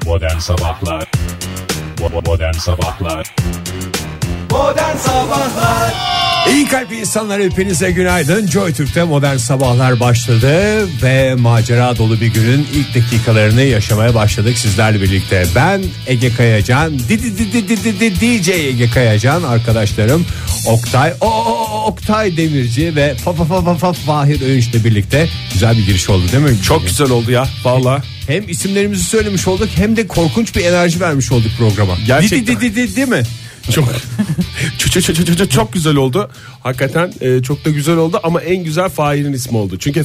Modern Sabahlar. Modern Sabahlar. Modern Sabahlar. İyi kalp insanlar, hepinize günaydın. Joy Türk'te Modern Sabahlar başladı ve macera dolu bir günün ilk dakikalarını yaşamaya başladık sizlerle birlikte. Ben Ege Kayacan, DJ Ege Kayacan, arkadaşlarım Oktay Demirci ve Fahir Öğünç'le birlikte güzel bir giriş oldu değil mi? Çok güzel oldu ya valla. Hem isimlerimizi söylemiş olduk hem de korkunç bir enerji vermiş olduk programa. Gerçekten. Değil mi? Çok güzel oldu. Hakikaten çok da güzel oldu ama en güzel Fahir'in ismi oldu. Çünkü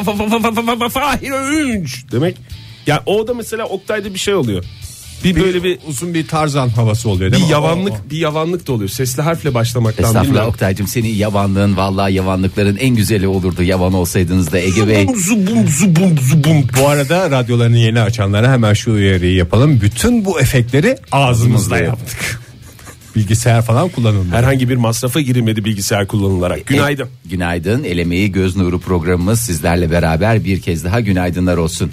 Fahir Öğünç demek. Yani o da mesela Oktay'da bir şey oluyor. Böyle bir uzun bir Tarzan havası oluyor değil mi? Bir yavanlık da oluyor. Sesli harfle başlamaktan. Estağfurullah Oktay'cığım, senin yavanlığın vallahi yavanlıkların en güzeli olurdu. Yavan olsaydınız da Ege Bey. Zubum. Bu arada radyolarını yeni açanlara hemen şu uyarıyı yapalım. Bütün bu efektleri ağzımızla yaptık. Bilgisayar falan kullanılmadı. Herhangi bir masrafa girilmedi bilgisayar kullanılarak. Günaydın. Günaydın. El Emeği Göz Nuru programımız sizlerle beraber bir kez daha günaydınlar olsun.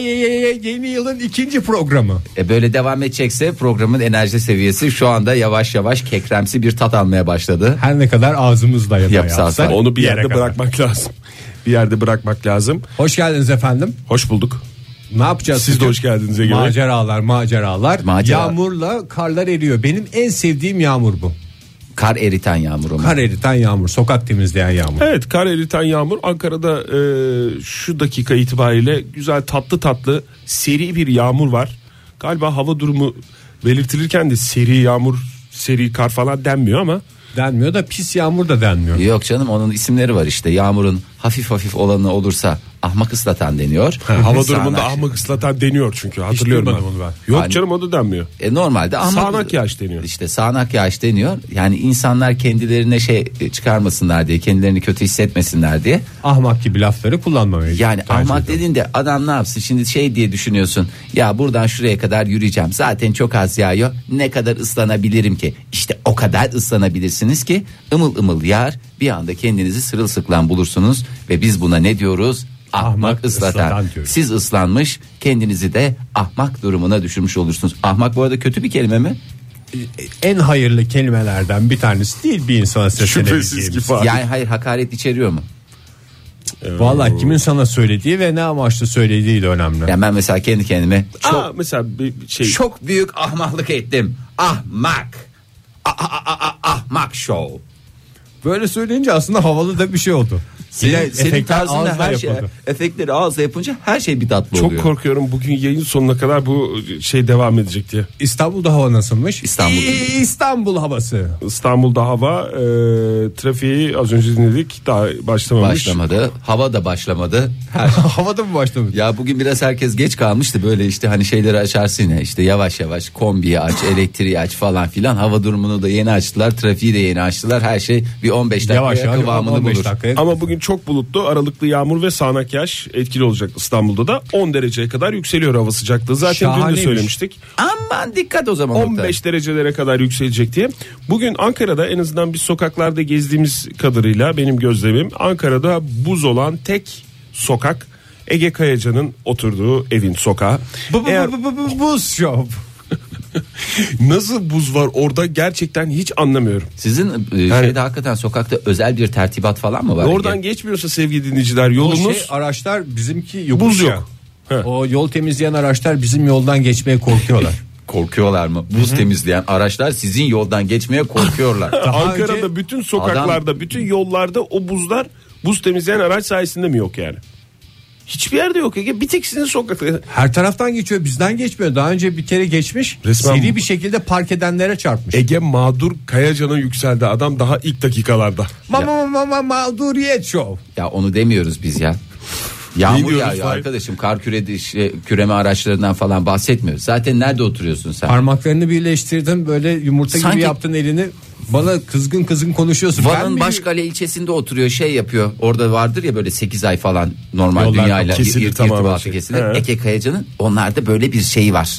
Yeni yılın ikinci programı. Böyle devam edecekse programın enerji seviyesi şu anda yavaş yavaş kekremsi bir tat almaya başladı. Her ne kadar ağzımızla yapsak. Onu bir yerde bırakmak lazım. Bir yerde bırakmak lazım. Hoş geldiniz efendim. Hoş bulduk. Ne yapacağız? Siz de hoş geldiniz Ege Bey. Maceralar. Yağmurla karlar eriyor. Benim en sevdiğim yağmur bu. Kar eriten yağmur mu? Kar eriten yağmur, sokak temizleyen yağmur. Evet, kar eriten yağmur. Ankara'da şu dakika itibariyle güzel tatlı seri bir yağmur var. Galiba hava durumu belirtilirken de seri yağmur, seri kar falan denmiyor ama. Denmiyor da pis yağmur da denmiyor. Yok canım, onun isimleri var işte. Yağmurun hafif olanı olursa ahmak ıslatan deniyor. Hava durumunda ahmak ıslatan deniyor çünkü, hatırlıyorum ben. Onu ben. Yok yani, canım, o da denmiyor. Normalde ahmak, sağanak yağış deniyor. İşte sağanak yağış deniyor. Yani insanlar kendilerine çıkarmasınlar diye, kendilerini kötü hissetmesinler diye. Ahmak gibi lafları kullanmamaya. Yani ahmak dediğinde adam ne yapsın şimdi, diye düşünüyorsun. Ya buradan şuraya kadar yürüyeceğim. Zaten çok az yağıyor. Ne kadar ıslanabilirim ki? İşte o kadar ıslanabilirsiniz ki ımıl yağar. Bir anda kendinizi sırılsıklam bulursunuz ve biz buna ne diyoruz? Ahmak ıslatan. Siz ıslanmış, kendinizi de ahmak durumuna düşürmüş olursunuz. Ahmak bu arada kötü bir kelime mi? En hayırlı kelimelerden bir tanesi değil bir insana seslenebileceğimiz. Yani hayır, hakaret içeriyor mu? Vallahi kimin sana söylediği ve ne amaçla söylediği de önemli. Yani ben mesela kendi kendime mesela bir şey. Çok büyük ahmaklık ettim. Ahmak. Ahmak show. Böyle söyleyince aslında havalı da bir şey oldu. Senin tarzında her şey, efektleri ağızla yapınca her şey bir tatlı oluyor. Çok korkuyorum bugün yayın sonuna kadar bu şey devam edecek diye. İstanbul'da hava nasılmış? İstanbul havası. İstanbul'da hava trafiği az önce dinledik, daha başlamadı. Hava da başlamadı. Havada mı başlamadı? Ya bugün biraz herkes geç kalmıştı, böyle işte hani şeyleri açarsın ya, işte yavaş kombiyi aç, elektriği aç falan filan. Hava durumunu da yeni açtılar, trafiği de yeni açtılar. Her şey bir 15 dakikaya kıvamını bulur. Ama bugün çok bulutlu, aralıklı yağmur ve sağanak yağış etkili olacak İstanbul'da da. 10 dereceye kadar yükseliyor hava sıcaklığı. Zaten şahaneymiş. dün de söylemiştik. Aman dikkat o zaman. 15 derecelere kadar yükselecek diye. Bugün Ankara'da en azından biz sokaklarda gezdiğimiz kadarıyla benim gözlemim, Ankara'da buz olan tek sokak Ege Kayacan'ın oturduğu evin sokağı. Buz shop. Nasıl buz var orada gerçekten hiç anlamıyorum. Sizin şeyde hakikaten sokakta özel bir tertibat falan mı var? Oradan geçmiyorsa sevgili dinleyiciler yolunuz. Araçlar bizimki yokuş buz yok. O yol temizleyen araçlar bizim yoldan geçmeye korkuyorlar. Korkuyorlar mı? Buz temizleyen araçlar sizin yoldan geçmeye korkuyorlar. Ankara'da bütün sokaklarda, bütün yollarda o buzlar buz temizleyen araç sayesinde mi yok yani? Hiçbir yerde yok Ege. Bir tek sizin sokakta. Her taraftan geçiyor, bizden geçmiyor. Daha önce bir kere geçmiş. Resmen seri bir şekilde park edenlere çarpmış. Ege mağdur Kayacan'a yükseldi adam daha ilk dakikalarda. Mağduriyet show. Ya onu demiyoruz biz ya. Yağmur yağıyor arkadaşım, kar küreme araçlarından falan bahsetmiyoruz. Zaten nerede oturuyorsun sen? Parmaklarını birleştirdin, böyle yumurta gibi yaptın elini. Bana kızgın konuşuyorsun. Van'ın Başkale ilçesinde oturuyor, şey yapıyor. Orada vardır ya böyle 8 ay falan normal yollar dünyayla irtibatı kesilir. Ege Kayacan'ın onlarda böyle bir şey var.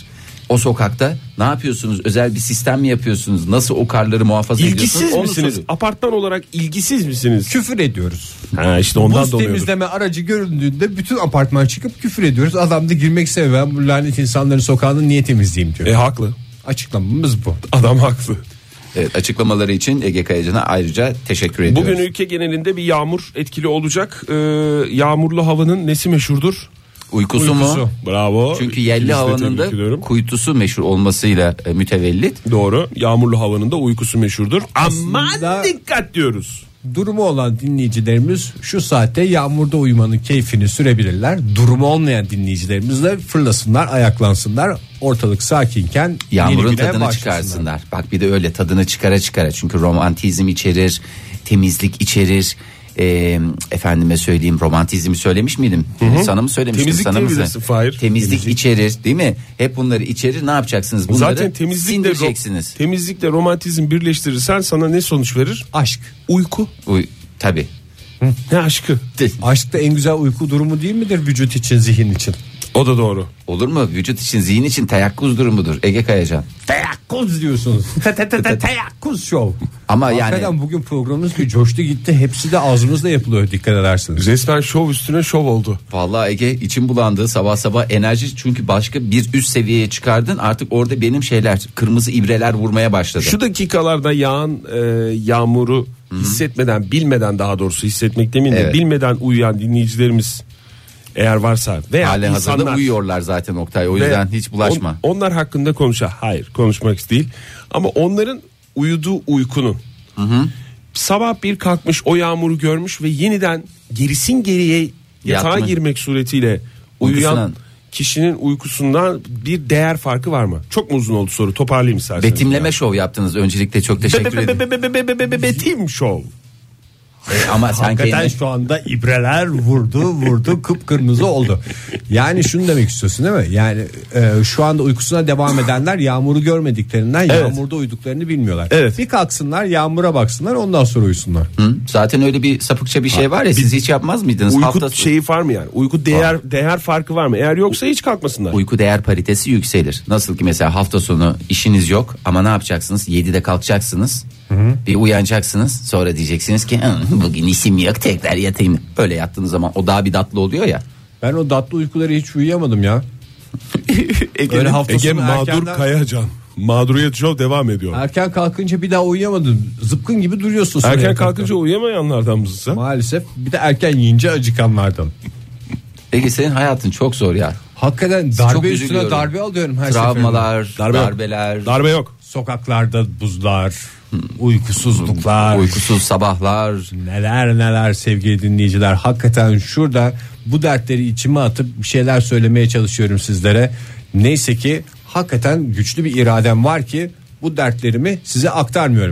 O sokakta ne yapıyorsunuz? Özel bir sistem mi yapıyorsunuz? Nasıl o karları muhafaza ediyorsunuz? İlgisiz Onu misiniz? soruyorum. Apartman olarak ilgisiz misiniz? Küfür ediyoruz. Ha, işte ondan Buz dolayıdır. temizleme aracı göründüğünde bütün apartman çıkıp küfür ediyoruz. Adam da girmek istemiyor. Ben bu lanet insanların sokağını niye temizleyeyim diyor. Haklı. Açıklamamız bu. Adam haklı. Evet, açıklamaları için Ege Kayacan'a ayrıca teşekkür ediyoruz. Bugün ülke genelinde bir yağmur etkili olacak. Yağmurlu havanın nesi meşhurdur? Uykusu mu? Bravo. Çünkü yerli İkinizi de havanın tebrik ediyorum. da kuytusu meşhur olmasıyla mütevellit. Doğru. Yağmurlu havanın da uykusu meşhurdur. Aman dikkat diyoruz. Durumu olan dinleyicilerimiz şu saatte yağmurda uyumanın keyfini sürebilirler. Durumu olmayan dinleyicilerimiz de fırlasınlar, ayaklansınlar. Ortalık sakinken Yağmurun yeni güne tadını başlasınlar. çıkarsınlar. Bak bir de öyle tadını çıkara. Çünkü romantizm içerir, temizlik içerir. Efendime söyleyeyim, romantizmi söylemiş miydim? Sana mı söylemiştim? Temizlik Sana mı diyebilirsin, Fahir. Temizlik içerir değil mi? Hep bunları içerir. Ne yapacaksınız? Bunları Zaten sindireceksiniz. temizlikle romantizm birleştirirsen sana ne sonuç verir? Aşk. Uyku. Tabii. Ne aşkı? Aşk da en güzel uyku durumu değil midir vücut için, zihin için? O da doğru. Olur mu? Vücut için, zihin için teyakkuz durumudur. Ege Kayacan. Teyakkuz diyorsunuz. Teyakkuz show. Ama hakikaten yani bugün programımız bir coştu gitti. Hepsi de ağzımızda yapılıyor, dikkat edersiniz. Resmen şov üstüne şov oldu. vallahi Ege içim bulandı sabah enerji, çünkü başka bir üst seviyeye çıkardın. Artık orada benim kırmızı ibreler vurmaya başladı. Şu dakikalarda yağan yağmuru hissetmeden, bilmeden, daha doğrusu hissetmek demeyeyim de Evet. bilmeden uyuyan dinleyicilerimiz eğer varsa veya Hali hazırda insanlar uyuyorlar zaten Oktay, o ve yüzden hiç bulaşma. onlar hakkında hayır, konuşmak değil. Ama onların uyuduğu uykunun sabah bir kalkmış, o yağmuru görmüş ve yeniden gerisin geriye yatağa Yatma. girmek suretiyle uyuyan Uykusundan. kişinin uykusundan bir değer farkı var mı? Çok mu uzun oldu soru? Toparlayayım isterseniz. Betimleme şov yaptınız, öncelikle çok teşekkür ederim. Betim şov. Ama sen Hakikaten kendin şu anda ibreler vurdu kıpkırmızı oldu. Yani şunu demek istiyorsun değil mi? Yani şu anda uykusuna devam edenler yağmuru görmediklerinden yağmurda uyuduklarını bilmiyorlar. Evet. Bir kalksınlar, yağmura baksınlar, ondan sonra uyusunlar. zaten öyle bir sapıkça bir şey var ya, siz hiç yapmaz mıydınız? Uyku şeyi var mı yani? Uyku değer farkı var mı? Eğer yoksa hiç kalkmasınlar. Uyku değer paritesi yükselir. Nasıl ki mesela hafta sonu işiniz yok ama ne yapacaksınız? 7'de kalkacaksınız. Bir uyanacaksınız. Sonra diyeceksiniz ki bugün işim yok, tekrar yatayım. Öyle yattığınız zaman o daha bir tatlı oluyor ya. Ben o tatlı uykuları hiç uyuyamadım ya. Öyle hafta sonu mağdur erkenden- Kayacan. Mağduriyet show devam ediyor. Erken kalkınca bir daha uyuyamadım. Zıpkın gibi duruyorsun. sonra Erken yatakta. kalkınca uyuyamayanlardan mısın sen? Maalesef, bir de erken yiyince acıkanlardan. Ege senin hayatın çok zor ya. Hakikaten Çok darbe üstüne üzülüyorum. darbe alıyorum her Travmalar, seferinde. darbeler, Darbe yok. Sokaklarda buzlar, uykusuzluklar, uykusuz sabahlar. neler sevgili dinleyiciler. Hakikaten şurada bu dertleri içime atıp bir şeyler söylemeye çalışıyorum sizlere. Neyse ki hakikaten güçlü bir iradem var ki bu dertlerimi size aktarmıyorum.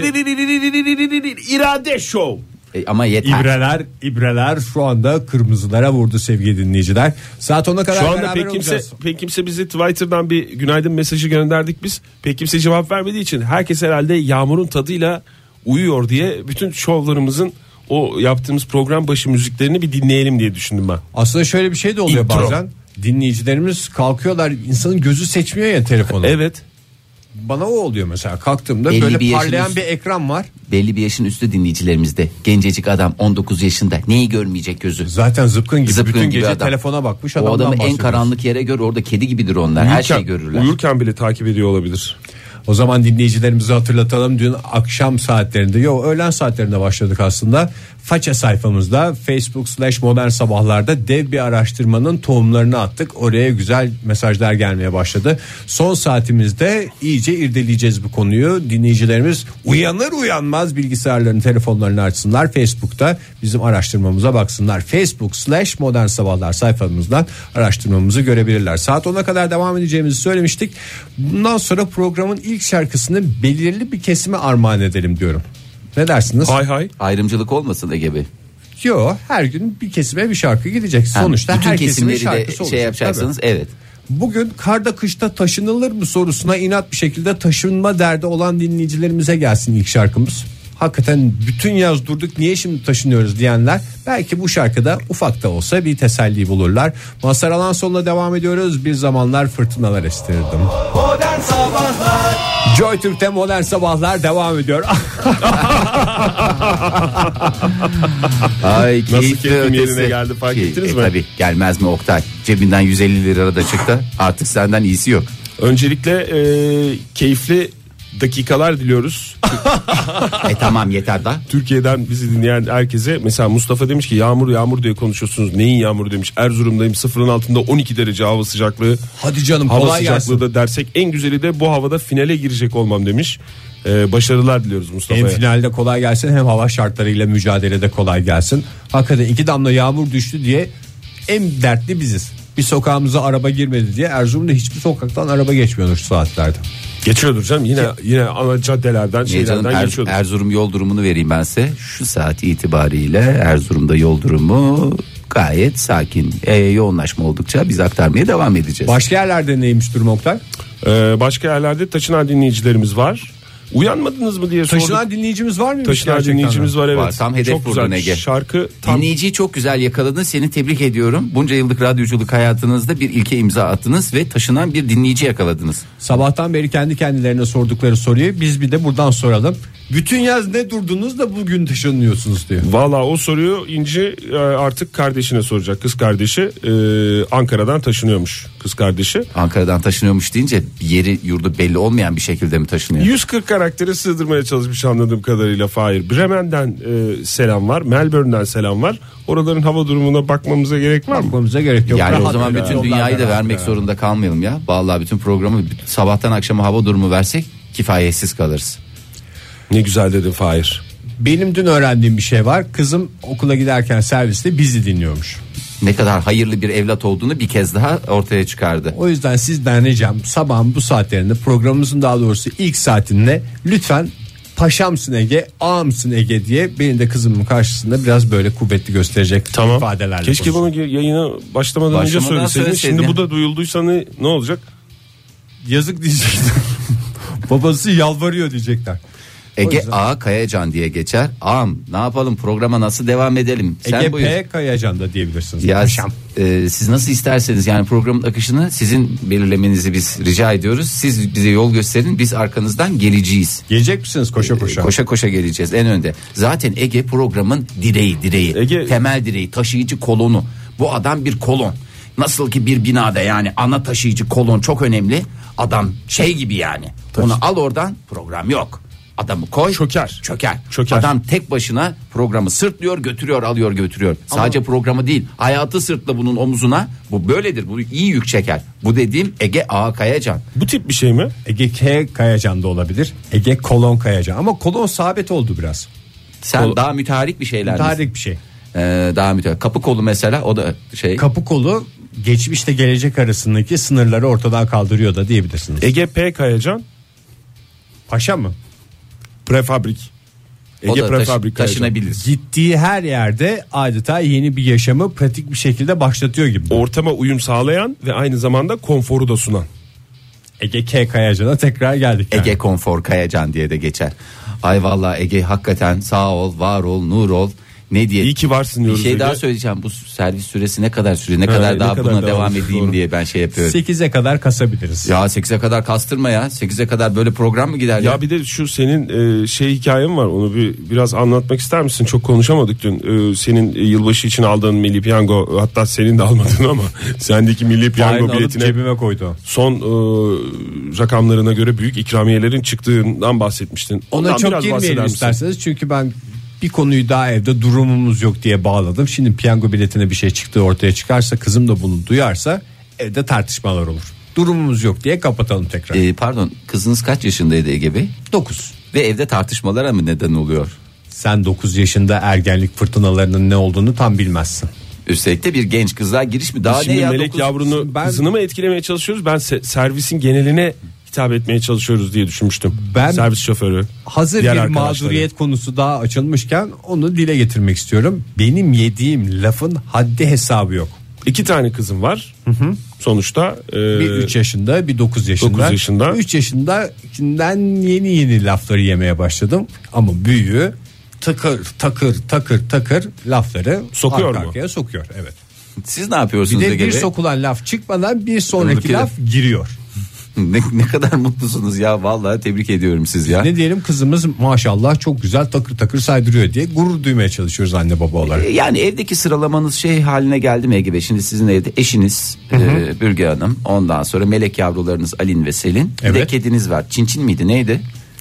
İrade show. Ama yeter. İbreler şu anda kırmızılara vurdu sevgili dinleyiciler. Saat 10'a kadar Şu anda beraber olacağız. pek kimse bize Twitter'dan bir günaydın mesajı gönderdik biz. Pek kimse cevap vermediği için herkes herhalde yağmurun tadıyla uyuyor diye bütün şovlarımızın, o yaptığımız program başı müziklerini bir dinleyelim diye düşündüm ben. Aslında şöyle bir şey de oluyor Intro. bazen. Dinleyicilerimiz kalkıyorlar, insanın gözü seçmiyor ya telefonu. Evet. Bana o oluyor mesela, kalktığımda Belli böyle bir yaşın parlayan üstü- bir ekran var. Belli bir yaşın üstü dinleyicilerimizde. Gencecik adam 19 yaşında. Neyi görmeyecek gözü? Zaten zıpkın gibi Zıpkın bütün gibi gece adam. telefona bakmış O adamdan adamı en bahsediyoruz. karanlık yere gör, orada kedi gibidir onlar. Her şeyi görürler. Uyurken bile takip ediyor olabilir. O zaman dinleyicilerimizi hatırlatalım. Dün akşam saatlerinde, öğlen saatlerinde başladık aslında. Faça sayfamızda Facebook/Modern Sabahlar'da dev bir araştırmanın tohumlarını attık. Oraya güzel mesajlar gelmeye başladı. Son saatimizde iyice irdeleyeceğiz bu konuyu. Dinleyicilerimiz uyanır uyanmaz bilgisayarlarını, telefonlarını açsınlar. Facebook'ta bizim araştırmamıza baksınlar. Facebook/Modern Sabahlar sayfamızdan araştırmamızı görebilirler. Saat 10'a kadar devam edeceğimizi söylemiştik. Bundan sonra programın ilk şarkısını belirli bir kesime armağan edelim diyorum. Ne dersiniz? Hay. Ayrımcılık olmasın Ege Bey. Yok, her gün bir kesime bir şarkı gidecek. Sonuçta bütün her kesimin kesimleri şarkısı de olacak. şey yapacaksınız. Tabii. Evet. Bugün karda kışta taşınılır mı sorusuna inat bir şekilde taşınma derdi olan dinleyicilerimize gelsin ilk şarkımız. hakikaten bütün yaz durduk niye şimdi taşınıyoruz diyenler belki bu şarkıda ufak da olsa bir teselli bulurlar. Mazhar Alansol'la devam ediyoruz. Bir zamanlar fırtınalar estirdim. Modern Sabahlar. Joy Türk'te Modern Sabahlar devam ediyor. Ay, Nasıl keyfim yerine geldi, fark ettiniz mi? Tabii gelmez mi Oktay? Cebinden 150 lira da çıktı. Artık senden iyisi yok. Öncelikle keyifli dakikalar diliyoruz. Tamam yeter da. Türkiye'den bizi dinleyen herkese. Mesela Mustafa demiş ki yağmur diye konuşuyorsunuz. Neyin yağmuru demiş. Erzurum'dayım, sıfırın altında 12 derece hava sıcaklığı. Hadi canım, hava kolay sıcaklığı gelsin. da dersek en güzeli de bu havada finale girecek olmam demiş. Başarılar diliyoruz Mustafa'ya. Hem finalde kolay gelsin hem hava şartlarıyla mücadelede kolay gelsin. Hakikaten 2 damla yağmur düştü diye en dertli biziz. Bir sokağımıza araba girmedi diye Erzurum'da hiçbir sokaktan araba geçmiyordur şu saatlerde. Geçiyordur canım, yine ana caddelerden şeylerden geçiyordur. Erzurum yol durumunu vereyim ben size. Şu saat itibariyle Erzurum'da yol durumu gayet sakin. Yoğunlaşma oldukça biz aktarmaya devam edeceğiz. Başka yerlerde neymiş durum Oktay? Başka yerlerde taşınan dinleyicilerimiz var. Uyanmadınız mı diye sorduk. Taşınan dinleyicimiz var mıymış? Taşınan gerçekten dinleyicimiz var, evet. Var, tam hedef çok vurdun güzel. Ege. Şarkı tam... Dinleyiciyi çok güzel yakaladın. Seni tebrik ediyorum. Bunca yıllık radyoculuk hayatınızda bir ilke imza attınız ve taşınan bir dinleyici yakaladınız. Sabahtan beri kendi kendilerine sordukları soruyu biz bir de buradan soralım. Bütün yaz ne durdunuz da bugün taşınıyorsunuz diyor. Valla o soruyu İnci artık kardeşine soracak. Kız kardeşi Ankara'dan taşınıyormuş, kız kardeşi. Ankara'dan taşınıyormuş deyince yeri yurdu belli olmayan bir şekilde mi taşınıyor? 140 karakteri sığdırmaya çalışmış anladığım kadarıyla Fahir. Bremen'den selam var, Melbourne'den selam var. Oraların hava durumuna bakmamıza gerek var mı? Bakmamıza gerek yok. Yani o Rahat zaman böyle bütün yollar dünyayı da beraber vermek beraber. zorunda kalmayalım ya. Vallahi bütün programı sabahtan akşama hava durumu versek kifayetsiz kalırız. Ne güzel dedin Fahir. Benim dün öğrendiğim bir şey var. Kızım okula giderken serviste bizi dinliyormuş. Ne kadar hayırlı bir evlat olduğunu bir kez daha ortaya çıkardı. O yüzden sizden ricam sabahın bu saatlerinde, programımızın daha doğrusu ilk saatinde lütfen paşamsın Ege, ağamsın Ege diye beni de kızımın karşısında biraz böyle kuvvetli gösterecek ifadelerle. Keşke konuşun. bunu yayına başlamadan önce söyleseydin. söyleseydin Şimdi ya. bu da duyulduysa ne olacak? Yazık diyecekler. Babası yalvarıyor diyecekler. O Ege yüzden- A Kayacan diye geçer. Ağam ne yapalım, programa nasıl devam edelim? Sen Ege buyur. P Kayacan da diyebilirsiniz. Ya Paşam. siz nasıl isterseniz, yani programın akışını sizin belirlemenizi biz rica ediyoruz. Siz bize yol gösterin, biz arkanızdan geleceğiz. Gelecek misiniz koşa koşa? Koşa koşa geleceğiz en önde. Zaten Ege programın direği. Ege- Temel direği, taşıyıcı kolonu. Bu adam bir kolon. Nasıl ki bir binada yani ana taşıyıcı kolon çok önemli. Adam şey gibi yani. Onu al oradan, program yok. Adamı koy. Çöker. Çöker. Çöker. Adam tek başına programı sırtlıyor, götürüyor, alıyor, götürüyor. Sadece programı değil, hayatı sırtla bunun omuzuna. Bu böyledir. Bu iyi yük çeker. Bu dediğim Ege A Kayacan. Bu tip bir şey mi? Ege K Kayacan da olabilir. Ege kolon Kayacan. Ama kolon sabit oldu biraz. Sen daha müteharik bir şeyler misin? Tarih bir şey. Daha müteharik. Kapı kolu mesela, o da şey. Kapı kolu geçmişle gelecek arasındaki sınırları ortadan kaldırıyor da diyebilirsiniz. Ege P Kayacan Paşa mı? prefabrik. O Ege da prefabrik Kayacan. taşınabilir. Gittiği her yerde adeta yeni bir yaşamı pratik bir şekilde başlatıyor gibi. Ortama uyum sağlayan ve aynı zamanda konforu da sunan. Ege K Kayacan'a tekrar geldik. Yani. Ege Konfor Kayacan diye de geçer. Ay vallahi Ege hakikaten sağ ol, var ol, nur ol. Ne diye? İyi ki varsın Bir diyoruz. şey Ege. daha söyleyeceğim. Bu servis süresi ne kadar sürüyor? Ne kadar ne daha kadar buna devam devam ediyor? edeyim Doğru. diye ben şey yapıyorum. 8'e kadar kasabiliriz. Ya 8'e kadar kastırma ya. 8'e kadar böyle program mı gider ya? Ya bir de şu senin hikayen var, onu biraz anlatmak ister misin? Çok konuşamadık dün. Senin yılbaşı için aldığın milli piyango, hatta senin de almadın ama sendeki milli piyango Aynı alıp biletine cebime koydu. son rakamlarına göre büyük ikramiyelerin çıktığından bahsetmiştin. Ona Ondan çok biraz bahseder girmeyelim misin? isterseniz çünkü ben bir konuyu daha evde durumumuz yok diye bağladım. Şimdi piyango biletine bir şey çıktığı ortaya çıkarsa, kızım da bunu duyarsa evde tartışmalar olur. Durumumuz yok diye kapatalım tekrar. Pardon, kızınız kaç yaşındaydı Ege Bey? 9. Ve evde tartışmalara mı neden oluyor? Sen 9 yaşında ergenlik fırtınalarının ne olduğunu tam bilmezsin. Üstelik de bir genç kızlığa giriş mi? Daha Şimdi ne ya? Melek 9 yavrunu kızını mı etkilemeye çalışıyoruz? Ben servisin geneline hitap etmeye çalışıyoruz diye düşünmüştüm. Ben- Servis şoförü. Hazır diğer bir arkadaşları. mağduriyet konusu daha açılmışken onu dile getirmek istiyorum. Benim yediğim lafın haddi hesabı yok. 2 tane kızım var. sonuçta Bir 3 yaşında, bir 9 yaşında. 9 yaşında. 3 yaşından yeni lafları yemeye başladım. Ama büyüğü takır lafları Sokuyor arka mu? arkaya sokuyor. Evet. Siz ne yapıyorsunuz Bir de Ege bir Bey? sokulan laf çıkmadan bir sonraki Öbürkü laf giriyor. ne kadar mutlusunuz ya, vallahi tebrik ediyorum siz ya. Ne diyelim, kızımız maşallah çok güzel takır saydırıyor diye gurur duymaya çalışıyoruz anne baba olarak. Yani evdeki sıralamanız şey haline geldi mi Ege Bey? Şimdi sizin evde eşiniz Bürge Hanım, ondan sonra melek yavrularınız Alin ve Selin. Bir de Evet. kediniz var. Çinçin miydi, neydi?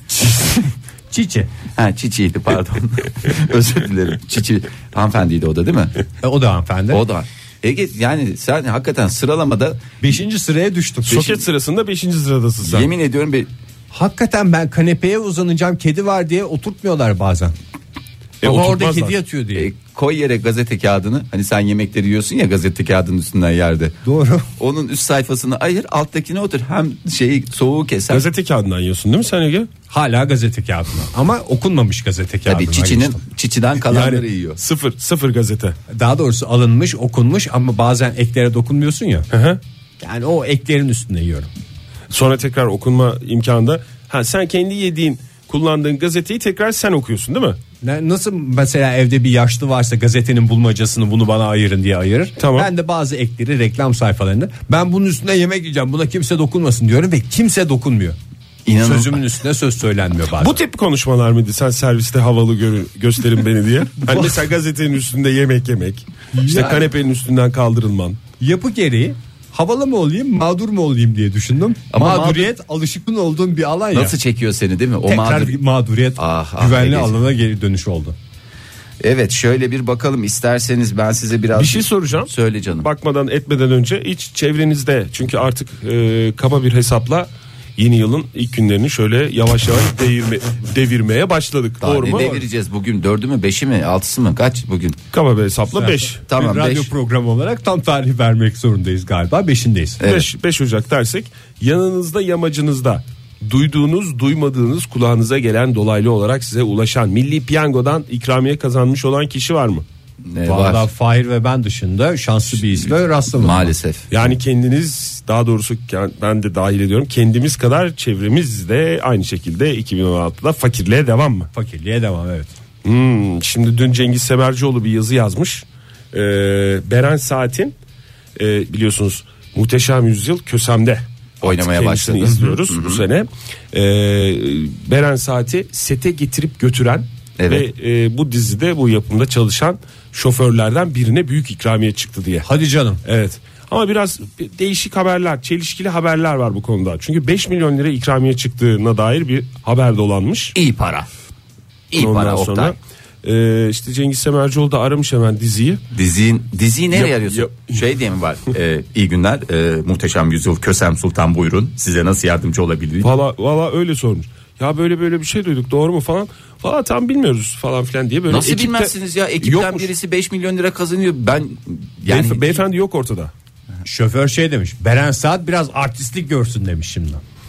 Çiçi. Ha, Çiçi'ydi, pardon. Özür dilerim. Çiçi hanımefendiydi o da, değil mi? O da hanımefendi. O da. Ege, yani sen hakikaten sıralamada 5. sıraya düştüm. soket sırasında 5. sıradasın sen. yemin ediyorum bir Hakikaten ben kanepeye uzanacağım, kedi var diye oturtmuyorlar bazen. Ama orada oturtmazlar. kedi yatıyor diye. koy yere gazete kağıdını, hani sen yemekleri yiyorsun ya gazete kağıdının üstünden yerde. Doğru. Onun üst sayfasını ayır, alttakine otur, hem şeyi soğuğu keser. Gazete kağıdından yiyorsun değil mi sen Ege? Hala gazete kağıdına ama okunmamış gazete kağıdına. Tabii Çiçi'den kalanları Yani yiyor. sıfır gazete. Daha doğrusu alınmış, okunmuş ama bazen eklere dokunmuyorsun ya. Hı. Yani o eklerin üstünde yiyorum. Sonra tekrar okunma imkanında. Ha, sen kendi yediğin, kullandığın gazeteyi tekrar sen okuyorsun değil mi? Nasıl mesela evde bir yaşlı varsa gazetenin bulmacasını bunu bana ayırın diye ayırır. Tamam. Ben de bazı ekleri reklam sayfalarında ben bunun üstüne yemek yiyeceğim, buna kimse dokunmasın diyorum ve kimse dokunmuyor. İnanılmaz. Sözümün üstüne söz söylenmiyor bazen. Bu tip konuşmalar mıydı sen serviste havalı gösterin beni diye? Hani mesela gazetenin üstünde yemek yemek. İşte Yani- kanepenin üstünden kaldırılman. Yapı gereği havalı mı olayım, mağdur mu olayım diye düşündüm. Ama Mağduriyet alışıkın olduğum bir alan ya. Nasıl çekiyor seni, değil mi? O Tekrar mağdur. bir mağduriyet güvenli Ege'ciğim. alana geri dönüş oldu. Evet, şöyle bir bakalım isterseniz, ben size biraz Bir şey soracağım. Söyle canım. Bakmadan etmeden önce hiç çevrenizde, çünkü artık kaba bir hesapla yeni yılın ilk günlerini şöyle yavaş yavaş devirmeye başladık. Daha Doğru ne mu? devireceğiz bugün? 4'ü mü, 5'i mi, 6'sı mı, kaç bugün? Kaba bir hesapla 5. Tamam, bir radyo 5. programı olarak tam tarih vermek zorundayız galiba. 5'indeyiz. Evet. 5 Ocak dersek, yanınızda yamacınızda duyduğunuz duymadığınız kulağınıza gelen dolaylı olarak size ulaşan Milli Piyango'dan ikramiye kazanmış olan kişi var mı? Ne Vallahi var? Fahir ve ben dışında şanslı bir isme rastlamadım. Maalesef. Yani kendiniz, daha doğrusu ben de dahil ediyorum, kendimiz kadar çevremiz de aynı şekilde 2016'da fakirliğe devam mı? Fakirliğe devam, evet. Şimdi dün Cengiz Semercioğlu bir yazı yazmış. Beren Saat'in biliyorsunuz Muhteşem Yüzyıl Kösem'de Oynamaya kendisini başladı. izliyoruz bu sene. Beren Saat'i sete getirip götüren Evet. ve bu dizide, bu yapımda çalışan şoförlerden birine büyük ikramiye çıktı diye. Hadi canım. Evet. Ama biraz değişik haberler, çelişkili haberler var bu konuda. Çünkü 5 milyon lira ikramiye çıktığına dair bir haber dolanmış. İyi para. İyi Ondan para sonra Oktay. işte Cengiz Semercioğlu da aramış hemen diziyi. Diziyi nereye Yap- arıyorsun? yap- Şey diye mi var? İyi günler. Muhteşem Yüzyıl Kösem Sultan, buyurun. Size nasıl yardımcı olabilirim? Valla öyle sormuş. Ya böyle bir şey duyduk, doğru mu falan. Valla tam bilmiyoruz falan filan diye böyle. Nasıl ekipte bilmezsiniz ya? Ekipten yokmuş. birisi 5 milyon lira kazanıyor. Ben yani Beyefendi yok ortada. Şoför şey demiş. Beren Saat biraz artistlik görsün demiş şimdi.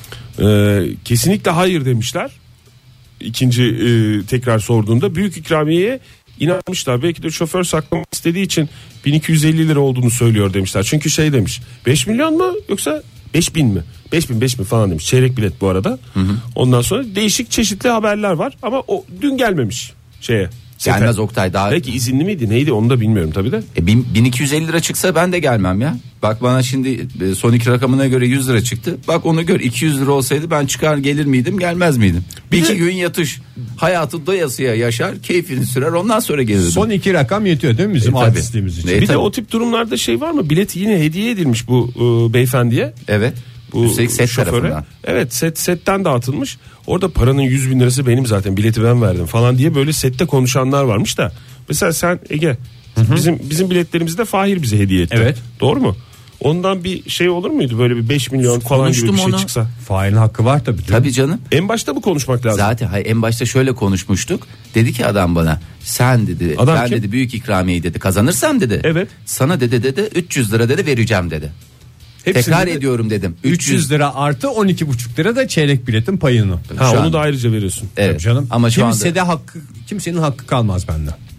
Kesinlikle hayır demişler. İkinci tekrar sorduğunda büyük ikramiyeye inanmışlar. Belki de şoför saklamak istediği için 1250 lira olduğunu söylüyor demişler. Çünkü şey demiş, 5 milyon mu yoksa 5000 mi? 5000 falan demiş. Çeyrek bilet bu arada. Ondan sonra değişik çeşitli haberler var ama o dün gelmemiş şeye. sete. gelmez Oktay daha. Belki izinli miydi neydi onu da bilmiyorum tabii de. 1250 lira çıksa ben de gelmem ya. Bak bana şimdi son iki rakamına göre 100 lira çıktı. Bak onu gör, 200 lira olsaydı ben çıkar gelir miydim, gelmez miydim? Bir iki gün yatış, hayatı doyasıya yaşar, keyfini sürer, ondan sonra gelirdim. Son 2 rakam yetiyor değil mi bizim tabii. artistliğimiz için? Ne? Bir de tabii. o tip durumlarda şey var mı? Bilet yine hediye edilmiş bu beyefendiye. Evet. Bu Üstelik set şoföre. tarafından. Evet, setten dağıtılmış. Orada paranın 100 bin lirası benim zaten, bileti ben verdim falan diye böyle sette konuşanlar varmış da. Mesela sen Ege, bizim biletlerimizi de Fahir bize hediye etti. Evet. Doğru mu? Ondan bir şey olur muydu, böyle bir 5 milyon falan gibi bir Konuştum şey onu. çıksa? Failin hakkı var tabii. Tabii canım. En başta mı konuşmak lazım? Zaten en başta şöyle konuşmuştuk. Dedi ki adam bana, sen dedi, Adam ben kim? dedi büyük ikramiyeyi dedi kazanırsam dedi. Evet. Sana dedi 300 lira dedi vereceğim dedi. Hepsini Tekrar de- ediyorum dedim. 300 lira artı 12,5 lira da çeyrek biletin payını. Ha, Şu onu an- da ayrıca veriyorsun. Evet. Tabii canım. Ama şu anda Kimsenin hakkı kalmaz bende.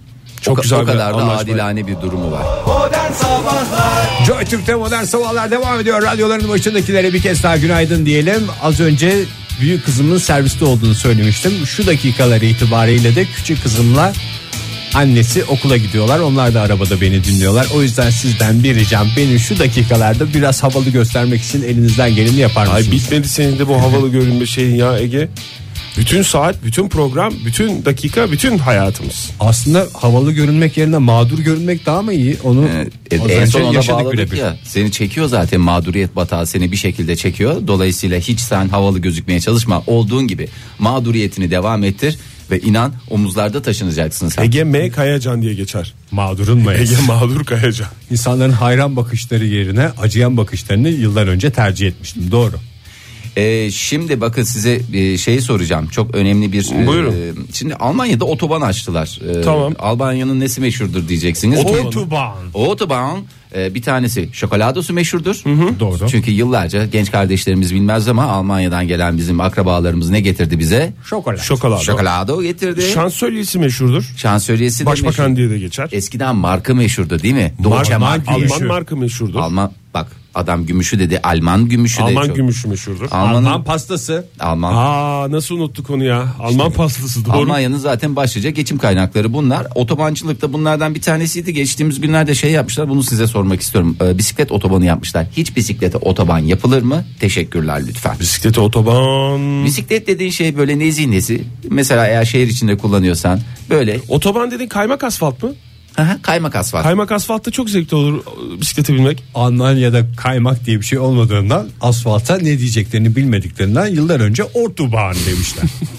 Çok güzel o bir kadar da anlaşma. adilane bir durumu var. Modern Sabahlar. Joy Türk'te modern sabahlar devam ediyor. Radyoların başındakilere bir kez daha günaydın diyelim. Az önce büyük kızımın serviste olduğunu söylemiştim. Şu dakikalar itibariyle de küçük kızımla annesi okula gidiyorlar. Onlar da arabada beni dinliyorlar. O yüzden sizden bir ricam, beni şu dakikalarda biraz havalı göstermek için elinizden geleni yapar mısınız? Ay bitmedi senin de bu havalı görünme şeyin ya Ege. Bütün saat, bütün program, bütün dakika, bütün hayatımız. Aslında havalı görünmek yerine mağdur görünmek daha mı iyi? Onu az En önce son ona yaşadık bağladık birebir. ya. Seni çekiyor zaten, mağduriyet batağı seni bir şekilde çekiyor. Dolayısıyla hiç sen havalı gözükmeye çalışma. Olduğun gibi mağduriyetini devam ettir ve inan omuzlarda taşınacaksın sen. Ege M. Kayacan diye geçer. Mağdurun mu? Ege mağdur Kayacan. İnsanların hayran bakışları yerine acıyan bakışlarını yıllar önce tercih etmiştim. Doğru. Şimdi bakın size şeyi soracağım. Çok önemli bir... Buyurun. Şimdi Almanya'da otoban açtılar. Tamam. Almanya'nın nesi meşhurdur diyeceksiniz. Otoban. Bir tanesi şokoladosu meşhurdur. Doğru. Çünkü yıllarca genç kardeşlerimiz bilmez ama Almanya'dan gelen bizim akrabalarımız ne getirdi bize? Şokolat. Şokolado getirdi. Şansölyesi meşhurdur. Şansölyesi de Başbakan meşhur. diye de geçer. Eskiden marka meşhurdu değil mi? Deutsche Mark. Alman marka meşhurdur. Alman, bak adam gümüşü dedi. Alman gümüşü de Alman çok. gümüşü meşhurdur. Alman pastası. Alman. Nasıl unuttuk onu ya? Alman pastası doğru. Almanya'nın zaten başlıca geçim kaynakları bunlar. Otobancılık da bunlardan bir tanesiydi. Geçtiğimiz günlerde şey yapmışlar. Bunu size sormak istiyorum. Bisiklet otobanı yapmışlar. Hiç bisiklete otoban yapılır mı? Teşekkürler lütfen. Bisiklete otoban. Bisiklet dediğin şey böyle nezi nezi. Mesela eğer şehir içinde kullanıyorsan böyle Otoban dediğin kaymak asfalt mı? kaymak asfalt. Kaymak asfaltta çok zevkli olur bisiklete binmek. Almanya'da kaymak diye bir şey olmadığından, asfalta ne diyeceklerini bilmediklerinden yıllar önce Ortobahn demişler.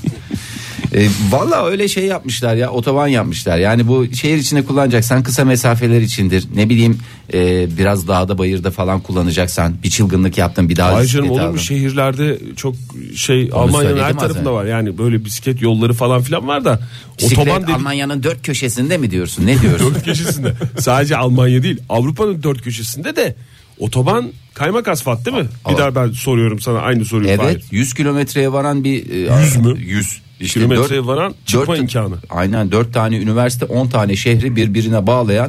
Vallahi öyle şey yapmışlar ya, otoban yapmışlar. Yani bu şehir içinde kullanacaksan kısa mesafeler içindir. Ne bileyim biraz dağda bayırda falan kullanacaksan, bir çılgınlık yaptın bir daha Ay bisiklet canım, olur mu? aldın. Şehirlerde çok Almanya'nın söyledim her az tarafında önce. var. Yani böyle bisiklet yolları falan filan var da Bisiklet otoban dedik Almanya'nın dört köşesinde mi diyorsun? Ne diyorsun? dört köşesinde. Sadece Almanya değil, Avrupa'nın dört köşesinde de otoban kaymak asfalt değil mi? Bir daha ben soruyorum sana aynı soruyu. Evet, Fahir. 100 kilometreye varan bir 100 mü? 100 Kilometreye varan çıkma imkanı. Aynen, 4 tane üniversite, 10 tane şehri birbirine bağlayan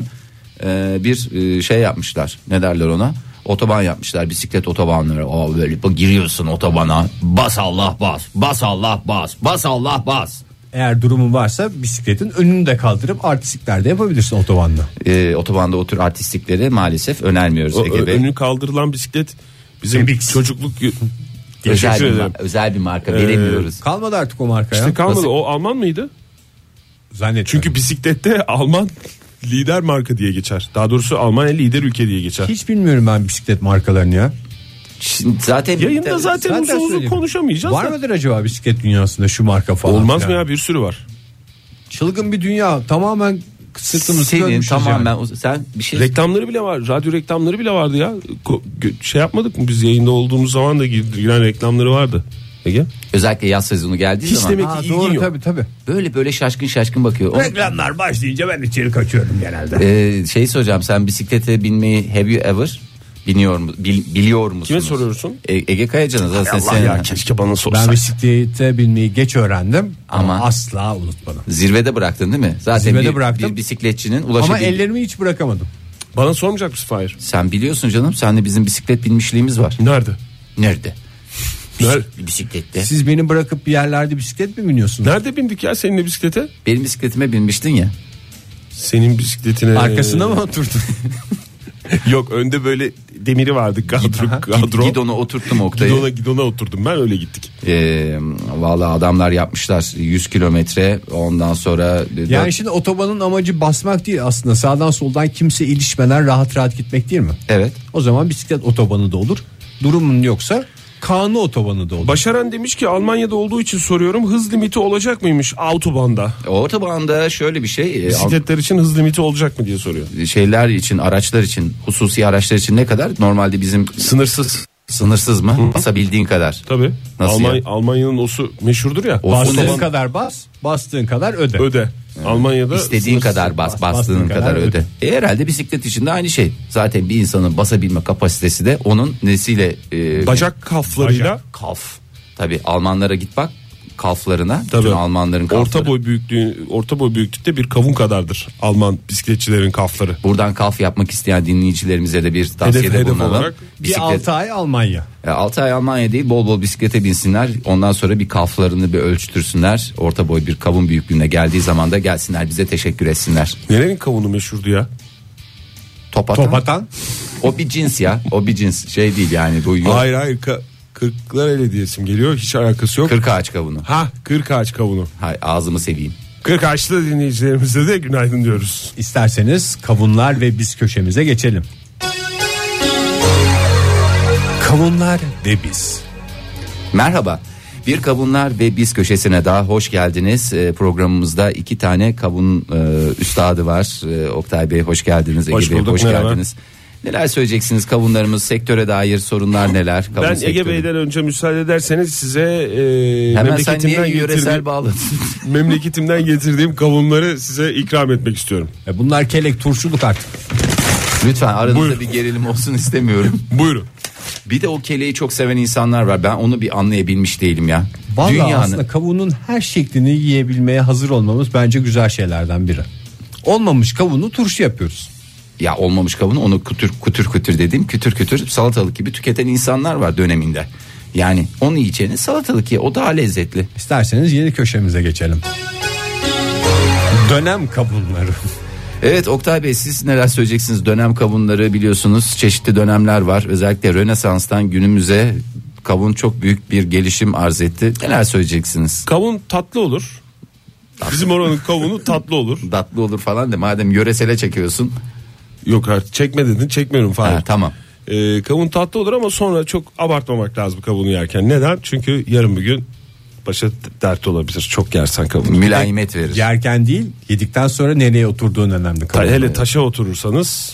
bir şey yapmışlar. Ne derler ona? Otoban yapmışlar, bisiklet otobanları. Böyle giriyorsun otobana, bas Allah bas, bas Allah bas, bas Allah bas. Eğer durumun varsa bisikletin önünü de kaldırıp artistikler de yapabilirsin otobanda. Otobanda o tür artistlikleri maalesef önermiyoruz O, Ege Bey. önü kaldırılan bisiklet bizim Bebix. çocukluk Özel Teşekkür bir, ederim. özel bir marka veremiyoruz. Kalmadı artık o marka ya. İşte kalmadı. Nasıl? O Alman mıydı? Zannetmiyorum. Çünkü bisiklette Alman lider marka diye geçer. Daha doğrusu Almanya lider ülke diye geçer. hiç bilmiyorum ben bisiklet markalarını ya. Şimdi zaten Yayında zaten uzun uzun söyleyeyim. konuşamayacağız Var da. mıdır acaba bisiklet dünyasında şu marka falan? Olmaz filan? mı ya, bir sürü var. Çılgın bir dünya, tamamen sırtımızı senin dönmüşüz tamamen yani. sen bir şey Reklamları bile var. Radyo reklamları bile vardı ya. Şey yapmadık mı biz, yayında olduğumuz zaman da giren reklamları vardı. Ege? özellikle yaz sezonu geldiği Hiç zaman demek Ha, ki ilgin doğru, yok. tabii. böyle şaşkın bakıyor. Reklamlar başlayınca ben içeri kaçıyorum genelde. Şey soracağım, sen bisiklete binmeyi have you ever biliyor musunuz? Kime soruyorsun? Ege Kayacan'a zaten Allah ya, keşke bana sorsan. Ben bisiklete binmeyi geç öğrendim ama Ama- asla unutmadım. Zirvede bıraktın değil mi? Zaten Zirvede bir, bıraktım. bir bisikletçinin Ama ulaşabildiği. ellerimi hiç bırakamadım. Bana sormayacak mısın Fahir? Sen biliyorsun canım, seninle bizim bisiklet binmişliğimiz var. Nerede? Nerede? Nerede? Bisiklette. Siz beni bırakıp bir yerlerde bisiklet mi biniyorsunuz? Nerede bindik ya seninle bisiklete? Benim bisikletime binmiştin ya. Senin bisikletine. Arkasına mı oturdun? Yok, önde böyle demiri vardı. Kadro. Gidona oturttum Oktay'ı. Gidona oturdum ben, öyle gittik. Vallahi adamlar yapmışlar 100 kilometre, ondan sonra Yani şimdi otobanın amacı basmak değil aslında. Sağdan soldan kimse ilişmeden rahat rahat gitmek değil mi? evet. O zaman bisiklet otobanı da olur. Durumun yoksa kanı otobanı da olur. Başaran demiş ki Almanya'da olduğu için soruyorum, hız limiti olacak mıymış autobanda? Otobanda şöyle bir şey, Bisikletler için hız limiti olacak mı diye soruyor. şeyler için, araçlar için, hususi araçlar için ne kadar? Normalde bizim sınırsız mı? Basabildiğin kadar. Tabii. Nasıl ya? Almanya'nın osu meşhurdur ya. Bastığın Otoban- kadar bas, bastığın kadar öde. Öde. Almanya'da İstediğin kadar bas, bastığın kadar öde. Herhalde bisiklet için de aynı şey. Zaten bir insanın basabilme kapasitesi de onun nesiyle bacak kaflarıyla kaf. Tabii Almanlara git bak. kalflarına. Tabii. Bütün Almanların kalfları. Orta boy büyüklükte bir kavun kadardır Alman bisikletçilerin kalfları. Buradan kalf yapmak isteyen dinleyicilerimize de bir tavsiyede bulunalım. olarak Bir 6 ay Almanya. 6 ay Almanya değil, bol bol bisiklete binsinler. Ondan sonra bir kalflarını bir ölçtürsünler. Orta boy bir kavun büyüklüğüne geldiği zaman da gelsinler bize teşekkür etsinler. Nerenin kavunu meşhurdu ya? Topatan. O bir cins ya. O bir cins şey değil yani. Bu Hayır. Kırklareli diyesim geliyor. Hiç alakası yok. Kırk ağaç kavunu. Kırk ağaç kavunu. Hay, ağzımı seveyim. Kırk ağaçlı dinleyicilerimize de günaydın diyoruz. İsterseniz kavunlar ve biz köşemize geçelim. Kavunlar ve biz. Merhaba. Bir kavunlar ve biz köşesine daha hoş geldiniz. Programımızda 2 tane kavun üstadı var. Oktay Bey hoş geldiniz. Hoş Ege Bey bulduk, hoş merhaba. geldiniz. Neler söyleyeceksiniz kavunlarımız, sektöre dair sorunlar neler? Kavun Ben sektörü. Ege Bey'den önce müsaade ederseniz size Hemen sen niye yöresel bağladın? memleketimden getirdiğim kavunları size ikram etmek istiyorum. Bunlar kelek turşuluk artık. Lütfen aranızda Buyurun. bir gerilim olsun istemiyorum. Buyurun. Bir de o keleği çok seven insanlar var. Ben onu bir anlayabilmiş değilim ya. Vallahi aslında kavunun her şeklini yiyebilmeye hazır olmamız bence güzel şeylerden biri. Olmamış kavunu turşu yapıyoruz. Ya olmamış kavunu onu kütür dediğim kütür salatalık gibi tüketen insanlar var döneminde. Yani onu yiyeceğiniz salatalık ye, o daha lezzetli. İsterseniz yeni köşemize geçelim. Dönem kavunları. Evet Oktay Bey, siz neler söyleyeceksiniz? Dönem kavunları biliyorsunuz, çeşitli dönemler var. Özellikle Rönesans'tan günümüze kavun çok büyük bir gelişim arz etti. Neler söyleyeceksiniz? Kavun tatlı olur. Bizim oranın kavunu tatlı olur. Tatlı olur falan da madem yöresele çekiyorsun. Yok artık çekme dedin, çekmiyorum falan. Tamam. Kavun tatlı olur ama sonra çok abartmamak lazım kavunu yerken. Neden? Çünkü yarın bir gün başa dert olabilir. Çok yersen kavunu. Mülayimet verir. Yerken değil, yedikten sonra nereye oturduğun önemli. Hele taşa oturursanız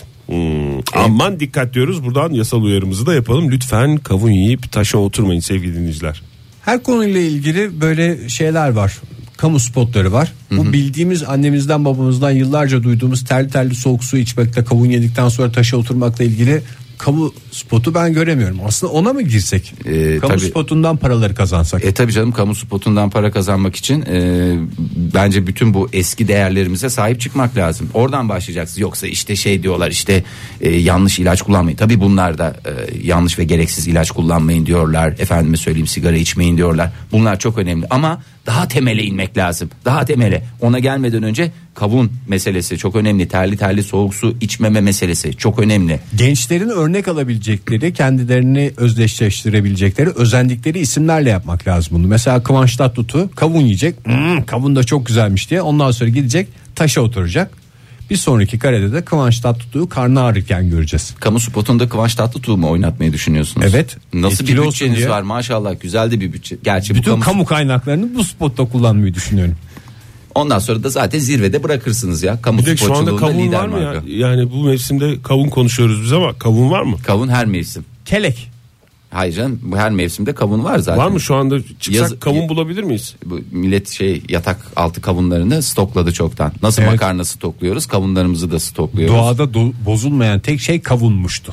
aman dikkat diyoruz. Buradan yasal uyarımızı da yapalım. Lütfen kavun yiyip taşa oturmayın sevgili dinleyiciler. Her konuyla ilgili böyle şeyler var. Kamu spotları var. Bu bildiğimiz annemizden babamızdan yıllarca duyduğumuz terli terli soğuk su içmekle, kavun yedikten sonra taşa oturmakla ilgili kamu spotu ben göremiyorum. Aslında ona mı girsek? Kamu tabii. spotundan paraları kazansak. Tabii canım, kamu spotundan para kazanmak için bence bütün bu eski değerlerimize sahip çıkmak lazım. Oradan başlayacaksınız. Yoksa işte şey diyorlar, işte yanlış ilaç kullanmayın. Tabii bunlar da yanlış ve gereksiz ilaç kullanmayın diyorlar. Efendime söyleyeyim, sigara içmeyin diyorlar. Bunlar çok önemli ama daha temele inmek lazım. Daha temele. Ona gelmeden önce kavun meselesi çok önemli. Terli terli soğuk su içmeme meselesi çok önemli. Gençlerin örnek alabilecekleri, kendilerini özdeşleştirebilecekleri, özendikleri isimlerle yapmak lazım bunu. Mesela Kıvanç Tatlıtuğ kavun yiyecek. Kavun da çok güzelmiş diye. Ondan sonra gidecek taşa oturacak. Bir sonraki karede de Kıvanç Tatlıtuğ'u karnı ağrırken göreceğiz. Kamu spotunda Kıvanç Tatlıtuğ mu oynatmayı düşünüyorsunuz? Evet. Nasıl Etkili bir olsun bütçeniz diye. var maşallah, güzel de bir bütçe. Gerçi Bütün bu kamu kaynaklarını bu spotta kullanmayı düşünüyorum. Ondan sonra da zaten zirvede bırakırsınız ya. Kamu Bir de şu anda spotçuluğunda kavun lider var mı ya? marka. Yani bu mevsimde kavun konuşuyoruz biz ama kavun var mı? Kavun her mevsim. Kelek. Hayır canım, bu her mevsimde kavun var zaten. Var mı şu anda çıksak Yaz- kavun bulabilir miyiz? Bu millet yatak altı kavunlarını stokladı çoktan. Nasıl Evet. makarna stokluyoruz, kavunlarımızı da stokluyoruz. Doğada bozulmayan tek şey kavunmuştu.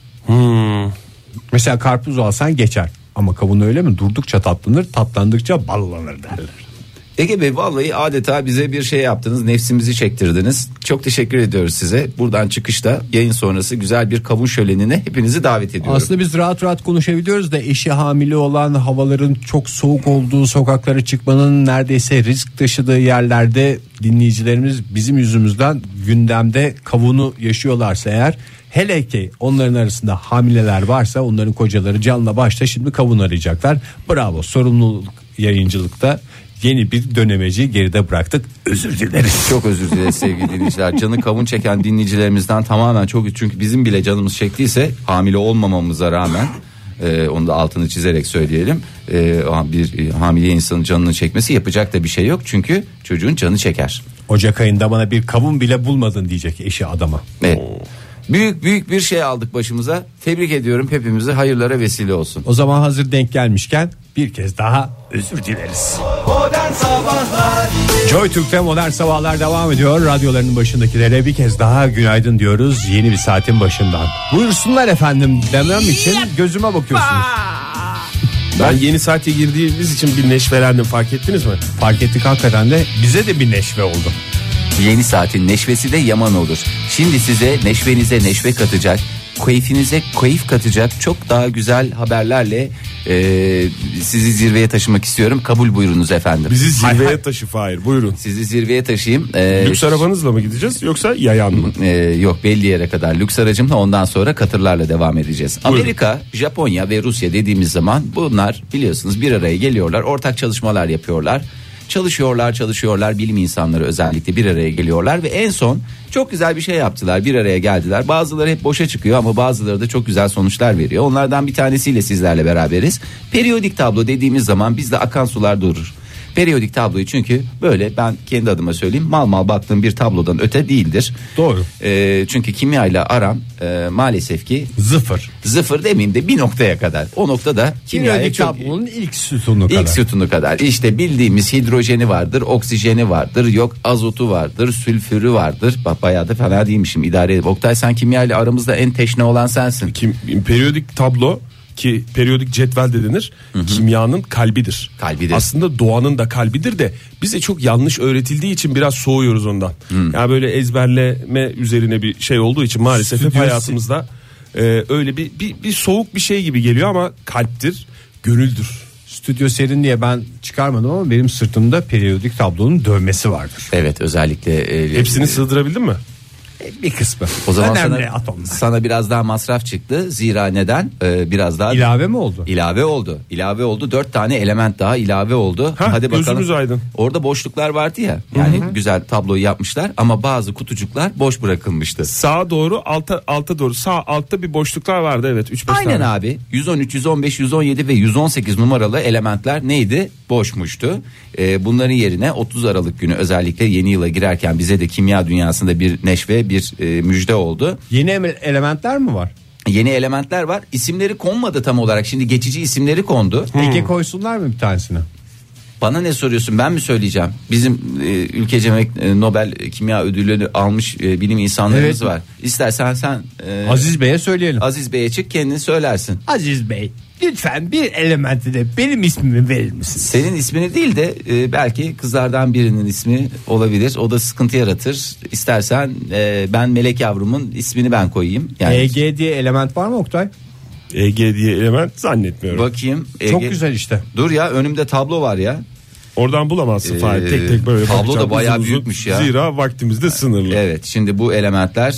Mesela karpuz alsan geçer. Ama kavun öyle mi? Durdukça tatlanır, tatlandıkça ballanır derler. Ege Bey, vallahi adeta bize bir şey yaptınız, nefsimizi çektirdiniz. Çok teşekkür ediyoruz size. Buradan çıkışta yayın sonrası güzel bir kavun şölenine hepinizi davet ediyorum. Aslında biz rahat rahat konuşabiliyoruz da eşi hamile olan, havaların çok soğuk olduğu, sokaklara çıkmanın neredeyse risk taşıdığı yerlerde dinleyicilerimiz bizim yüzümüzden gündemde kavunu yaşıyorlarsa eğer, hele ki onların arasında hamileler varsa onların kocaları canla başla şimdi kavun arayacaklar. Bravo, sorumluluk yayıncılıkta yeni bir dönemeci geride bıraktık. Özür dileriz. Çok özür dileriz sevgili dinleyiciler. Canı kavun çeken dinleyicilerimizden tamamen çok, çünkü bizim bile canımız çektiyse hamile olmamamıza rağmen onu da altını çizerek söyleyelim. Bir hamile insanın canını çekmesi yapacak da bir şey yok, çünkü çocuğun canı çeker. Ocak ayında bana bir kavun bile bulmadın diyecek eşi adama. Evet. Büyük bir şey aldık başımıza. Tebrik ediyorum, hepimize hayırlara vesile olsun. O zaman hazır denk gelmişken bir kez daha özür dileriz. Modern Sabahlar Joy Türk'te Modern Sabahlar devam ediyor. Radyolarının başındakilere bir kez daha günaydın diyoruz yeni bir saatin başından. Buyursunlar efendim demem için gözüme bakıyorsunuz. Ben yeni saate girdiğimiz için bir neşvelendim, fark ettiniz mi? Fark ettik hakikaten de, bize de bir neşve oldu. Yeni saatin neşvesi de yaman olur. Şimdi size neşvenize neşve katacak, keyfinize keyif katacak çok daha güzel haberlerle sizi zirveye taşımak istiyorum. Kabul buyurunuz efendim. Bizi zirveye taşı Fahir, buyurun. Sizi zirveye taşıyayım. Lüks arabanızla mı gideceğiz yoksa yayan mı? Yok, belli yere kadar lüks aracımla, ondan sonra katırlarla devam edeceğiz. Buyurun. Amerika, Japonya ve Rusya dediğimiz zaman bunlar biliyorsunuz bir araya geliyorlar. Ortak çalışmalar yapıyorlar. Çalışıyorlar, bilim insanları özellikle bir araya geliyorlar ve en son çok güzel bir şey yaptılar, bir araya geldiler. Bazıları hep boşa çıkıyor ama bazıları da çok güzel sonuçlar veriyor. Onlardan bir tanesiyle sizlerle beraberiz. Periyodik tablo dediğimiz zaman bizde akan sular durur. Periyodik tabloyu çünkü böyle, ben kendi adıma söyleyeyim, mal baktığım bir tablodan öte değildir. Doğru. Çünkü kimyayla aram maalesef ki Zıfır demeyeyim de bir noktaya kadar. O noktada kimyaya Periyodik çok... tablonun ilk sütunu kadar. İlk sütunu kadar. İşte bildiğimiz hidrojeni vardır, oksijeni vardır, yok azotu vardır, sülfürü vardır. Bak bayağı da fena değilmişim, idare edip. Oktay, sen kimyayla aramızda en teşne olan sensin. Periyodik tablo, ki periyodik cetvel de denir, kimyanın kalbidir. Aslında doğanın da kalbidir de bize çok yanlış öğretildiği için biraz soğuyoruz ondan. Yani böyle ezberleme üzerine bir şey olduğu için maalesef hep hayatımızda öyle bir soğuk bir şey gibi geliyor ama kalptir, gönüldür. Stüdyo serin diye ben çıkarmadım ama benim sırtımda periyodik tablonun dövmesi vardır. Evet, özellikle hepsini sığdırabildin mi? Bir kısmı. O zaman önemli sana biraz daha masraf çıktı. Zira neden? Biraz daha ilave mi oldu? İlave oldu. 4 tane element daha ilave oldu. Hadi bakalım. Gözümüz aydın. Orada boşluklar vardı ya. Yani güzel tabloyu yapmışlar ama bazı kutucuklar boş bırakılmıştı. Sağa doğru, alta doğru. Sağ altta bir boşluklar vardı, evet, 3-5 tane. Aynen abi. 113, 115, 117 ve 118 numaralı elementler neydi? Boşmuştu. Bunların yerine 30 Aralık günü özellikle yeni yıla girerken bize de kimya dünyasında bir neşve, bir müjde oldu. Yeni elementler mi var? Yeni elementler var. İsimleri konmadı tam olarak. Şimdi geçici isimleri kondu. Ege koysunlar mı bir tanesine? Bana ne soruyorsun, ben mi söyleyeceğim? Bizim ülkece Nobel Kimya Ödülünü almış bilim insanlarımız var. İstersen sen Aziz Bey'e söyleyelim. Aziz Bey'e çık, kendin söylersin. Aziz Bey, lütfen bir elementi de benim ismimi verir misiniz? Senin ismini değil de belki kızlardan birinin ismi olabilir. O da sıkıntı yaratır. İstersen ben Melek yavrumun ismini ben koyayım. Yani EG diye element var mı Oktay? EG diye element zannetmiyorum. Bakayım. Çok güzel işte. Dur ya, önümde tablo var ya. Oradan bulamazsın Fahir. Tek böyle tablo bakacağım. da bayağı Uzun büyükmüş ya. Zira vaktimiz de sınırlı. Evet, şimdi bu elementler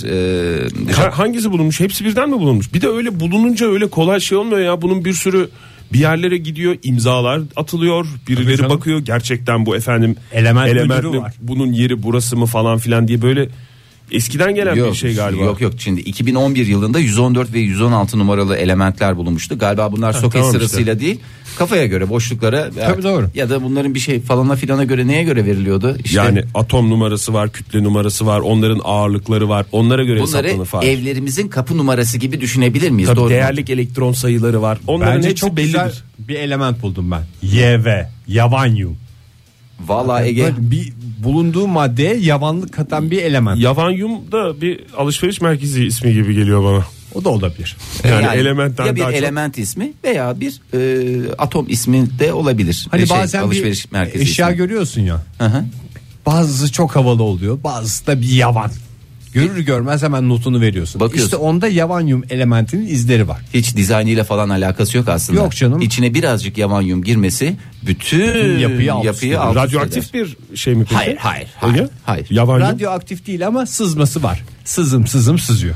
hangisi bulunmuş? Hepsi birden mi bulunmuş? Bir de öyle bulununca öyle kolay şey olmuyor ya. Bunun bir sürü bir yerlere gidiyor, imzalar atılıyor, birileri bakıyor, gerçekten bu element mi? Var. Bunun yeri burası mı falan filan diye böyle eskiden gelen bir şey galiba. Yok, şimdi 2011 yılında 114 ve 116 numaralı elementler bulunmuştu. Galiba bunlar soket tamam sırasıyla işte. değil, kafaya göre, boşluklara. Tabii doğru. Ya da bunların bir şey falana filana göre, neye göre veriliyordu? İşte Yani atom numarası var, kütle numarası var, onların ağırlıkları var. Onlara göre bunları hesaplanır. evlerimizin kapı numarası gibi düşünebilir miyiz? Tabii doğru değerlik elektron sayıları var. Onların Bence hepsi çok bellidir. güzel bir element buldum ben. YV, yavanyum. Vallahi Ege. Böyle bir bulunduğu maddeye yavanlık katan bir element. Yavanyum da bir alışveriş merkezi ismi gibi geliyor bana. O da olabilir. Yani elementten ya bir daha çok. element ismi veya bir atom ismi de olabilir. Hani bazen alışveriş bir merkezi eşya ismi. görüyorsun ya. Hı. Bazısı çok havalı oluyor, bazısı da bir yavan. Görür görmez hemen notunu veriyorsun. Bakıyorsun. İşte onda yavanyum elementinin izleri var. Hiç dizaynıyla falan alakası yok aslında. Yok canım. İçine birazcık yavanyum girmesi bütün yapıyı alt üst eder. Radyoaktif bir şey mi peki? Hayır. Yavanyum. Radyoaktif değil ama sızması var. Sızım sızıyor.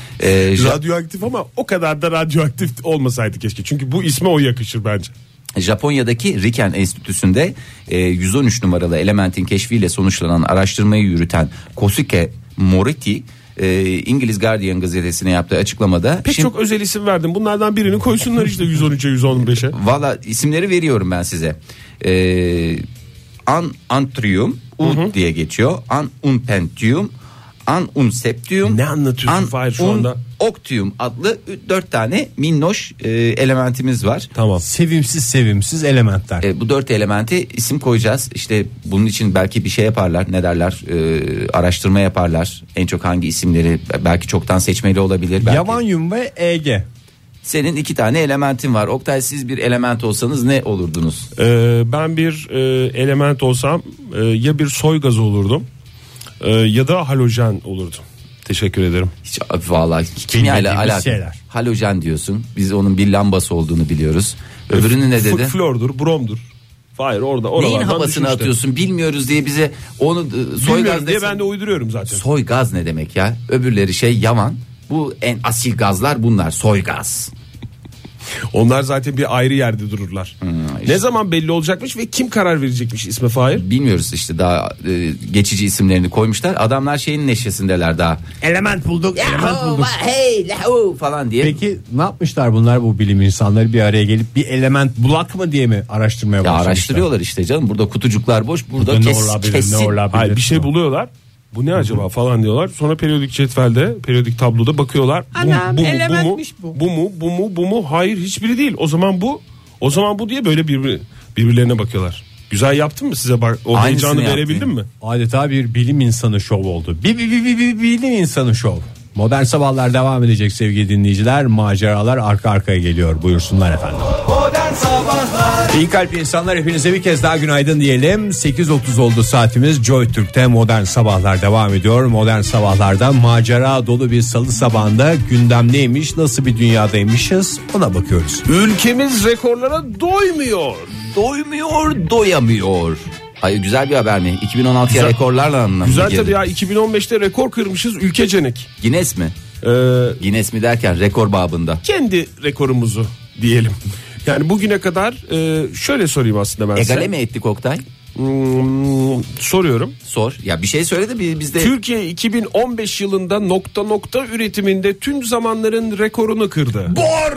Radyoaktif ama o kadar da radyoaktif olmasaydı keşke. Çünkü bu isme o yakışır bence. Japonya'daki Riken Enstitüsü'nde 113 numaralı elementin keşfiyle sonuçlanan araştırmayı yürüten Kosuke Moriti İngiliz Guardian gazetesine yaptığı açıklamada Pek çok özel isim verdim. Bunlardan birini koysunlar işte 113'e 115'e. Valla isimleri veriyorum ben size. Antrium diye geçiyor. Unpentium, Unseptium. Ne anlatıyorsun Fahir şu anda? Octium adlı 4 tane minnoş elementimiz var. Tamam. Sevimsiz elementler. Bu 4 elementi isim koyacağız. İşte bunun için belki bir şey yaparlar. Ne derler? Araştırma yaparlar. En çok hangi isimleri, belki çoktan seçmeli olabilir. Belki. Yavanyum ve EG. Senin 2 tane elementin var. Oktay, siz bir element olsanız ne olurdunuz? Ben bir element olsam ya bir soy gazı olurdum ya da halojen olurdum. Teşekkür ederim. Hiç vallahi kimyayla Bilmediğimiz alakalı. şeyler. Halojen diyorsun. Biz onun bir lambası olduğunu biliyoruz. Öbürünü ne dedi? Flordur, bromdur. Hayır, orada Neyin oralardan havasını düşmüşler. atıyorsun bilmiyoruz diye bize onu soy Bilmiyorum gaz diye desen. ben de uyduruyorum zaten. Soy gaz ne demek ya? Öbürleri şey yavan. Bu en asil gazlar bunlar. Soy gaz. Onlar zaten bir ayrı yerde dururlar. işte. Ne zaman belli olacakmış ve kim karar verecekmiş isme Fahir? Bilmiyoruz işte, daha geçici isimlerini koymuşlar. Adamlar şeyin neşesindeler daha. Element bulduk. Element bulduk. Hey lahu falan diye. Peki ne yapmışlar bunlar, bu bilim insanları bir araya gelip bir element bulak mı diye mi araştırmaya Ya başlamışlar? araştırıyorlar işte canım. Burada kutucuklar boş. Burada Bu ne olabilir, kesin. ne olabilir? Hayır, bir şey buluyorlar. Bu ne acaba falan diyorlar. Sonra periyodik cetvelde, periyodik tabloda bakıyorlar. Anam, Bu elementmiş bu. Bu mu? Hayır, hiçbiri değil. O zaman bu diye böyle birbirlerine bakıyorlar. Güzel yaptın mı size bak? O Aynısını heyecanı yaptın. verebildin mi? Adeta bir bilim insanı şov oldu. Bir bilim insanı şov. Modern Sabahlar devam edecek sevgili dinleyiciler. Maceralar arka arkaya geliyor. Buyursunlar efendim. Modern Sabahlar. İyi kalp insanlar, hepinize bir kez daha günaydın diyelim. 8.30 oldu saatimiz. Joy Türk'te Modern Sabahlar devam ediyor. Modern Sabahlar'da macera dolu bir salı sabahında gündem neymiş, nasıl bir dünyadaymışız ona bakıyoruz. Ülkemiz rekorlara doymuyor. Doyamıyor. Hayır, güzel bir haber mi? 2016'ya Güzel. rekorlarla anlamına Güzel girdi. tabii ya, 2015'te rekor kırmışız ülkecenek. Guinness mi? Guinness mi derken rekor babında. Kendi rekorumuzu diyelim. Yani bugüne kadar şöyle sorayım aslında ben size. Egale mi ettik Oktay? Soruyorum. Sor. Ya bir şey söyle de biz de... Türkiye 2015 yılında nokta üretiminde tüm zamanların rekorunu kırdı. Bor.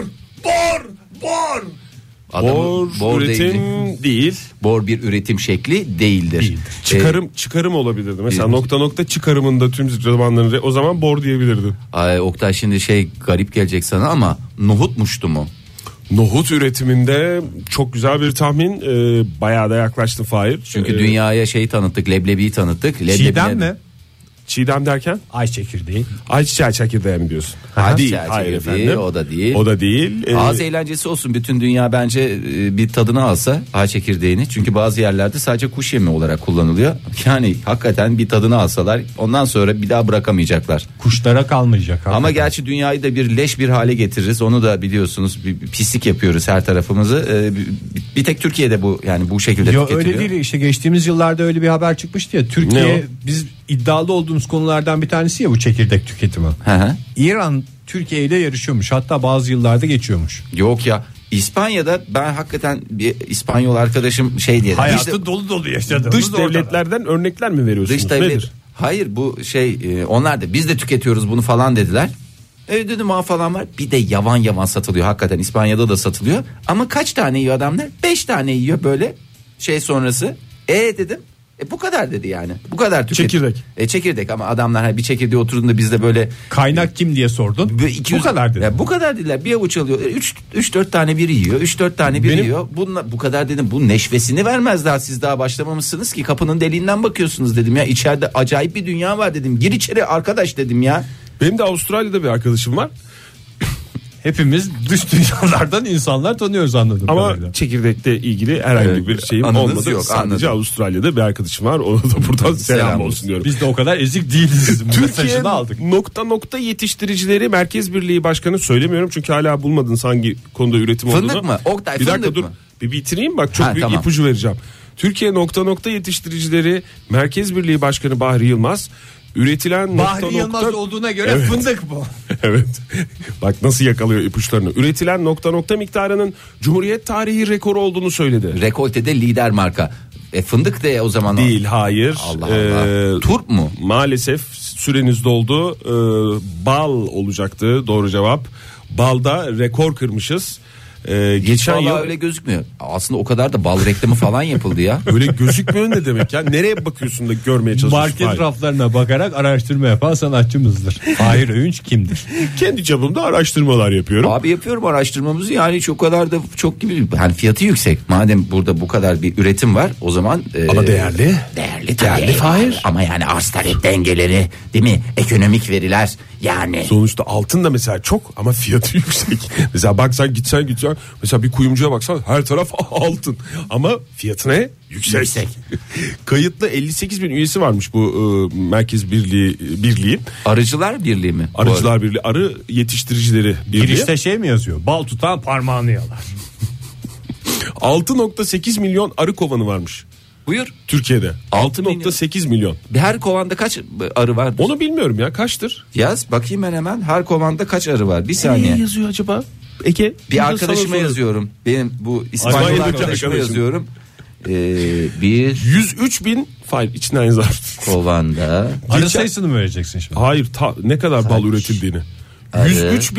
Bor üretim değil. Bor bir üretim şekli değildir. Çıkarım olabilirdi. Mesela nokta çıkarımında tüm zamanların o zaman bor diyebilirdin. Ay Oktay, şimdi garip gelecek sana ama nohutmuştu mu? Nohut üretiminde çok güzel bir tahmin. Bayağı da yaklaştı Fahir. Çünkü dünyaya tanıttık, leblebiyi tanıttık. Çiğdem mi? Çiğdem derken? Ay çekirdeği. Ayçiçeği çekirdeği mi diyorsun? Ayçiçeği Değil, hayır çekirdeği, efendim. o da değil. Ağız Ee, eğlencesi olsun, bütün dünya bence bir tadını alsa ağaç çekirdeğini. Çünkü bazı yerlerde sadece kuş yemi olarak kullanılıyor. Yani hakikaten bir tadını alsalar ondan sonra bir daha bırakamayacaklar. Kuşlara kalmayacak. Ama hakikaten. gerçi dünyayı da bir leş bir hale getiririz. Onu da biliyorsunuz, bir pislik yapıyoruz her tarafımızı. Bir tek Türkiye'de bu şekilde Yo, tüketiliyor. öyle değil, işte geçtiğimiz yıllarda öyle bir haber çıkmıştı ya. Ne Türkiye, biz iddialı olduğumuz konulardan bir tanesi ya bu çekirdek tüketimi. Hı hı. İran Türkiye ile yarışıyormuş, hatta bazı yıllarda geçiyormuş. Yok ya, İspanya'da ben hakikaten bir İspanyol arkadaşım diye. Hayatı dolu dolu yaşadı. dış devletlerden örnekler mi veriyorsunuz? Dış devlet. Nedir? Hayır, bu onlar da biz de tüketiyoruz bunu falan dediler. Dedim falan var. Bir de yavan satılıyor. Hakikaten İspanya'da da satılıyor. Ama kaç tane yiyor adamlar? 5 tane yiyor böyle sonrası. Dedim. Bu kadar dedi yani. Bu kadar tüket. Çekirdek. Çekirdek, ama adamlar bir çekirdeği oturduğunda biz de böyle Kaynak kim diye sordun. Bu kadar dedi. Ya bu kadar dediler. Bir avuç alıyor. 3-4 tane biri yiyor. 3-4 tane biri yiyor. Bu kadar dedim. Bu neşvesini vermez daha, siz daha başlamamışsınız ki. Kapının deliğinden bakıyorsunuz dedim ya. İçeride acayip bir dünya var dedim. Gir içeri arkadaş dedim ya. Benim de Avustralya'da bir arkadaşım var. Hepimiz dış dünyalardan insanlar tanıyoruz anladım. Ama kadarıyla. çekirdekle ilgili herhangi bir şeyim anınız olmadı. yok, Sadece anladım. Avustralya'da bir arkadaşım var. Ona da buradan selam olsun diyorum. Biz de o kadar ezik değiliz. Türkiye Mesajını aldık. nokta yetiştiricileri Merkez Birliği Başkanı, söylemiyorum çünkü hala bulmadınız hangi konuda üretim Fındık olduğunu. mı? Oktay, bir dakika fındık dur. mı? Bir bitireyim bak, çok büyük tamam. ipucu vereceğim. Türkiye nokta yetiştiricileri Merkez Birliği Başkanı Bahri Yılmaz üretilen Bahri Yılmaz olduğuna göre Evet. fındık bu. Evet. Bak nasıl yakalıyor ipuçlarını. Üretilen nokta miktarının Cumhuriyet tarihi rekoru olduğunu söyledi. Rekoltede lider marka. Fındık de o zaman. Değil, hayır. Allah Allah. Turp mu? Maalesef süreniz doldu. Bal olacaktı doğru cevap. Balda rekor kırmışız. Geçen Vallahi yıl öyle gözükmüyor. Aslında o kadar da bal reklamı falan yapıldı ya. öyle gözükmüyor ne demek ya? Nereye bakıyorsun da görmeye çalışıyorsun? Market Hayır. raflarına bakarak araştırma yapan sanatçımızdır. Fahir Öğünç kimdir? Kendi çapımda araştırmalar yapıyorum. Abi yapıyorum araştırmamızı, yani çok kadar da çok gibi, hani fiyatı yüksek. Madem burada bu kadar bir üretim var, o zaman Ama değerli. Değerli Fahir. Ama yani arz talep dengeleri, değil mi? Ekonomik veriler yani. Sonuçta altın da mesela çok ama fiyatı yüksek. Mesela baksan gitsen mesela bir kuyumcuya baksan her taraf altın ama fiyatı ne? Yüksek. Kayıtlı 58 bin üyesi varmış bu Merkez Birliği. Arıcılar Birliği mi? Arıcılar Birliği, arı yetiştiricileri birliği. Girişte şey mi yazıyor? Bal tutan parmağını yalar. 6.8 milyon arı kovanı varmış Buyur. Türkiye'de. 6 6.8 milyon. Her kovanda kaç arı var? Onu bilmiyorum ya, kaçtır? Yaz bakayım ben hemen. Her kovanda kaç arı var? Bir saniye. Ne yazıyor acaba? Ege. Bir arkadaşıma yazıyorum. Benim bu İspanyol İspanyol'daki arkadaşıma arkadaşım. yazıyorum. Bir 103 bin fayl içinden yazar. kovanda. Arı sayısını mı vereceksin şimdi? Hayır, ne kadar bal üretildiğini. Arı.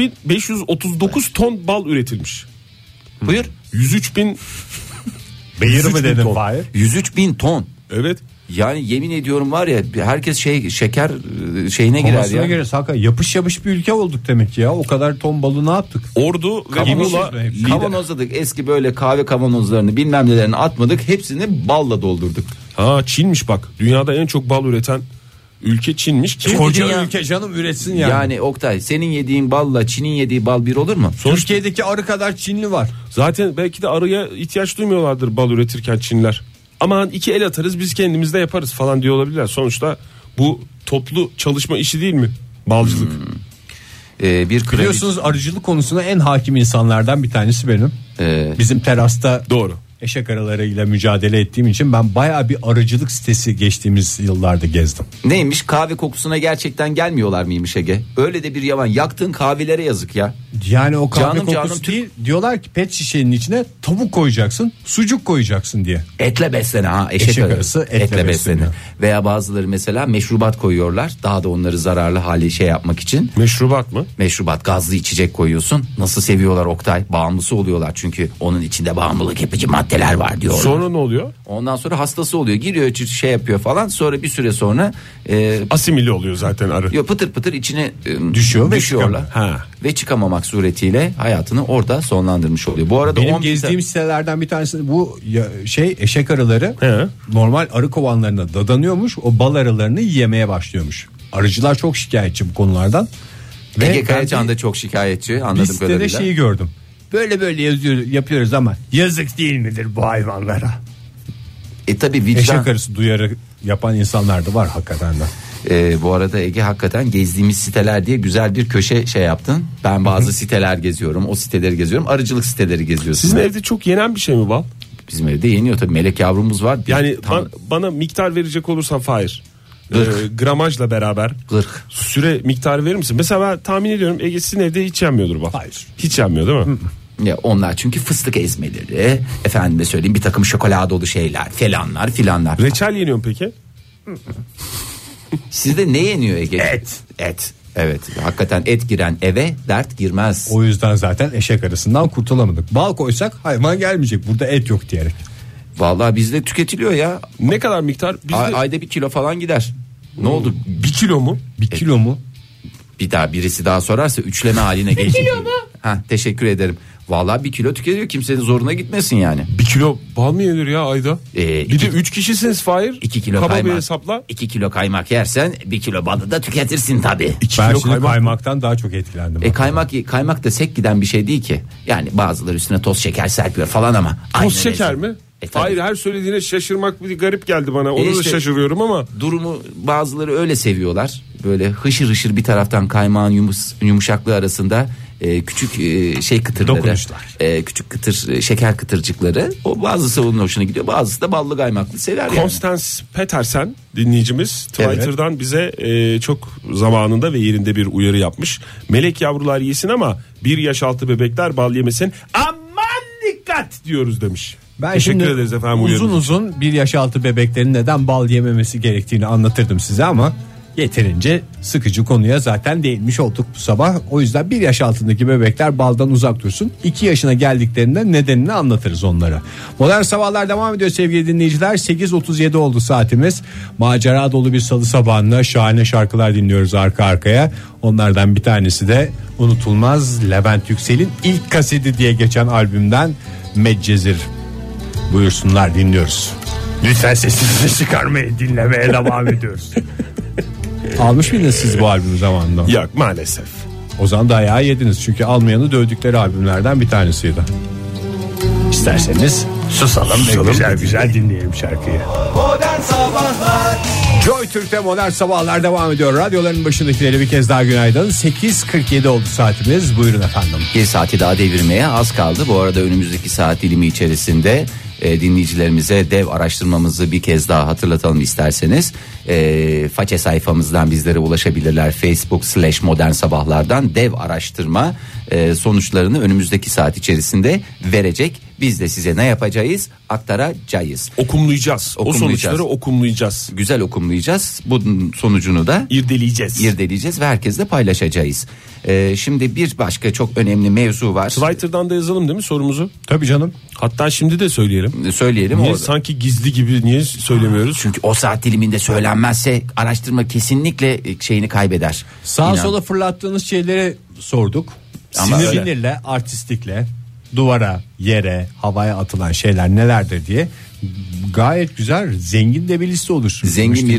103.539 ton bal üretilmiş. Buyur. 103 bin. Beyir 103 mi bin dedin ton. Fahir? 103 bin ton. Evet. Yani yemin ediyorum var ya, herkes şeker şeyine girer Kovasına ya. göre Saka yapış yapış bir ülke olduk demek ki ya. O kadar ton balı ne yaptık? Ordu ve Kavanoz Muğla işte hepsi. lider. Kavanozladık, eski böyle kahve kavanozlarını bilmem nelerini atmadık, hepsini balla doldurduk. Ha, Çin'miş bak. Dünyada en çok bal üreten ülke Çin'miş ki. Koca dünya- ülke canım üretsin yani. Yani Oktay, senin yediğin balla Çin'in yediği bal bir olur mu? Türkiye'deki arı kadar Çinli var. Zaten belki de arıya ihtiyaç duymuyorlardır bal üretirken Çinliler. Aman 2 el atarız, biz kendimiz de yaparız falan diyor olabilirler. Sonuçta bu toplu çalışma işi değil mi? Balcılık. Bir Biliyorsunuz arıcılık konusuna en hakim insanlardan bir tanesi benim. Bizim terasta Doğru. eşek arılarıyla mücadele ettiğim için ben bayağı bir arıcılık sitesi geçtiğimiz yıllarda gezdim. Neymiş, kahve kokusuna gerçekten gelmiyorlar mıymış Ege? Öyle de bir yalan. Yaktığın kahvelere yazık ya. Yani o kahve Canım, kokusu canım, değil. Diyorlar ki pet şişenin içine tavuk koyacaksın, sucuk koyacaksın diye. Etle beslene ha. Eşek arısı etle besleniyor. Veya bazıları mesela meşrubat koyuyorlar. Daha da onları zararlı hali şey yapmak için. Meşrubat mı? Meşrubat, gazlı içecek koyuyorsun. Nasıl seviyorlar Oktay? Bağımlısı oluyorlar çünkü onun içinde bağımlılık yapıcı maddeler var diyorlar. Sonra ne oluyor? Ondan sonra hastası oluyor. Giriyor, şey yapıyor falan. Sonra bir süre sonra Asimile oluyor zaten arı. pıtır pıtır içine Düşüyor ve düşüyorlar. çıkamıyor. Ha. Ve çıkamamak suretiyle hayatını orada sonlandırmış oluyor. Bu arada Benim 10 gezdiğim sitelerden bir tanesi bu eşek arıları He. normal arı kovanlarına dadanıyormuş, o bal arılarını yemeye başlıyormuş. Arıcılar çok şikayetçi bu konulardan. Ege ben Kayacan de da çok şikayetçi bir anladığım sitede kadarıyla. şeyi gördüm. Böyle yapıyoruz ama yazık değil midir bu hayvanlara? Tabi vicdan. Eşek arısı duyarı yapan insanlar da var hakikaten de. Bu arada Ege, hakikaten gezdiğimiz siteler diye güzel bir köşe şey yaptın. Ben bazı siteler geziyorum, o siteleri geziyorum, arıcılık siteleri geziyorsun. Sizin evde çok yenen bir şey mi bal? Bizim evde yeniyor tabii, melek yavrumuz var. Yani Tam bana miktar verecek olursan Fahir. Gırk. Gramajla beraber 40. süre miktarı verir misin? Mesela ben tahmin ediyorum Ege sizin evde hiç yenmiyordur bal. Hayır. Hiç yenmiyor değil mi? Ya onlar çünkü fıstık ezmeleri, efendime söyleyeyim bir takım şokoladolu şeyler falanlar filanlar. Reçel yeniyor mu peki? Sizde ne yeniyor Ege? Et. Evet, hakikaten et giren eve dert girmez. O yüzden zaten eşek arısından kurtulamadık. Bal koysak hayvan gelmeyecek, burada et yok diyerek. Vallahi bizde tüketiliyor ya. Ne kadar miktar? Bizde Ayda 1 kilo falan gider. Ne oldu? 1 kilo mu? 1 kilo mu? Birisi daha sorarsa üçleme haline gelecek. 1 kilo mu? Ha, teşekkür ederim. Vallahi 1 kilo tüketiyor, kimsenin zoruna gitmesin yani. 1 kilo bal mı yenir ya ayda? Bir de 2 3 kişisiniz Fahir. kilo Kaba bir kaymak. hesapla. 2 kilo kaymak yersen 1 kilo balı da tüketirsin tabii. 2 Ben kilo şimdi kaymak. kaymaktan daha çok etkilendim. Kaymak da sek giden bir şey değil ki. Yani bazıları üstüne toz şeker serpiyor falan ama. Toz şeker mi? Tabii. Hayır, her söylediğine şaşırmak bir garip geldi bana. Onu da işte- şaşırıyorum ama. Durumu bazıları öyle seviyorlar. Böyle hışır hışır bir taraftan kaymağın yumuşaklığı arasında küçük şey kıtırları. Dokunuşlar. Küçük kıtır şeker kıtırcıkları. O bazısı onun hoşuna gidiyor. Bazısı da ballı kaymaklı sever yani. Konstans Petersen dinleyicimiz Twitter'dan bize çok zamanında ve yerinde bir uyarı yapmış. Melek yavrular yesin ama 1 yaş altı bebekler bal yemesin. Aman dikkat diyoruz demiş. Ben Teşekkür şimdi ederiz efendim uzun uyarınız için. uzun 1 yaş altı bebeklerin neden bal yememesi gerektiğini anlatırdım size ama Yeterince sıkıcı konuya zaten değinmiş olduk bu sabah. O yüzden 1 yaş altındaki bebekler baldan uzak dursun. 2 yaşına geldiklerinde nedenini anlatırız onlara. Modern Sabahlar devam ediyor sevgili dinleyiciler. 8.37 oldu saatimiz. Macera dolu bir salı sabahında şahane şarkılar dinliyoruz arka arkaya. Onlardan bir tanesi de unutulmaz Levent Yüksel'in ilk kaseti diye geçen albümden Medcezir. Buyursunlar, dinliyoruz. Lütfen sesinizi çıkarmayın, dinlemeye devam ediyoruz. Almış mıydınız siz bu albümü zamanında? Yok maalesef. O zaman dayağı yediniz çünkü almayanı dövdükleri albümlerden bir tanesiydi. İsterseniz susalım ve güzel güzel dinleyelim şarkıyı. Modern Sabahlar. Joy Türk'te Modern Sabahlar devam ediyor. Radyoların başındakileri bir kez daha günaydın. 8.47 oldu saatimiz. Buyurun efendim. Bir saati daha devirmeye az kaldı. Bu arada önümüzdeki saat dilimi içerisinde dinleyicilerimize dev araştırmamızı bir kez daha hatırlatalım isterseniz. Façe sayfamızdan bizlere ulaşabilirler. Facebook/Modern Sabahlar'dan dev araştırma sonuçlarını önümüzdeki saat içerisinde verecek. Biz de size ne yapacağız? Aktaracağız. Okumlayacağız. O sonuçları okumlayacağız. Güzel okumlayacağız. Bunun sonucunu da irdeleyeceğiz ve herkesle paylaşacağız. Şimdi bir başka çok önemli mevzu var. Twitter'dan da yazalım değil mi sorumuzu? Tabii canım. Hatta şimdi de söyleyelim. Söyleyelim. Niye sanki gizli gibi niye söylemiyoruz? Çünkü o saat diliminde söylenmezse araştırma kesinlikle şeyini kaybeder. Sağa sola fırlattığınız şeyleri sorduk. Ama sinirle, artistlikle, duvara, yere, havaya atılan şeyler nelerdir diye gayet güzel, zengin de bir liste oluşturmuş. Zengin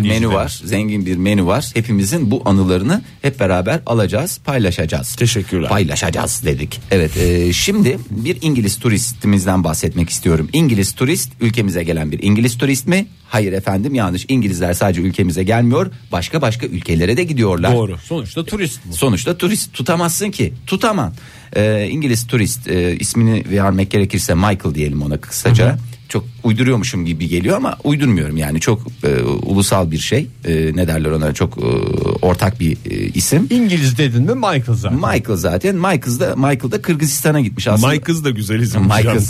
bir menü var. Hepimizin bu anılarını hep beraber alacağız, paylaşacağız. Teşekkürler. Paylaşacağız dedik. Evet, şimdi bir İngiliz turistimizden bahsetmek istiyorum. İngiliz turist, ülkemize gelen bir İngiliz turist mi? Hayır efendim, yanlış. İngilizler sadece ülkemize gelmiyor, başka ülkelere de gidiyorlar. Doğru. Sonuçta turist bu. Sonuçta turist, tutamazsın ki. Tutamam. İngiliz turist, ismini vermek gerekirse Michael diyelim ona kısaca. Hı hı. Çok uyduruyormuşum gibi geliyor ama uydurmuyorum yani, çok ulusal bir şey, ne derler ona, çok ortak bir isim. İngiliz dedin mi Michael zaten. Michael da Kırgızistan'a gitmiş aslında. Michael da güzel isim.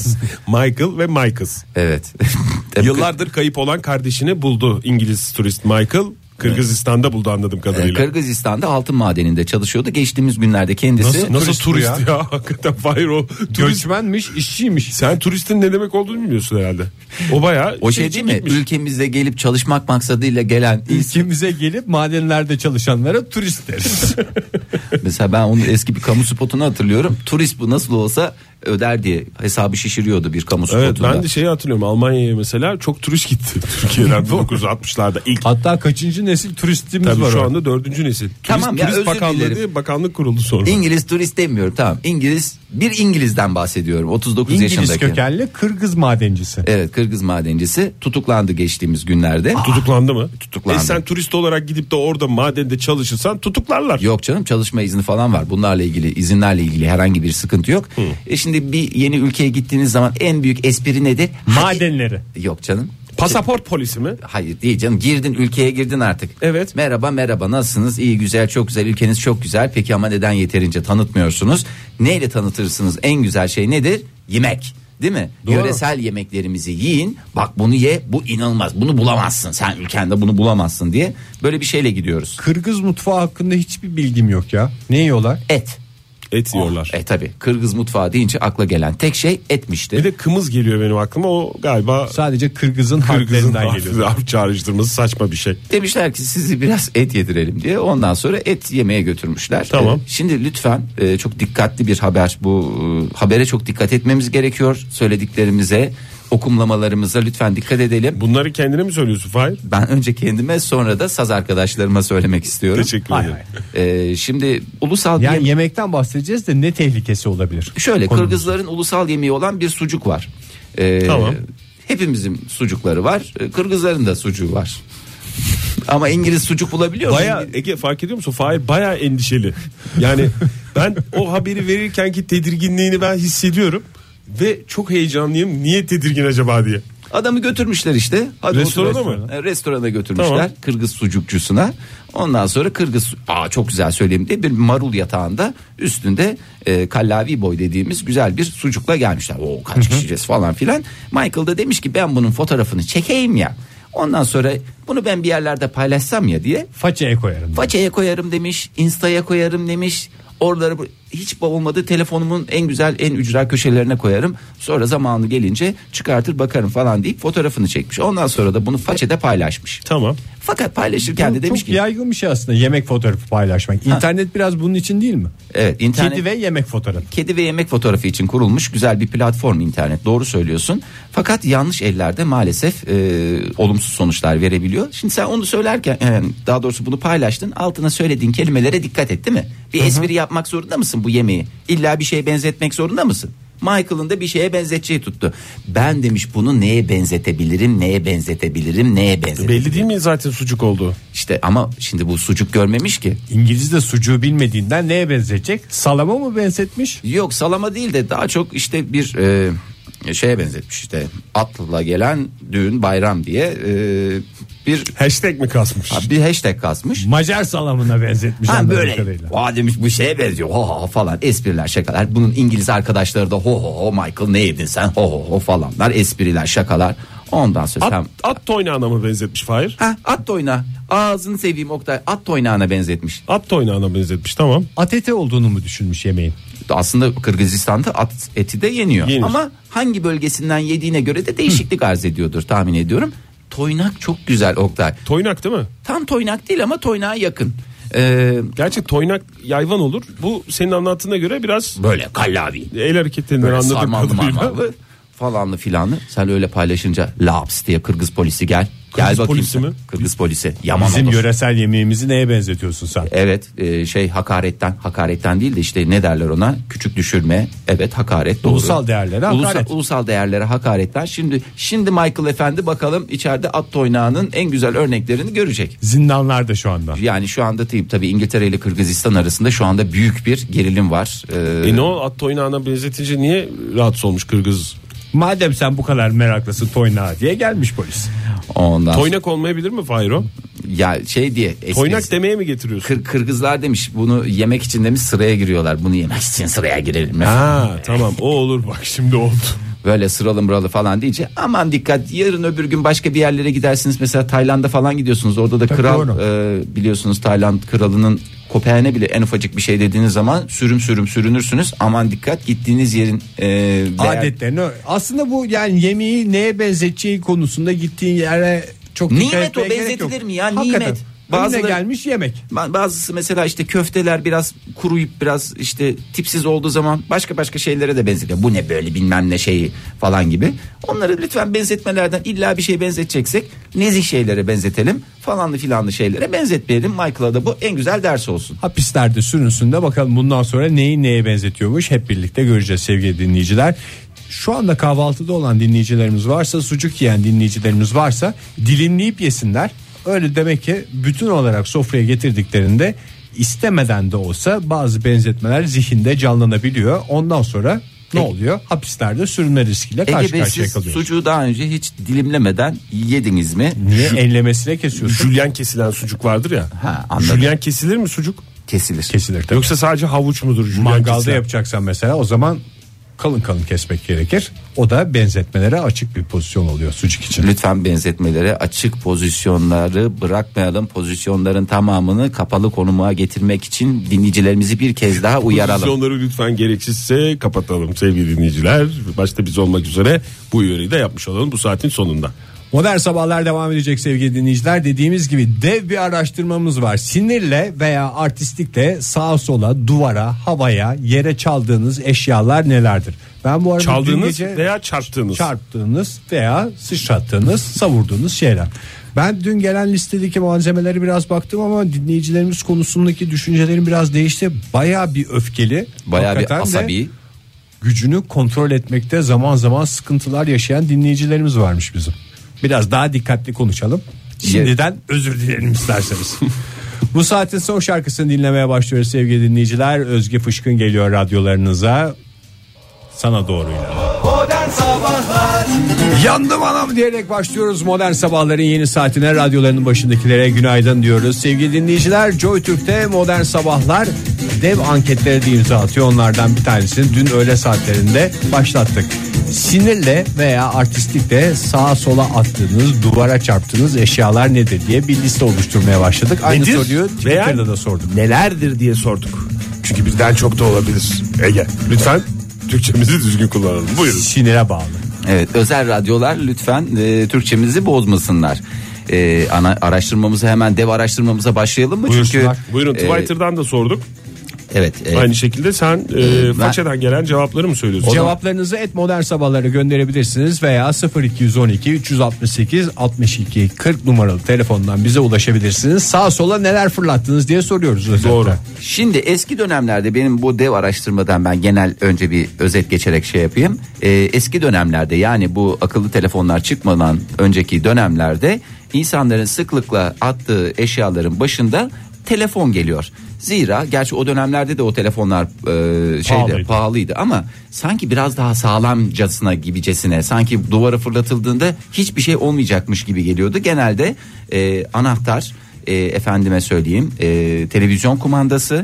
Michael ve Michael. Evet. Yıllardır kayıp olan kardeşini buldu İngiliz turist Michael. Kırgızistan'da buldu anladığım kadarıyla. Kırgızistan'da altın madeninde çalışıyordu. Geçtiğimiz günlerde kendisi... Nasıl turist ya? Hakikaten Fahir, o göçmenmiş, işçiymiş. Sen turistin ne demek olduğunu bilmiyorsun herhalde. O bayağı o şey değil mi? Gitmiş. Ülkemize gelip çalışmak maksadıyla gelen... Ülkemize gelip madenlerde çalışanlara turist deriz. Mesela ben onun eski bir kamu spotunu hatırlıyorum. Turist bu nasıl olsa öder diye hesabı şişiriyordu bir kamu spotunda. Evet, ben de şeyi hatırlıyorum, Almanya'ya mesela çok turist gitti Türkiye'den 1960'larda ilk. Hatta kaçıncı nesil turistimiz tabii var. Şu anda 4. nesil. Tamam, turist Bakanlığı diye bakanlık kuruldu sonra. İngiliz turist demiyorum, tamam. Bir İngiliz'den bahsediyorum, 39 İngiliz yaşındaki. İngiliz kökenli Kırgız madencisi. Evet, Kırgız madencisi tutuklandı geçtiğimiz günlerde. Tutuklandı mı? Tutuklandı. Sen turist olarak gidip de orada madende çalışırsan tutuklarlar. Yok canım, çalışma izni falan var. Bunlarla ilgili, izinlerle ilgili herhangi bir sıkıntı yok. Şimdi bir yeni ülkeye gittiğiniz zaman en büyük espri nedir? Madenleri. Yok canım. Pasaport polisi mi? Hayır değil canım, ülkeye girdin artık. Evet. Merhaba nasılsınız? İyi, güzel, çok güzel, ülkeniz çok güzel. Peki ama neden yeterince tanıtmıyorsunuz? Neyle tanıtırsınız? En güzel şey nedir? Yemek. Değil mi? Doğru. Yöresel yemeklerimizi yiyin. Bak bunu ye, bu inanılmaz. Bunu bulamazsın. Sen ülkende bunu bulamazsın diye. Böyle bir şeyle gidiyoruz. Kırgız mutfağı hakkında hiçbir bilgim yok ya. Ne yiyorlar? Et yiyorlar. Tabi Kırgız mutfağı deyince akla gelen tek şey etmişti. Bir de kımız geliyor benim aklıma, o galiba sadece Kırgız'ın harflerinden geliyor. Harf çağrıştırması saçma bir şey. Demişler ki sizi biraz et yedirelim diye, ondan sonra et yemeye götürmüşler. Tamam. Şimdi lütfen çok dikkatli bir haber bu, habere çok dikkat etmemiz gerekiyor. Söylediklerimize, okumlamalarımıza lütfen dikkat edelim. Bunları kendine mi söylüyorsun Fahir? Ben önce kendime, sonra da saz arkadaşlarıma söylemek istiyorum. Teşekkür ederim. Şimdi ulusal yani yemekten bahsedeceğiz de ne tehlikesi olabilir? Şöyle, Kırgızların ulusal yemeği olan bir sucuk var. Tamam. Hepimizin sucukları var. Kırgızların da sucuğu var. Ama İngiliz sucuk bulabiliyor musun? Bayağı Ege, fark ediyor musun? Fahir bayağı endişeli. Yani ben o haberi verirkenki tedirginliğini ben hissediyorum. Ve çok heyecanlıyım. Niye tedirgin acaba diye. Adamı götürmüşler işte. Restorana mı? Restorana götürmüşler. Tamam. Kırgız sucukçusuna. Ondan sonra çok güzel söyleyeyim diye bir marul yatağında, üstünde kallavi boy dediğimiz güzel bir sucukla gelmişler. Kaç kişiyiz falan filan. Michael da demiş ki ben bunun fotoğrafını çekeyim ya. Ondan sonra bunu ben bir yerlerde paylaşsam ya diye Façaya koyarım. façaya koyarım demiş, Insta'ya koyarım demiş. Oraları hiç olmadı, telefonumun en güzel en ücra köşelerine koyarım. Sonra zamanı gelince çıkartır bakarım falan deyip fotoğrafını çekmiş. Ondan sonra da bunu façede paylaşmış. Tamam. Fakat paylaşırken de demiş Çok ki yaygın bir şey aslında yemek fotoğrafı paylaşmak. İnternet biraz bunun için değil mi? evet, internet Kedi ve yemek fotoğrafı. kedi ve yemek fotoğrafı için kurulmuş güzel bir platform internet, doğru söylüyorsun. Fakat yanlış ellerde maalesef olumsuz sonuçlar verebiliyor. Şimdi sen onu söylerken daha doğrusu bunu paylaştın, altına söylediğin kelimelere dikkat et değil mi? Bir espri yapmak zorunda mısın bu yemeği? İlla bir şeye benzetmek zorunda mısın? Michael'ın da bir şeye benzeteceği tuttu. Ben demiş bunu neye benzetebilirim, neye benzetebilirim, neye benzetebilirim. Belli değil mi zaten sucuk olduğu? İşte ama şimdi bu sucuk görmemiş ki. İngiliz de sucuğu bilmediğinden neye benzetecek? Salama mı benzetmiş? Yok, salama değil de daha çok işte bir şeye benzetmiş, işte atla gelen düğün bayram diye bir Hashtag mi kasmış? bir hashtag kasmış. Macar salamına benzetmiş. Ha anladığım böyle kadarıyla. demiş bu şeye benziyor ho ho falan espriler şakalar. Bunun İngiliz arkadaşları da ho ho Michael ne yedin sen ho ho falanlar, espriler şakalar. Ondan sonra At toynağına mı benzetmiş Fahir? at toynağı, ağzını seveyim Oktay, at toynağına benzetmiş. At toynağına benzetmiş, tamam. At eti olduğunu mu düşünmüş yemeğin? Aslında Kırgızistan'da at eti de yeniyor. Yenir. Ama hangi bölgesinden yediğine göre de değişiklik arz ediyordur tahmin ediyorum. Toynak çok güzel Oktay. Toynak değil mi? Tam toynak değil ama toynağa yakın. Gerçi toynak yayvan olur. Bu senin anlattığına göre biraz Böyle kallavi. el hareketlerinden Böyle anladığım sarmallı kadarıyla. marmallı falanlı filanlı. Sen öyle paylaşınca laps diye Kırgız polisi gel. Gel Kırgız bakayım polisi sen. mi? Kırgız polisi. Yaman Bizim olur. yöresel yemeğimizi neye benzetiyorsun sen? Evet, hakaretten değil de işte ne derler ona, küçük düşürme, evet hakaret, doğru. Ulusal değerlere hakaret. Ulusal değerlere hakaretten. Şimdi Michael Efendi bakalım içeride at toynağının en güzel örneklerini görecek. Zindanlarda şu anda. Yani şu anda tabii İngiltere ile Kırgızistan arasında şu anda büyük bir gerilim var. Ne o at toynağına benzetince niye rahatsız olmuş Kırgız? Madem sen bu kadar meraklısın toynağa diye gelmiş polis. Ondan Toynak olmayabilir mi Fahir o? ya şey diye Toynak demeye mi getiriyorsun? Kırgızlar demiş bunu yemek için demiş sıraya giriyorlar. Bunu yemek için sıraya girelim. Ha tamam, o olur, bak şimdi oldu. Böyle sıralı mıralı falan deyince aman dikkat, yarın öbür gün başka bir yerlere gidersiniz, mesela Tayland'a falan gidiyorsunuz, orada da Tabii kral doğru. biliyorsunuz Tayland kralının köpeğine bile en ufacık bir şey dediğiniz zaman sürüm sürünürsünüz, aman dikkat gittiğiniz yerin Adetlerini aslında bu yani yemeği neye benzeteceği konusunda gittiğin yere çok dikkat Nimet o, etmeye gerek yok. benzetilir mi ya? Hakikaten. Nimet. Bazıları gelmiş yemek. Bazısı mesela işte köfteler biraz kuruyup biraz işte tipsiz olduğu zaman başka şeylere de benzetiyor. Bu ne böyle bilmem ne şeyi falan gibi. Onları lütfen benzetmelerden, illa bir şey benzeteceksek nezih şeylere benzetelim. Falanlı filanlı şeylere benzetmeyelim. Michael'a da bu en güzel ders olsun. Hapislerde sürünsün de bakalım bundan sonra neyi neye benzetiyormuş hep birlikte göreceğiz sevgili dinleyiciler. Şu anda kahvaltıda olan dinleyicilerimiz varsa, sucuk yiyen dinleyicilerimiz varsa dilimleyip yesinler. Öyle demek ki bütün olarak sofraya getirdiklerinde istemeden de olsa bazı benzetmeler zihinde canlanabiliyor. Ondan sonra ne oluyor? Hapislerde sürünme riskiyle karşı Ege Bey, karşıya siz kalıyoruz. sucuğu daha önce hiç dilimlemeden yediniz mi? Niye enlemesine kesiyorsun? Jülyen kesilen sucuk vardır ya. Ha, anladım. Jülyen kesilir mi sucuk? Kesilir. Kesilir tabii. Yoksa sadece havuç mudur jülyen Mangalda kesilen? yapacaksan mesela o zaman kalın kesmek gerekir. O da benzetmelere açık bir pozisyon oluyor sucuk için. Lütfen benzetmelere açık pozisyonları bırakmayalım. Pozisyonların tamamını kapalı konuma getirmek için dinleyicilerimizi bir kez daha uyaralım. Pozisyonları lütfen gereksizse kapatalım sevgili dinleyiciler. Başta biz olmak üzere bu uyarıyı da yapmış olalım bu saatin sonunda. Modern Sabahlar devam edecek sevgili dinleyiciler. Dediğimiz gibi dev bir araştırmamız var. Sinirle veya artistlikle sağa sola, duvara, havaya, yere çaldığınız eşyalar nelerdir? Ben bu arada dün Çaldığınız gece veya çarptığınız. çarptığınız veya sıçrattığınız, savurduğunuz şeyler. Ben dün gelen listedeki malzemeleri biraz baktım ama dinleyicilerimiz konusundaki düşüncelerim biraz değişti. Bayağı bir öfkeli. Bayağı bir Hakikaten de asabi. gücünü kontrol etmekte zaman zaman sıkıntılar yaşayan dinleyicilerimiz varmış bizim. Biraz daha dikkatli konuşalım. Şimdiden özür dilerim isterseniz. Bu saatin son şarkısını dinlemeye başlıyoruz sevgili dinleyiciler. Özge Fışkın geliyor radyolarınıza. Sana doğruyla. Modern Sabahlar Yandım anam diyerek başlıyoruz modern sabahların yeni saatine. Radyolarının başındakilere günaydın diyoruz. Sevgili dinleyiciler, Joy Türk'te modern sabahlar dev anketlere de imza atıyor. Onlardan bir tanesini dün öğle saatlerinde başlattık. Sinirle veya artistlikle sağa sola attığınız, duvara çarptığınız eşyalar nedir diye bir liste oluşturmaya başladık. Aynı Nedir? soruyu Twitter'da da sorduk. Nelerdir diye sorduk. Çünkü bizden çok da olabilir. Ege lütfen Türkçemizi düzgün kullanalım. Buyurun. Sinire bağlı. Evet, özel radyolar lütfen Türkçemizi bozmasınlar. Araştırmamıza hemen dev araştırmamıza başlayalım mı? Buyursunlar. Çünkü Buyurun, Twitter'dan da sorduk. evet. Aynı şekilde sen façeden gelen cevapları mı söylüyorsun? Cevaplarınızı @modern sabahlara gönderebilirsiniz veya 0212 368 62 40 numaralı telefondan bize ulaşabilirsiniz. Sağa sola neler fırlattınız diye soruyoruz özellikle. Doğru. Şimdi eski dönemlerde benim bu dev araştırmadan ben genel önce bir özet geçerek şey yapayım. Eski dönemlerde, yani bu akıllı telefonlar çıkmadan önceki dönemlerde insanların sıklıkla attığı eşyaların başında telefon geliyor. Zira gerçi o dönemlerde de o telefonlar pahalıydı ama sanki biraz daha sağlamcasına gibicesine, sanki duvara fırlatıldığında hiçbir şey olmayacakmış gibi geliyordu. Genelde anahtar, efendime söyleyeyim, televizyon kumandası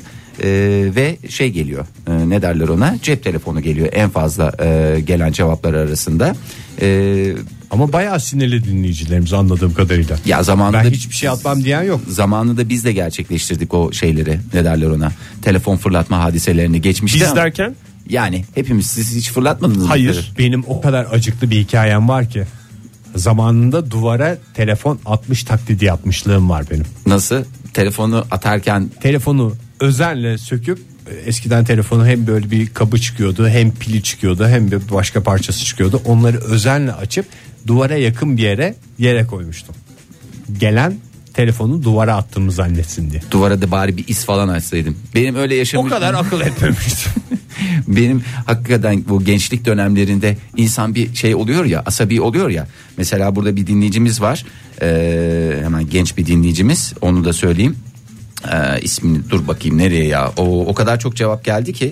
ve şey geliyor, ne derler ona, cep telefonu geliyor en fazla gelen cevaplar arasında. Ama bayağı sinirli dinleyicilerimiz anladığım kadarıyla. Ya zamanında Ben hiçbir şey atmam diyen yok. Zamanında biz de gerçekleştirdik o şeyleri, ne derler ona, telefon fırlatma hadiselerini geçmişte. Biz ama, derken? yani hepimiz, siz hiç fırlatmadınız mı? Hayır. Benim o kadar acıklı bir hikayem var ki. Zamanında duvara telefon atmış taklidi yapmışlığım var benim. Nasıl? Telefonu atarken Telefonu özenle söküp, eskiden telefonu hem böyle bir kabı çıkıyordu, hem pili çıkıyordu, hem bir başka parçası çıkıyordu. Onları özenle açıp duvara yakın bir yere koymuştum. Gelen telefonu duvara attığımı zannetsin diye. duvara da bari bir iz falan açsaydım. Benim öyle yaşamış. O kadar akıl etmemiştim. Benim hakikaten bu gençlik dönemlerinde insan bir şey oluyor ya, asabi oluyor ya. Mesela burada bir dinleyicimiz var. Hemen genç bir dinleyicimiz, onu da söyleyeyim. İsmini dur bakayım nereye ya. O kadar çok cevap geldi ki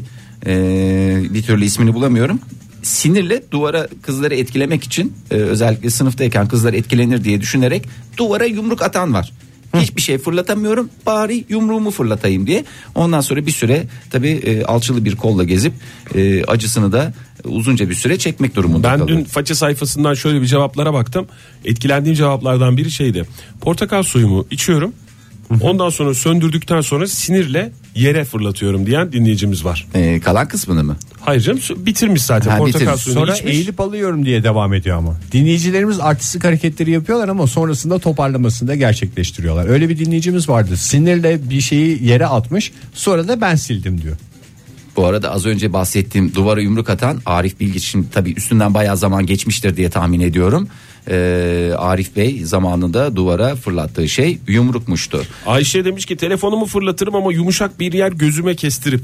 bir türlü ismini bulamıyorum. Sinirle duvara kızları etkilemek için, özellikle sınıftayken kızlar etkilenir diye düşünerek duvara yumruk atan var. Hiçbir şey fırlatamıyorum, bari yumruğumu fırlatayım diye. Ondan sonra bir süre tabii alçılı bir kolla gezip acısını da uzunca bir süre çekmek durumunda Ben kalıyor. dün faça sayfasından şöyle bir cevaplara baktım. Etkilendiğim cevaplardan biri şeydi. Portakal suyumu içiyorum. Ondan sonra söndürdükten sonra sinirle yere fırlatıyorum diyen dinleyicimiz var. Kalan kısmını mı? Hayır canım, bitirmiş zaten. Ha, Portakal bitirmiş. suyunu Sonra içmiş. eğilip alıyorum diye devam ediyor ama. Dinleyicilerimiz artistik hareketleri yapıyorlar ama sonrasında toparlamasını da gerçekleştiriyorlar. Öyle bir dinleyicimiz vardı. Sinirle bir şeyi yere atmış, sonra da ben sildim diyor. Bu arada az önce bahsettiğim duvara yumruk atan Arif Bilgiç, şimdi tabii üstünden bayağı zaman geçmiştir diye tahmin ediyorum. Arif Bey zamanında duvara fırlattığı şey yumrukmuştu. Ayşe demiş ki telefonumu fırlatırım ama yumuşak bir yer gözüme kestirip.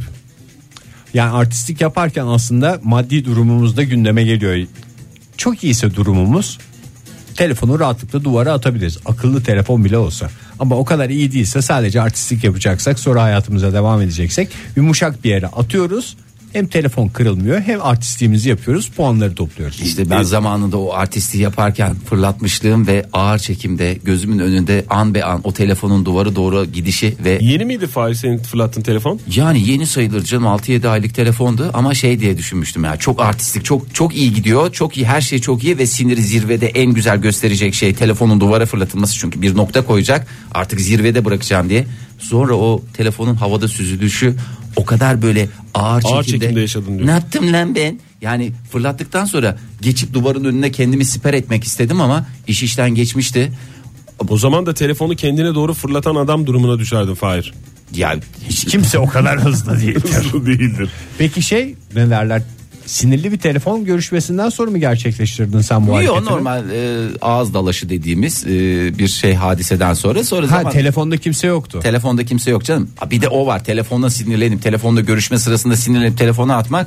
Yani artistik yaparken aslında maddi durumumuz da gündeme geliyor. Çok iyiyse durumumuz, telefonu rahatlıkla duvara atabiliriz. Akıllı telefon bile olsa. Ama o kadar iyi değilse, sadece artistik yapacaksak, sonra hayatımıza devam edeceksek yumuşak bir yere atıyoruz. Hem telefon kırılmıyor, hem artistliğimizi yapıyoruz, puanları topluyoruz. İşte ben zamanında o artistliği yaparken fırlatmışlığım ve ağır çekimde gözümün önünde an be an o telefonun duvara doğru gidişi ve Yeni miydi Fahir senin fırlattığın telefon? yani yeni sayılır canım, 6-7 aylık telefondu ama şey diye düşünmüştüm ya, çok artistik, çok iyi gidiyor, çok iyi, her şey çok iyi ve siniri zirvede en güzel gösterecek şey telefonun duvara fırlatılması, çünkü bir nokta koyacak, artık zirvede bırakacağım diye. Sonra o telefonun havada süzülüşü o kadar böyle ağır çekimde yaşadın diyor. Ne yaptım lan ben? Yani fırlattıktan sonra geçip duvarın önüne kendimi siper etmek istedim ama iş işten geçmişti. O zaman da telefonu kendine doğru fırlatan adam durumuna düşerdin Fahir. Ya Hiç kimse o kadar hızlı değil. Hızlı değildir. Peki ne derler? Sinirli bir telefon görüşmesinden sonra mı gerçekleştirdin sen bu hareketini? yok, normal ağız dalaşı dediğimiz bir şey hadiseden sonra zaman telefonda kimse yoktu. telefonda kimse yok canım. Bir de o var, telefonla sinirlenip, telefonda görüşme sırasında sinirlenip telefonu atmak.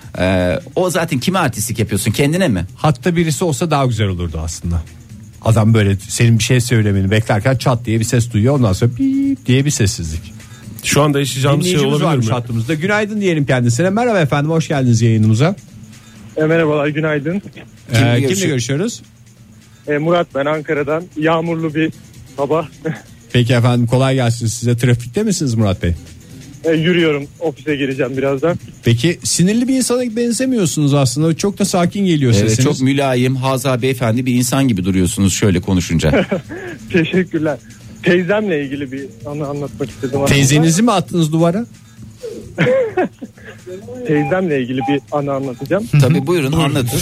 O zaten kime artistlik yapıyorsun, kendine mi? Hatta birisi olsa daha güzel olurdu aslında. Adam böyle senin bir şey söylemeni beklerken çat diye bir ses duyuyor, ondan sonra bip diye bir sessizlik. Şu anda yaşayacağımız şey Dinleyicimiz olabilir varmış mi? hattımızda. Günaydın diyelim kendisine. Merhaba efendim, hoş geldiniz yayınımıza. Merhabalar, günaydın. Kimle görüşüyoruz? Murat, ben Ankara'dan. Yağmurlu bir sabah. Peki efendim, kolay gelsin size. Trafikte misiniz Murat Bey? Yürüyorum, ofise gireceğim birazdan. Peki sinirli bir insana benzemiyorsunuz aslında. Çok da sakin geliyor sesiniz. Evet, çok mülayim, haza beyefendi bir insan gibi duruyorsunuz şöyle konuşunca. Teşekkürler. Teyzemle ilgili bir anı anlatmak istedim. Teyzenizi mi attınız duvara? Teyzemle ilgili bir anı anlatacağım. Tabii, buyurun anlatın.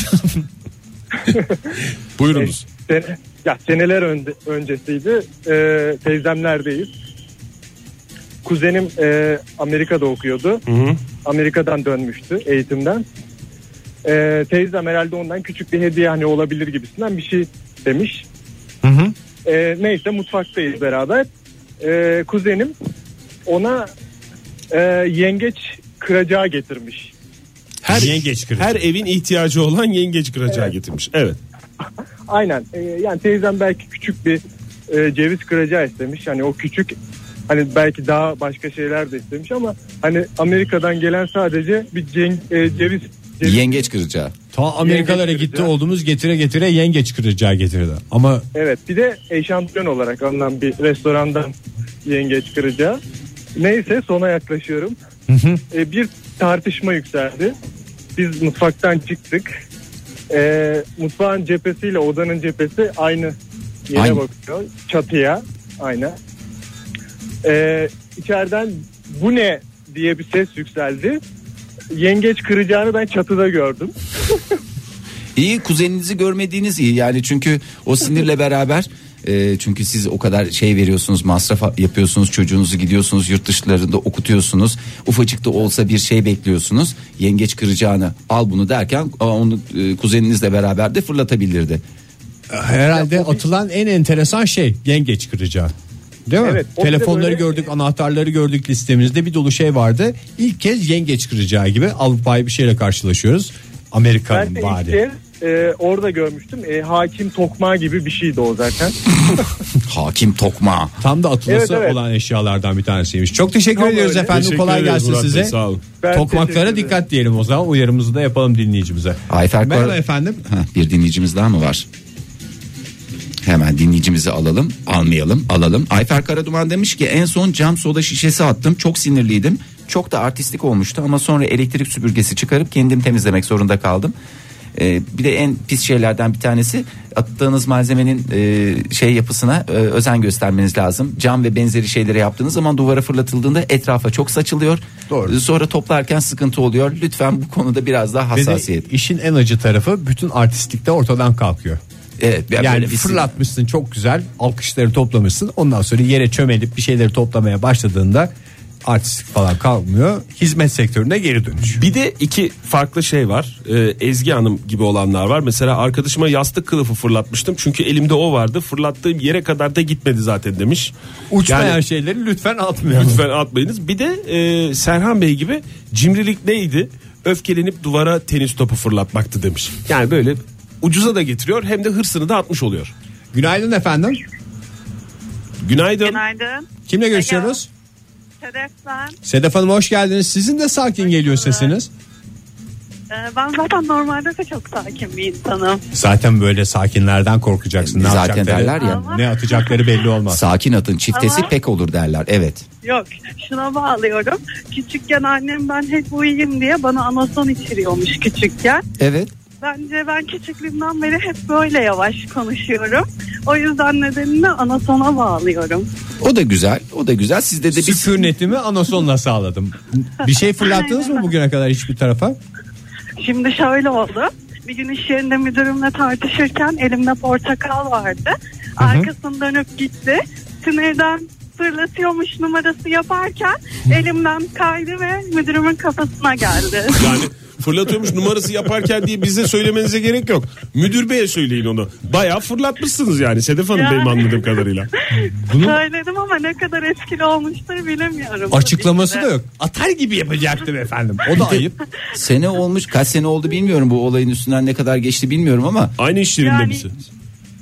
Buyurunuz. Seneler öncesiydi. Teyzemlerdeyiz. Kuzenim Amerika'da okuyordu. Hı-hı. Amerika'dan dönmüştü eğitimden. Teyzem herhalde ondan küçük bir hediye hani olabilir gibisinden bir şey demiş. Hı. Neyse, mutfaktayız beraber. Kuzenim ona yengeç kıracağı getirmiş. Her evin ihtiyacı olan yengeç kıracağı getirmiş. Evet. Aynen. Yani teyzem belki küçük bir ceviz kıracağı istemiş. Hani o küçük, hani belki daha başka şeyler de istemiş ama hani Amerika'dan gelen sadece bir ceviz Yengeç kıracağı. Ta Amerikalara gitti olduğumuz getire yengeç kıracağı getirdi. Ama evet, bir de eşantiyon olarak alınan bir restorandan yengeç kıracağı. Neyse, sona yaklaşıyorum. Bir tartışma yükseldi. Biz mutfaktan çıktık. Mutfağın cephesiyle odanın cephesi aynı yere bakıyor. Çatıya. Aynen. İçeriden bu ne diye bir ses yükseldi. Yengeç kıracağını ben çatıda gördüm. İyi, kuzeninizi görmediğiniz iyi yani, çünkü o sinirle beraber çünkü siz o kadar şey veriyorsunuz, masraf yapıyorsunuz, çocuğunuzu gidiyorsunuz yurt dışlarında okutuyorsunuz, ufacık da olsa bir şey bekliyorsunuz, yengeç kıracağını al bunu derken onu kuzeninizle beraber de fırlatabilirdi. Herhalde atılan en enteresan şey yengeç kıracağı. Değil mi? Evet, Telefonları böyle gördük, anahtarları gördük, listemizde bir dolu şey vardı. İlk kez yengeç kıracağı gibi Avrupa'yı bir şeyle karşılaşıyoruz. Amerika'nın ben de bari. ilk kez orada görmüştüm. Hakim tokmağı gibi bir şeydi o zaten. Hakim tokmağı. Tam da atılası Evet. olan eşyalardan bir tanesiymiş. Çok teşekkür Tam ediyoruz öyle. efendim. Teşekkür Kolay ederiz gelsin Murat Bey, size. sağ olun. Ben Tokmaklara teşekkür dikkat diyelim o zaman. Uyarımızı da yapalım dinleyicimize. Ayfer Merhaba efendim. Bir dinleyicimiz daha mı var? Hemen dinleyicimizi alalım, alalım. Ayfer Karaduman demiş ki en son cam soda şişesi attım, çok sinirliydim. Çok da artistik olmuştu ama sonra elektrik süpürgesi çıkarıp kendim temizlemek zorunda kaldım. Bir de en pis şeylerden bir tanesi, attığınız malzemenin şey yapısına özen göstermeniz lazım. Cam ve benzeri şeyleri yaptığınız zaman duvara fırlatıldığında etrafa çok saçılıyor. Doğru. Sonra toplarken sıkıntı oluyor. Lütfen bu konuda biraz daha hassasiyet. Ve de işin en acı tarafı, bütün artistlik de ortadan kalkıyor. Evet, Yani fırlatmışsın çok güzel, alkışları toplamışsın, ondan sonra yere çömelip bir şeyleri toplamaya başladığında artistlik falan kalmıyor, hizmet sektörüne geri dönüş. Bir de iki farklı şey var. Ezgi Hanım gibi olanlar var. Mesela arkadaşıma yastık kılıfı fırlatmıştım çünkü elimde o vardı, fırlattığım yere kadar da gitmedi zaten demiş. Uçmayan Yani şeyleri lütfen atmayalım. lütfen atmayınız. Bir de Serhan Bey gibi cimrilik neydi? Öfkelenip duvara tenis topu fırlatmaktı demiş. Yani böyle ucuza da getiriyor, hem de hırsını da atmış oluyor. Günaydın efendim. Günaydın. Günaydın. Kimle görüşüyoruz? Sedef ben. Sedef Hanım hoş geldiniz. Sizin de sakin geliyor sesiniz. Ben zaten normalde de çok sakin bir insanım. Zaten böyle sakinlerden korkacaksın. Ne Zaten yapacakları, derler ya. ne atacakları belli olmaz. Sakin atın çiftesi Ama- pek olur derler. Evet. Yok, şuna bağlıyorum. Küçükken annem ben hep uyuyayım diye bana anason içiriyormuş küçükken. Evet. Bence ben küçüklüğümden beri hep böyle yavaş konuşuyorum. O yüzden nedenini anasona bağlıyorum. O da güzel. O da güzel. Sizde de bir Sükunetimi anasonla sağladım. Bir şey fırlattınız mı bugüne kadar hiçbir tarafa? Şimdi şöyle oldu. Bir gün iş yerinde müdürümle tartışırken elimde portakal vardı. Arkasını dönüp gitti. Sinirden fırlatıyormuş numarası yaparken elimden kaydı ve müdürümün kafasına geldi. Yani fırlatıyormuş numarası yaparken diye bize söylemenize gerek yok. Müdür beye söyleyin onu. Bayağı fırlatmışsınız yani Sedef Hanım, benim anladığım kadarıyla. Söyledim ama ne kadar etkili olmuştur bilemiyorum. Açıklaması da yok. Atar gibi yapacaktım efendim. O da ayıp. sene olmuş, kaç sene oldu bilmiyorum, bu olayın üstünden ne kadar geçti bilmiyorum ama Aynı iş yerinde Yani- misiniz?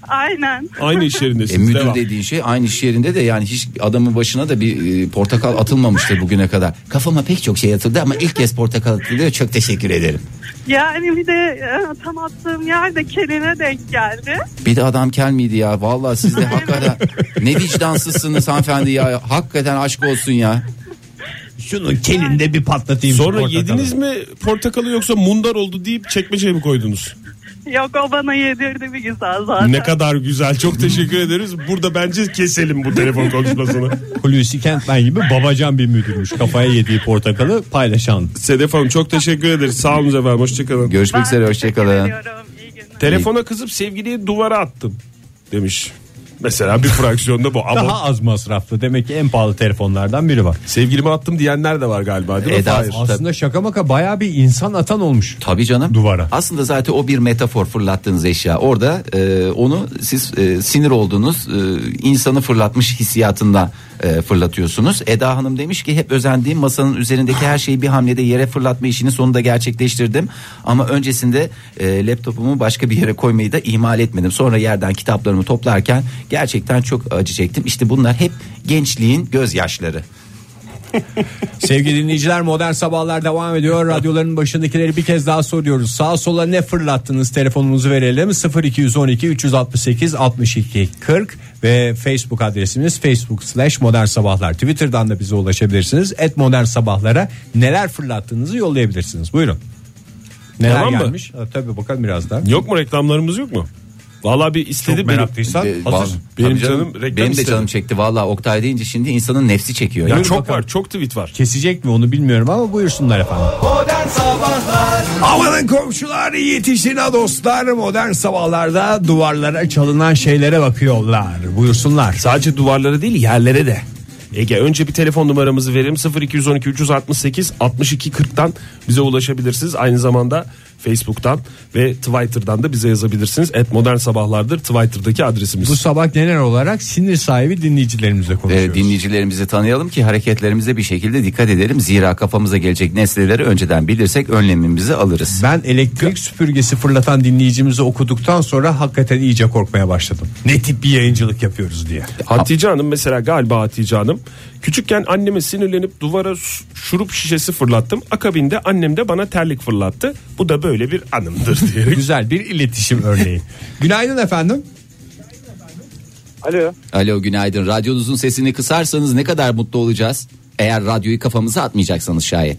Aynen. Aynı iş yerindesiniz. Müdür Devam. dediğin şey aynı iş yerinde de yani hiç adamın başına da bir portakal atılmamıştır bugüne kadar. Kafama pek çok şey atıldı ama ilk kez portakal atılıyor. Çok teşekkür ederim. Yani bir de tam attığım yerde keline denk geldi. Bir de adam kel miydi ya? Vallahi siz de hakikaten ne vicdansızsınız hanımefendi ya. Hakikaten aşk olsun ya. Şunun kelinde bir patlatayım. Sonra portakalı. yediniz mi portakalı yoksa mundar oldu deyip çekmeceye mi koydunuz? Yok, o bana yedirdi bir güzel zaten. Ne kadar güzel, çok teşekkür ederiz. Burada bence keselim bu telefon konuşmasını. Hulusi Kentmen gibi babacan bir müdürmüş. Kafaya yediği portakalı paylaşan. Sedef Hanım çok teşekkür ederiz. Sağ olun efendim, hoşçakalın. Görüşmek üzere, hoşçakalın. İyi günler. Telefona kızıp sevgiliyi duvara attım demiş. Mesela bir fraksiyonda bu. Ama Daha az masraflı. Demek ki en pahalı telefonlardan biri var. sevgilime attım diyenler de var galiba, değil mi? Eda- Hayır. Aslında şaka maka bayağı bir insan atan olmuş. Tabii canım. Duvara. Aslında zaten o bir metafor, fırlattığınız eşya. Orada onu siz sinir olduğunuz insanı fırlatmış hissiyatında fırlatıyorsunuz. Eda Hanım demiş ki hep özendiğim masanın üzerindeki her şeyi bir hamlede yere fırlatma işini sonunda gerçekleştirdim. Ama öncesinde laptopumu başka bir yere koymayı da ihmal etmedim. Sonra yerden kitaplarımı toplarken gerçekten çok acı çektim. İşte bunlar hep gençliğin gözyaşları. Sevgili dinleyiciler, Modern Sabahlar devam ediyor. Radyoların başındakileri bir kez daha soruyoruz. Sağa sola ne fırlattınız? Telefonumuzu verelim. 0212 368 62 40 ve Facebook adresimiz Facebook/Modern Sabahlar. Twitter'dan da bize ulaşabilirsiniz. @modernsabahlara neler fırlattığınızı yollayabilirsiniz. Buyurun. Neler Tamam mı? gelmiş? Tabii bakalım birazdan. Yok mu, reklamlarımız yok mu? Vallahi bir istedi Çok benim. meraklıysan hazır. Benim Tabii canım reklam benim de istedi. canım çekti. Vallahi Oktay deyince şimdi insanın nefsi çekiyor. Ya Yani. çok var, çok tweet var. Kesecek mi onu bilmiyorum ama buyursunlar efendim. Modern Sabahlar Amanın komşular, yetişin ha dostlar. Modern Sabahlarda duvarlara çalınan şeylere bakıyorlar. Buyursunlar. Sadece duvarlara değil, yerlere de. Ege, önce bir telefon numaramızı verelim. 0212 368 62 40'tan bize ulaşabilirsiniz. Aynı zamanda Facebook'tan ve Twitter'dan da bize yazabilirsiniz. @Modern Sabahlar'dır Twitter'daki adresimiz. Bu sabah genel olarak sinir sahibi dinleyicilerimizle konuşuyoruz. Dinleyicilerimizi tanıyalım ki hareketlerimize bir şekilde dikkat edelim. Zira kafamıza gelecek nesneleri önceden bilirsek önlemimizi alırız. Ben elektrik süpürgesi fırlatan dinleyicimizi okuduktan sonra hakikaten iyice korkmaya başladım. Ne tip bir yayıncılık yapıyoruz diye. Hatice Hanım mesela, galiba Hatice Hanım, küçükken anneme sinirlenip duvara şurup şişesi fırlattım. Akabinde annem de bana terlik fırlattı. Bu da böyle bir anımdır diye. Güzel bir iletişim örneği. Günaydın efendim. Alo. Alo, günaydın. Radyonuzun sesini kısarsanız ne kadar mutlu olacağız. Eğer radyoyu kafamıza atmayacaksanız şayet.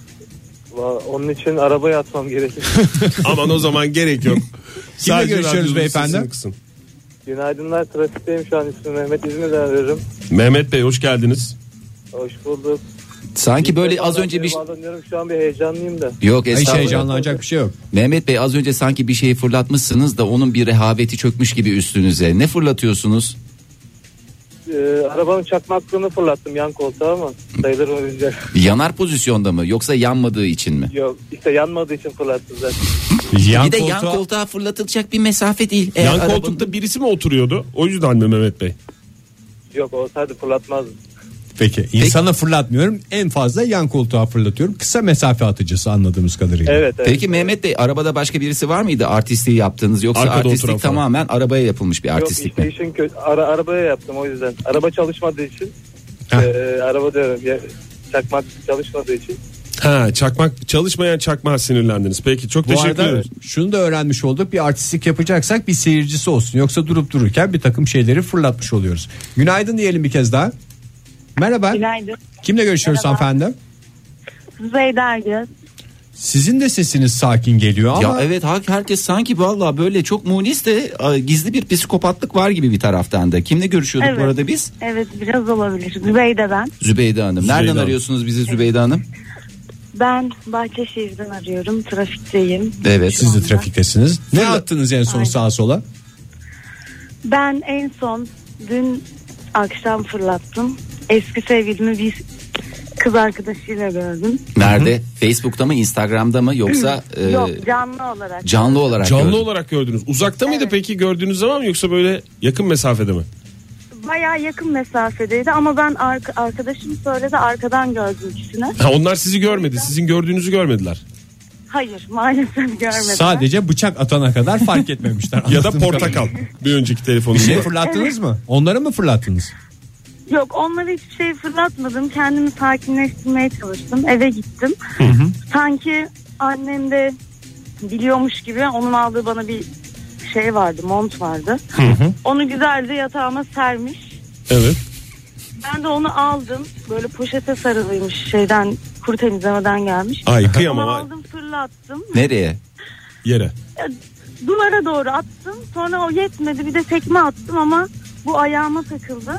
Onun için arabaya atmam gerekir. Aman o zaman gerek yok. Sadece görüşüyoruz radyonuzun beyefendi? sesini kısın. Günaydınlar, trafikteyim şu an, ismim Mehmet, İzmir'den arıyorum. Mehmet Bey, hoş geldiniz. Hoş bulduk. Sanki böyle az önce bir Bağlanıyorum, şu an bir heyecanlıyım da. yok Hiç estağfurullah. heyecanlanacak bir şey yok. Mehmet Bey, az önce sanki bir şeyi fırlatmışsınız da onun bir rehaveti çökmüş gibi üstünüze. Ne fırlatıyorsunuz? Arabanın çakmaklığını fırlattım yan koltuğa ama sayılır mı bilmiyorum. Yanar pozisyonda mı yoksa yanmadığı için mi? Yok işte, yanmadığı için fırlattım zaten. Yan bir de yan koltuğa- koltuğa fırlatılacak bir mesafe değil. Eğer Yan arabanın- koltukta birisi mi oturuyordu? O yüzden mi Mehmet Bey? Yok, olsaydı fırlatmazdım. Peki insana fırlatmıyorum, en fazla yan koltuğa fırlatıyorum. Kısa mesafe atıcısı anladığımız kadarıyla. Evet. Peki Mehmet Bey, arabada başka birisi var mıydı artistliği yaptığınız, yoksa Arkada oturan artistlik falan. tamamen arabaya yapılmış bir Yok artistlik işte mi? işin kötü. Arabaya yaptım o yüzden. Araba çalışmadığı için. Araba diyorum ya, çakmak çalışmadığı için. Ha, çakmak çalışmayan çakmağa sinirlendiniz. Peki, çok Bu teşekkür arada ederim. şunu da öğrenmiş olduk, bir artistlik yapacaksak bir seyircisi olsun, yoksa durup dururken bir takım şeyleri fırlatmış oluyoruz. Günaydın diyelim bir kez daha. Merhaba. Günaydın. Kimle görüşüyoruz Merhaba. hanımefendi? Zübeyde Ergöz. Sizin de sesiniz sakin geliyor ama Ya evet, herkes sanki vallahi böyle çok munis de gizli bir psikopatlık var gibi bir taraftan da. Kimle görüşüyorduk Evet. bu arada biz? Evet, biraz olabilir. Zübeyde ben. Zübeyde Hanım. Zübeyde Nereden Hanım. arıyorsunuz bizi Zübeyde Hanım? Ben Bahçeşehir'den arıyorum. Trafikteyim. Evet. siz de trafiktesiniz. Ne attınız en son Aynen. sağa sola? Ben en son dün akşam fırlattım. Eski sevgilimi bir kız arkadaşıyla gördüm. Nerede? Facebook'ta mı, Instagram'da mı, yoksa Yok, canlı olarak. canlı olarak Canlı gördün? olarak gördünüz. Uzakta mıydı peki gördüğünüz zaman, yoksa böyle yakın mesafede mi? Bayağı yakın mesafedeydi ama ben arkadaşım söyledi, arkadan gördüm ikisini. Ha, onlar sizi görmedi. Sizin gördüğünüzü görmediler. Hayır, maalesef görmedim. Sadece bıçak atana kadar fark etmemişler. Ya da Anladığım portakal. kadarıyla. Bir önceki telefonunda. Bir şey fırlattınız mı? Onları mı fırlattınız? Yok, onlara hiçbir şey fırlatmadım. Kendimi sakinleştirmeye çalıştım. Eve gittim. Sanki annem de biliyormuş gibi onun aldığı bana bir şey vardı, mont vardı. Onu güzelce yatağıma sermiş. Evet. Ben de onu aldım. Böyle poşete sarılıymış, şeyden, kuru temizlemeden gelmiş. Ay kıyamam. Onu aldım, fırlattım. Nereye? Yere. Duvara doğru attım. Sonra o yetmedi, bir de tekme attım ama bu ayağıma takıldı.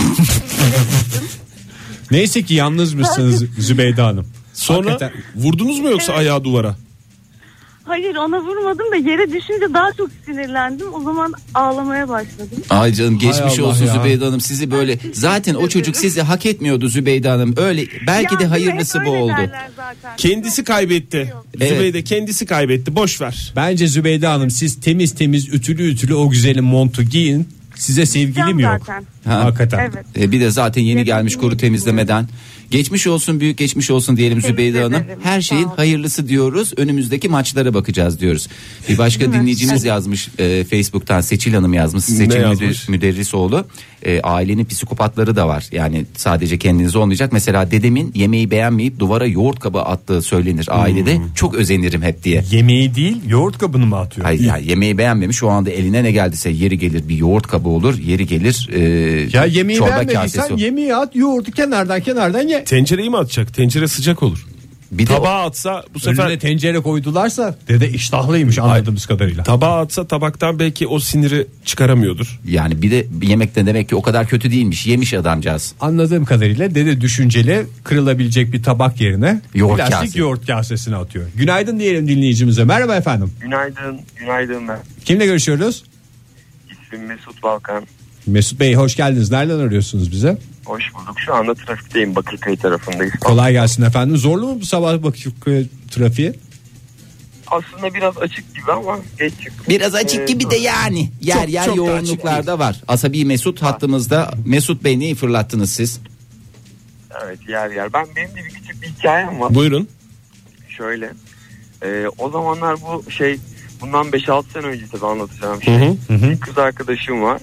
Neyse ki yalnız mısınız Zübeyde Hanım? Sonra Hakikaten. vurdunuz mu yoksa ayağı duvara? Hayır, ona vurmadım da yere düşünce daha çok sinirlendim. O zaman ağlamaya başladım. Ay canım, geçmiş Allah olsun ya. Zübeyde Hanım, sizi böyle zaten o çocuk sizi hak etmiyordu Zübeyde Hanım, öyle belki de Ya, hayırlısı hep bu öyle oldu. derler zaten. Kendisi kaybetti. Evet. Zübeyde kendisi kaybetti. Boş ver. Bence Zübeyde Hanım siz temiz temiz ütülü o güzelim montu giyin. Size sevgili mi yok? Zaten. Ha. Hakikaten. Evet. Bir de zaten yeni Evet, gelmiş kuru evet. temizlemeden. Geçmiş olsun, büyük geçmiş olsun diyelim Teşekkür Zübeyde Hanım. ederim. Her şeyin Sağ ol. hayırlısı diyoruz. Önümüzdeki maçlara bakacağız diyoruz. Bir başka dinleyicimiz yazmış Facebook'tan, Seçil Hanım yazmış. Seçil yazmış? Müderrisoğlu. Ailenin psikopatları da var. Yani sadece kendiniz olmayacak. Mesela dedemin yemeği beğenmeyip duvara yoğurt kabı attığı söylenir ailede. Çok özenirim hep diye. Yemeği değil yoğurt kabını mı atıyor? Hayır, yani yemeği beğenmemiş, o anda eline ne geldiyse, yeri gelir bir yoğurt kabı olur, yeri gelir Ya yemeği çorba beğenmediysen kasesi olur. yemeği at, yoğurdu kenardan ye. Tencereyi mi atacak? Tencere sıcak olur. Bir de Tabağa atsa bu sefer Önüne tencere koydularsa dede iştahlıymış anladığımız kadarıyla. tabağa atsa tabaktan belki o siniri çıkaramıyordur. yani bir de yemekte demek ki o kadar kötü değilmiş, yemiş adamcağız. Anladığım kadarıyla dede düşünceli, kırılabilecek bir tabak yerine Yoğurt plastik kase. yoğurt kasesine atıyor. Günaydın diyelim dinleyicimize. Merhaba efendim. Günaydın ben. Kimle görüşüyoruz? İsmim Mesut Balkan. Mesut Bey hoş geldiniz. Nereden arıyorsunuz bize? Hoş bulduk. Şu anda trafikteyim. Bakırköy tarafındayız. Kolay gelsin efendim. Zorlu mu bu sabah Bakırköy trafiği? Aslında biraz açık gibi ama geç çıktım. Biraz açık gibi de yani yer Çok- yer çok da yoğunluklarda var. Asabi Mesut hattımızda. Mesut Bey, neyi fırlattınız siz? Evet, yer. Benim de bir küçük bir hikayem var. Buyurun. Şöyle. O zamanlar bundan 5-6 sene önce tabii anlatacağım şey. Bir kız arkadaşım var.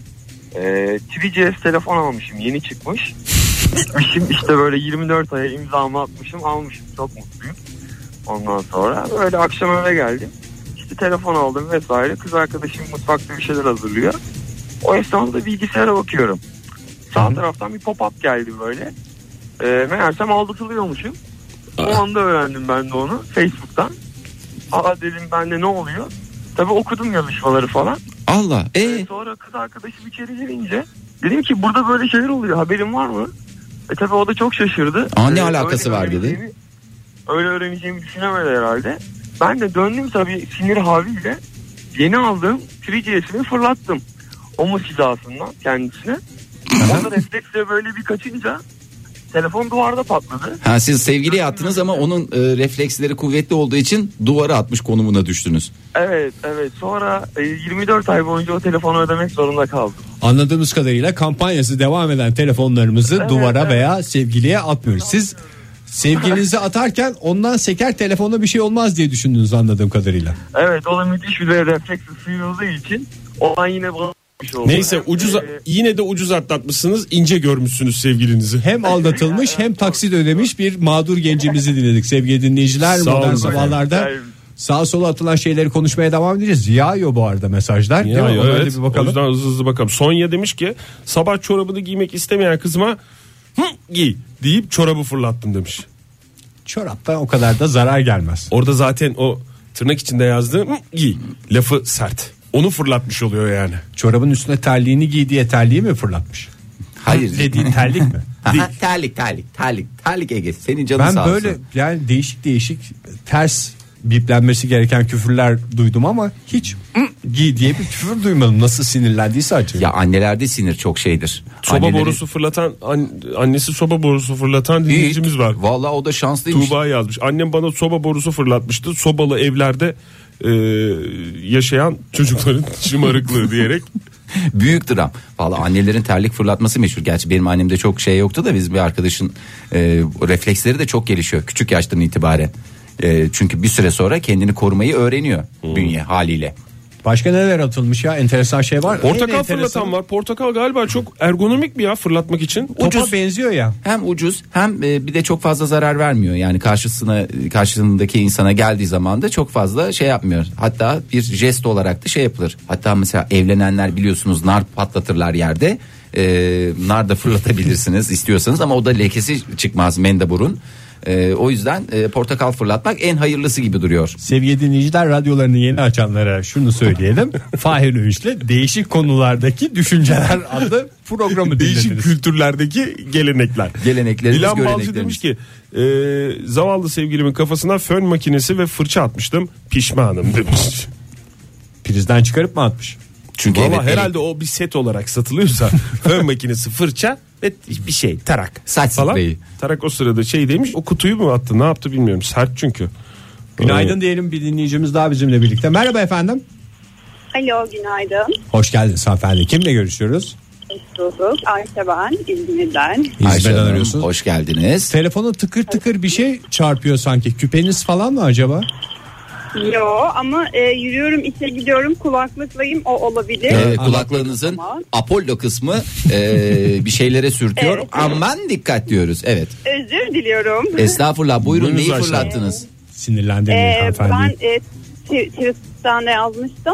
3GS telefon almışım. Yeni çıkmış. Gitmişim işte böyle 24 aya imzamı atmışım. Almışım. Çok mutluyum. Ondan sonra böyle akşam eve geldim. İşte telefon aldım vesaire. Kız arkadaşım mutfakta bir şeyler hazırlıyor. O esnada bilgisayara bakıyorum. Sağ taraftan bir pop-up geldi böyle. Meğersem aldatılıyormuşum. O anda öğrendim ben de onu Facebook'tan. Aa dedim, ben de ne oluyor? Tabii okudum yazışmaları falan. Allah. Sonra kız arkadaşım içeri girince dedim ki burada böyle şeyler oluyor, haberin var mı? Tabii o da çok şaşırdı. Ne alakası var dedi. Öyle öğreneceğimi düşünemedi herhalde. Ben de döndüm tabii sinir haliyle. Yeni aldığım 3GS'ini fırlattım. Omuz hizasından kendisine. Onda refleksle böyle bir kaçınca telefon duvarda patladı. Ha, siz sevgiliye attınız ama onun refleksleri kuvvetli olduğu için duvara atmış konumuna düştünüz. Evet. Sonra 24 ay boyunca o telefonu ödemek zorunda kaldım. Anladığımız kadarıyla kampanyası devam eden telefonlarımızı Evet, duvara evet. veya sevgiliye atmıyoruz. Siz sevgilinizi atarken ondan seker telefona bir şey olmaz diye düşündünüz anladığım kadarıyla. Evet, o da müthiş bir refleksle sıyrıldığı için o an yine bana bir şey oldu. Neyse yine de ucuz atlatmışsınız. İnce görmüşsünüz sevgilinizi. Hem aldatılmış hem taksit ödemiş bir mağdur gencimizi dinledik sevgili dinleyiciler. Sağ Modern olun. sabahlarda sağa sola atılan şeyleri konuşmaya devam edeceğiz. Yağıyor bu arada mesajlar. Değil mi? Ona evet. hadi bir O bakalım. yüzden hızlı bakalım. Sonya demiş ki sabah çorabını giymek istemeyen kızıma giy deyip çorabı fırlattım demiş. Çoraptan o kadar da zarar gelmez. Orada zaten o tırnak içinde yazdığı giy lafı sert. Onu fırlatmış oluyor yani. Çorabın üstüne terliğini giy diye terliği mi fırlatmış? Hayır. Dediğin terlik mi? Aha, terlik Ege, senin canın Ben sağ böyle olsun. yani değişik ters biplenmesi gereken küfürler duydum ama hiç giy diye bir küfür duymadım. Nasıl sinirlendiyse acaba. Ya annelerde sinir çok şeydir. Soba Anneleri- borusu fırlatan annesi soba borusu fırlatan dinleyicimiz var. Vallahi o da şanslıymış. Tuğba yazmış. Annem bana soba borusu fırlatmıştı. Sobalı evlerde yaşayan çocukların şımarıklığı diyerek. Büyük dram. Vallahi annelerin terlik fırlatması meşhur. Gerçi benim annemde çok şey yoktu da biz bir arkadaşın refleksleri de çok gelişiyor küçük yaştan itibaren. Çünkü bir süre sonra kendini korumayı öğreniyor bünye haliyle. Başka neler atılmış ya? Enteresan şey var. Portakal fırlatan var. Portakal galiba çok ergonomik bir ya fırlatmak için. Topa benziyor ya. Hem ucuz hem bir de çok fazla zarar vermiyor. Yani karşısındaki insana geldiği zaman da çok fazla şey yapmıyor. Hatta bir jest olarak da şey yapılır. Hatta mesela evlenenler biliyorsunuz nar patlatırlar yerde. Nar da fırlatabilirsiniz istiyorsanız ama o da lekesi çıkmaz mendeburun. O yüzden portakal fırlatmak en hayırlısı gibi duruyor. Sevgili dinleyiciler, radyolarını yeni açanlara şunu söyleyelim. Fahir Öğünç'le değişik konulardaki düşünceler adlı programı Değişik dinlediniz. kültürlerdeki gelenekler. Geleneklerimiz, Dilan Balcı göreneklerimiz. demiş ki zavallı sevgilimin kafasına fön makinesi ve fırça atmıştım, pişmanım demiş. Prizden çıkarıp mı atmış? Çünkü Valla evet, herhalde o bir set olarak satılıyorsa fön makinesi, fırça ve bir şey tarak Saç falan. spreyi. Tarak o sırada şey demiş, o kutuyu mu attı ne yaptı bilmiyorum, sert çünkü. Günaydın diyelim, bir dinleyicimiz daha bizimle birlikte. Merhaba efendim. Alo, günaydın. Hoş geldiniz hanımefendi. Kimle görüşüyoruz? Bulduk. Ayşe ben, İzmir'den. Ayşe İzmir'den Hanım, arıyorsunuz. hoş geldiniz. Telefona tıkır tıkır bir şey çarpıyor sanki. Küpeniz falan mı acaba? Yo ama yürüyorum, işe gidiyorum, kulaklıklıyım, o olabilir. Kulaklarınızın Tamam. Apollo kısmı bir şeylere sürtüyor. Evet. Aman dikkat diyoruz. Evet. Özür diliyorum. Estağfurullah. Buyurun, Buyurunuz neyi Ayşe. fırlattınız? Sinirlendirmeyin hanımefendi. Ben Twitter'dan da yazmıştım.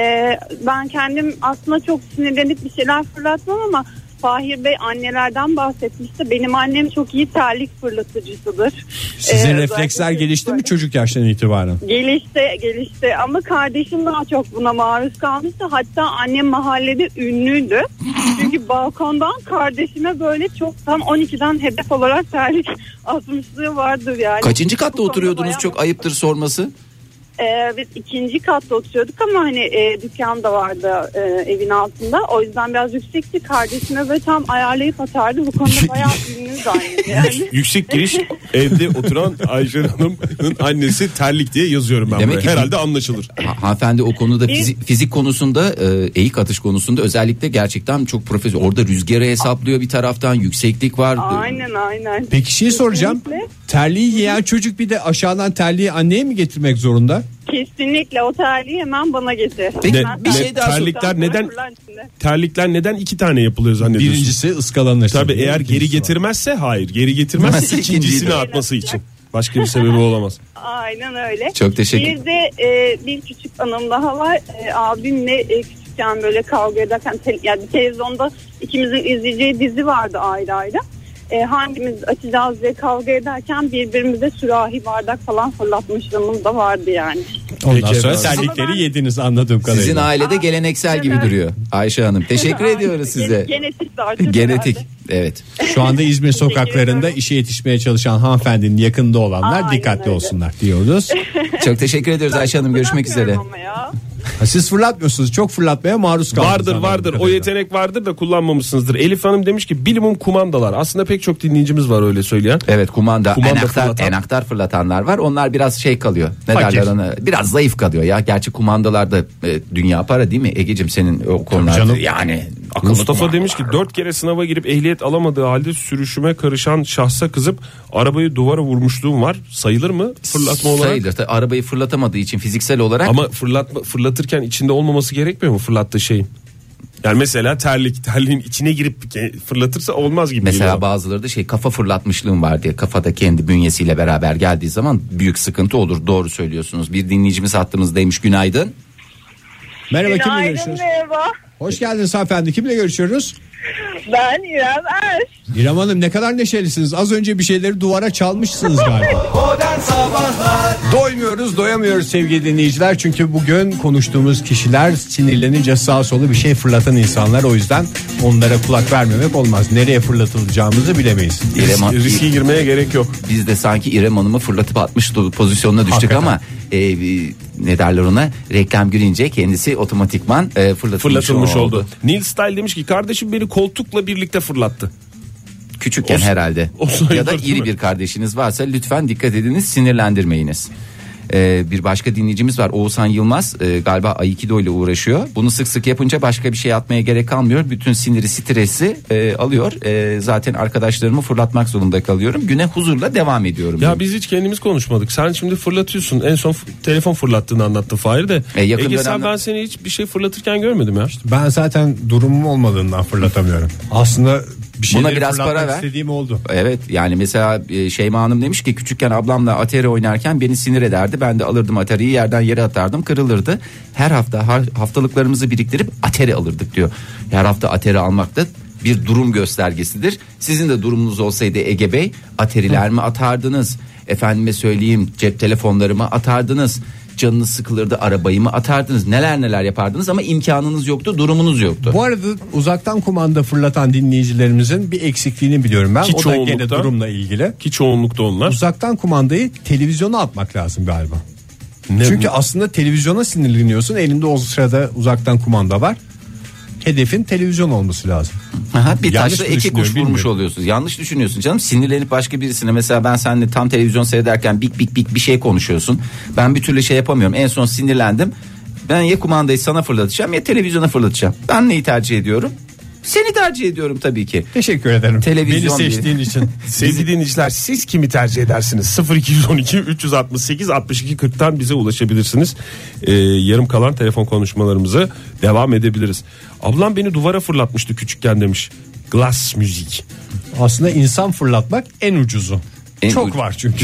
Ben kendim aslında çok sinirlenip bir şeyler fırlatmam ama Fahir Bey annelerden bahsetmişti. Benim annem çok iyi terlik fırlatıcısıdır. Sizin Özellikle refleksler gelişti mi böyle. çocuk yaştan itibaren? Gelişti ama kardeşim daha çok buna maruz kalmıştı. Hatta annem mahallede ünlüydü. Çünkü balkondan kardeşime böyle çok tam 12'den hedef olarak terlik atmışlığı vardır yani. Kaçıncı katta Bu konuda oturuyordunuz? bayağı- Çok ayıptır sorması. Biz 2. katta oturuyorduk ama hani dükkan da vardı evin altında. O yüzden biraz yüksekti. Kardeşime böyle tam ayarlayıp atardı. Bu konuda bayağı ünlüyüz annesi yani. Yüksek giriş evde oturan Ayşe Hanım'ın annesi terlik diye yazıyorum ben Demek buraya. ki- Herhalde anlaşılır. Hanımefendi o konuda fizik konusunda eğik atış konusunda özellikle gerçekten çok profesyonel. Orada rüzgarı hesaplıyor, bir taraftan yükseklik var. Aynen. Peki şey soracağım. Kesinlikle. Terliği giyen çocuk bir de aşağıdan terliği anneye mi getirmek zorunda? Kesinlikle o terliği hemen bana getir. Peki, Ben- bir şey daha Terlikler neden 2 tane yapılıyor zannediyorsun? Birincisi ıskalanır. Tabii eğer geri getirmezse hayır. Geri getirmezse Nasıl ikincisini ikinciyi de? atması için. Başka bir sebebi olamaz. Aynen öyle. Çok teşekkür. Bir de bir küçük anım daha var. Abimle küçükken böyle kavga ederken yani televizyonda ikimizin izleyeceği dizi vardı ayrı ayrı. Hangimiz açacağız diye kavga ederken birbirimize sürahi bardak falan fırlatmışlığımız da vardı yani. Ondan Peki sonra efendim. terlikleri Ama ben- yediniz anladığım kadarıyla. Sizin ailede geleneksel gibi duruyor Ayşe Hanım. Teşekkür ediyoruz size. Genetik de artık Genetik. herhalde. Evet. Şu anda İzmir sokaklarında ediyorum. işe yetişmeye çalışan hanımefendinin yakında olanlar Aynen dikkatli öyle. olsunlar diyoruz. Çok teşekkür ediyoruz Ayşe Hanım. Görüşmek üzere. Fırlatmıyorum ama ya. Ha, siz fırlatmıyorsunuz, çok fırlatmaya maruz kaldınız. Vardır anladığım o kadarıyla. yetenek vardır da kullanmamışsınızdır. Elif Hanım demiş ki bilimum kumandalar. Aslında pek çok dinleyicimiz var öyle söyleyen. Evet, kumanda fırlatan. enaktar fırlatanlar var. Onlar biraz şey kalıyor. Ne Fakir. derler ona? Biraz zayıf kalıyor ya. Gerçi kumandalarda dünya para değil mi? Egeciğim senin o konularda canım. yani. Mustafa demiş ki 4 kere sınava girip ehliyet alamadığı halde sürüşüme karışan şahsa kızıp arabayı duvara vurmuşluğum var. Sayılır mı fırlatma olarak? Sayılır. Tabii arabayı fırlatamadığı için fiziksel olarak. Ama fırlatırken içinde olmaması gerekmiyor mu fırlattığı şeyin? Yani mesela terliğin içine girip fırlatırsa olmaz gibi. Mesela geliyor. bazıları da kafa fırlatmışlığım var diye, kafada kendi bünyesiyle beraber geldiği zaman büyük sıkıntı olur. Doğru söylüyorsunuz. Bir dinleyicimiz hattımızdaymış. Günaydın. Merhaba, kimle Günaydın, görüşüyoruz? merhaba. Hoş geldiniz hanımefendi, kimle görüşüyoruz? Ben İrem Er. İrem Hanım, ne kadar neşelisiniz. Az önce bir şeyleri duvara çalmışsınız galiba. Modern Sabahlar Doymuyoruz, doyamıyoruz sevgili dinleyiciler. Çünkü bugün konuştuğumuz kişiler sinirlenince sağa sola bir şey fırlatan insanlar. O yüzden onlara kulak vermemek olmaz. Nereye fırlatılacağımızı bilemeyiz. Riske girmeye gerek yok. Biz de sanki İrem Hanım'ı fırlatıp 60 pozisyonuna düştük Hakikaten. ama ne derler ona, reklam girince kendisi otomatikman Fırlatılmış oldu. Neil Style demiş ki kardeşim beni koltukla birlikte fırlattı. Küçükken O- herhalde. o sayılır Ya da değil iri mi? bir kardeşiniz varsa lütfen dikkat ediniz, sinirlendirmeyiniz. Bir başka dinleyicimiz var, Oğuzhan Yılmaz, galiba Aikido ile uğraşıyor. Bunu sık sık yapınca başka bir şey atmaya gerek kalmıyor. Bütün siniri, stresi alıyor. Zaten arkadaşlarımı fırlatmak zorunda kalıyorum. Güne huzurla devam ediyorum. Ya biz hiç kendimiz konuşmadık. Sen şimdi fırlatıyorsun. En son telefon fırlattığını anlattın Fahir de. Ege sen ben seni hiç bir şey fırlatırken görmedim ya. İşte ben zaten durumum olmadığından fırlatamıyorum. Aslında bir şeyleri biraz para fırlatmak ver. istediğim oldu. Evet, yani mesela Şeyma Hanım demiş ki küçükken ablamla Atari oynarken beni sinir ederdi. Ben de alırdım Atari'yi, yerden yere atardım, kırılırdı. Her hafta haftalıklarımızı biriktirip Atari alırdık diyor. Her hafta Atari almak da bir durum göstergesidir. Sizin de durumunuz olsaydı Ege Bey, Atari'ler mi atardınız? Efendime söyleyeyim, cep telefonlarımı atardınız? Canınız sıkılırdı, arabayı mı atardınız? Neler yapardınız ama imkanınız yoktu, durumunuz yoktu. Bu arada uzaktan kumanda fırlatan dinleyicilerimizin bir eksikliğini biliyorum ben. Ki o da gene durumla ilgili. Ki çoğunlukta onlar. Uzaktan kumandayı televizyona atmak lazım galiba. Ne Çünkü bu? aslında televizyona sinirleniyorsun. Elinde o sırada uzaktan kumanda var. Hedefin televizyon olması lazım. Aha, bir Yanlış taşla mı iki kuş düşünüyorum, vurmuş bilmiyorum. oluyorsunuz. Yanlış düşünüyorsun canım. Sinirlenip başka birisine, mesela ben seninle tam televizyon seyrederken bik bir şey konuşuyorsun. Ben bir türlü şey yapamıyorum. En son sinirlendim. Ben ya kumandayı sana fırlatacağım ya televizyona fırlatacağım. Ben neyi tercih ediyorum? Seni tercih ediyorum tabii ki. Teşekkür ederim. Televizyon Beni seçtiğin için. Sevgili dinleyiciler, siz kimi tercih edersiniz? 0212 368 62 40'tan bize ulaşabilirsiniz. Yarım kalan telefon konuşmalarımızı devam edebiliriz. Ablam beni duvara fırlatmıştı küçükken demiş. Glass müzik. Aslında insan fırlatmak en ucuzu. Çok var çünkü.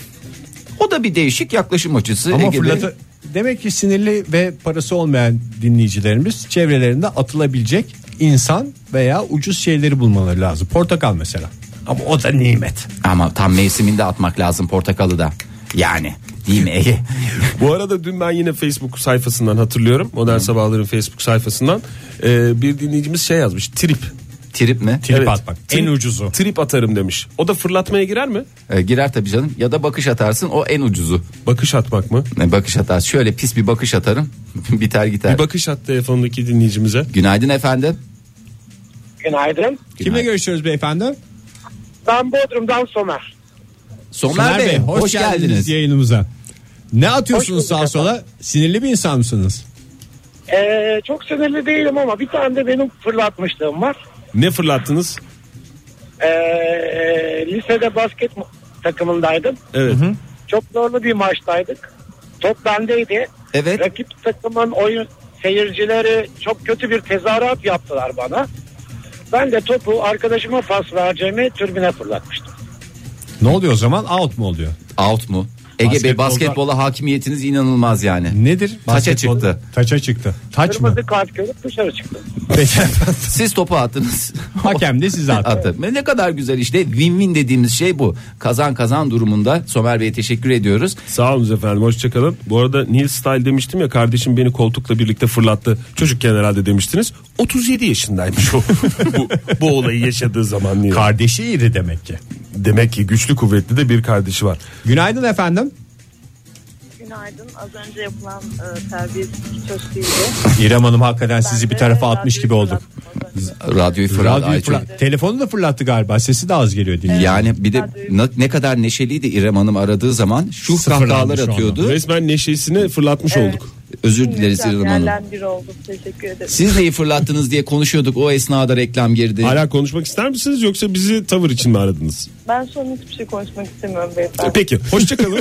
O da bir değişik yaklaşım açısı. Ama Ege'de. demek ki sinirli ve parası olmayan dinleyicilerimiz çevrelerinde atılabilecek insan veya ucuz şeyleri bulmaları lazım. Portakal mesela. Ama o da nimet. Ama tam mevsiminde atmak lazım portakalı da. Yani değil mi Ege? Bu arada dün ben yine Facebook sayfasından hatırlıyorum. Modern Sabahlar'ın Facebook sayfasından bir dinleyicimiz şey yazmış. Trip mi? Trip atmak. En ucuzu. Trip atarım demiş. O da fırlatmaya girer mi? Girer tabii canım. Ya da bakış atarsın, o en ucuzu. Bakış atmak mı? Bakış atarsın. Şöyle pis bir bakış atarım. Biter gider. Bir bakış at telefondaki dinleyicimize. Günaydın efendim. Günaydın. Kimle görüşüyoruz beyefendi? Ben Bodrum'dan Somer. Somer Bey, hoş geldiniz. Yayınımıza. Ne atıyorsunuz Hoş bulduk sağa sola? Sinirli bir insan mısınız? Çok sinirli değilim ama bir tane de benim fırlatmışlığım var. Ne fırlattınız? Lisede basket takımındaydım. Evet. Çok zorlu bir maçtaydık. Top bendeydi. Evet. Rakip takımın oyun seyircileri çok kötü bir tezahürat yaptılar bana. Ben de topu arkadaşıma pas vereceğimi tribüne fırlatmıştım. Ne oluyor o zaman? Out mu oluyor? Out mu? Ege Bey, Basketbolda- basketbola hakimiyetiniz inanılmaz yani. Nedir? Taça Basketbol- çıktı. Taça çıktı. Taç mı? Kırmızı kart görüp dışarı çıktım. Peki. Siz topu attınız. Hakem de size attı. Attı. Ne kadar güzel işte, win-win dediğimiz şey bu. Kazan kazan durumunda. Somer Bey'e teşekkür ediyoruz. Sağ olun efendim, hoşçakalın. Bu arada Neil Style demiştim ya, kardeşim beni koltukla birlikte fırlattı. Çocukken herhalde demiştiniz. 37 yaşındaymış o. bu olayı yaşadığı zaman Neil. Kardeşi iri demek ki. Demek ki güçlü kuvvetli de bir kardeşi var. Günaydın efendim. Günaydın. Az önce yapılan terbiyesizlik hiç hoş değildi. İrem Hanım, hakikaten sizi bir tarafa atmış gibi olduk. Radyoyu Radyoyu telefonu da fırlattı galiba. Sesi de az geliyor dinleyin. Yani bir de ne kadar neşeliydi İrem Hanım aradığı zaman, şu Sıfırlandı kahkahalar şu anda. atıyordu. Resmen neşesini fırlatmış olduk. Özür dileriz İrem Hanım. Yerlen bir olduk. Teşekkür ederim. Siz neyi fırlattınız diye konuşuyorduk, o esnada reklam girdi. Hala konuşmak ister misiniz yoksa bizi tavır için mi aradınız? Ben şu an hiçbir şey konuşmak istemiyorum beyefendi. Peki, hoşçakalın.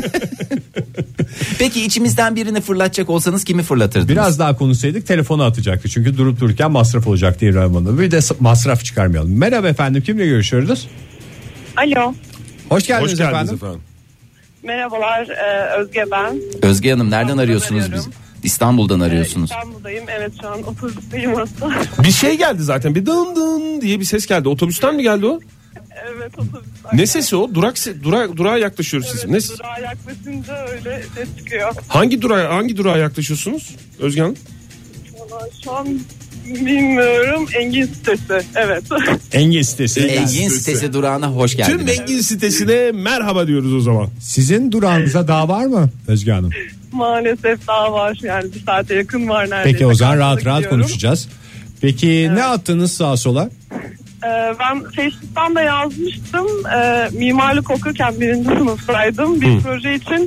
Peki içimizden birini fırlatacak olsanız kimi fırlatırdınız? Biraz daha konuşsaydık telefonu atacaktı. Çünkü durup dururken masraf olacaktı İrem Hanım. Bir de masraf çıkarmayalım. Merhaba efendim, kimle görüşüyoruz? Alo. Hoş geldiniz, Hoş geldiniz efendim. efendim. Merhabalar. Özge ben. Özge Hanım, nereden İstanbul'dan arıyorsunuz bizi? arıyorum. İstanbul'dan arıyorsunuz. İstanbul'dayım. Evet, şu an otobüsteyim aslında. Bir şey geldi zaten, bir dın dın diye bir ses geldi. Otobüsten mi geldi o? Evet, otobüsten. Ne sesi o? Durağa yaklaşıyoruz siz. Ne? Durağa yaklaşınca öyle ses çıkıyor. Hangi durağa yaklaşıyorsunuz Özge Hanım? Valla şu an bilmiyorum. Engin sitesi. Evet. Engin sitesi. Engin sitesi durağına hoş Tüm geldiniz. Engin sitesine merhaba diyoruz o zaman. Sizin durağınıza daha var mı Özge Hanım? Maalesef daha var. Yani bir saate yakın var neredeyse. Peki o zaman rahat Karşıda rahat gidiyorum. konuşacağız. Peki ne attınız sağa sola? Ben Facebook'tan da yazmıştım. Mimarlık okurken 1. sınıftaydım. Bir proje için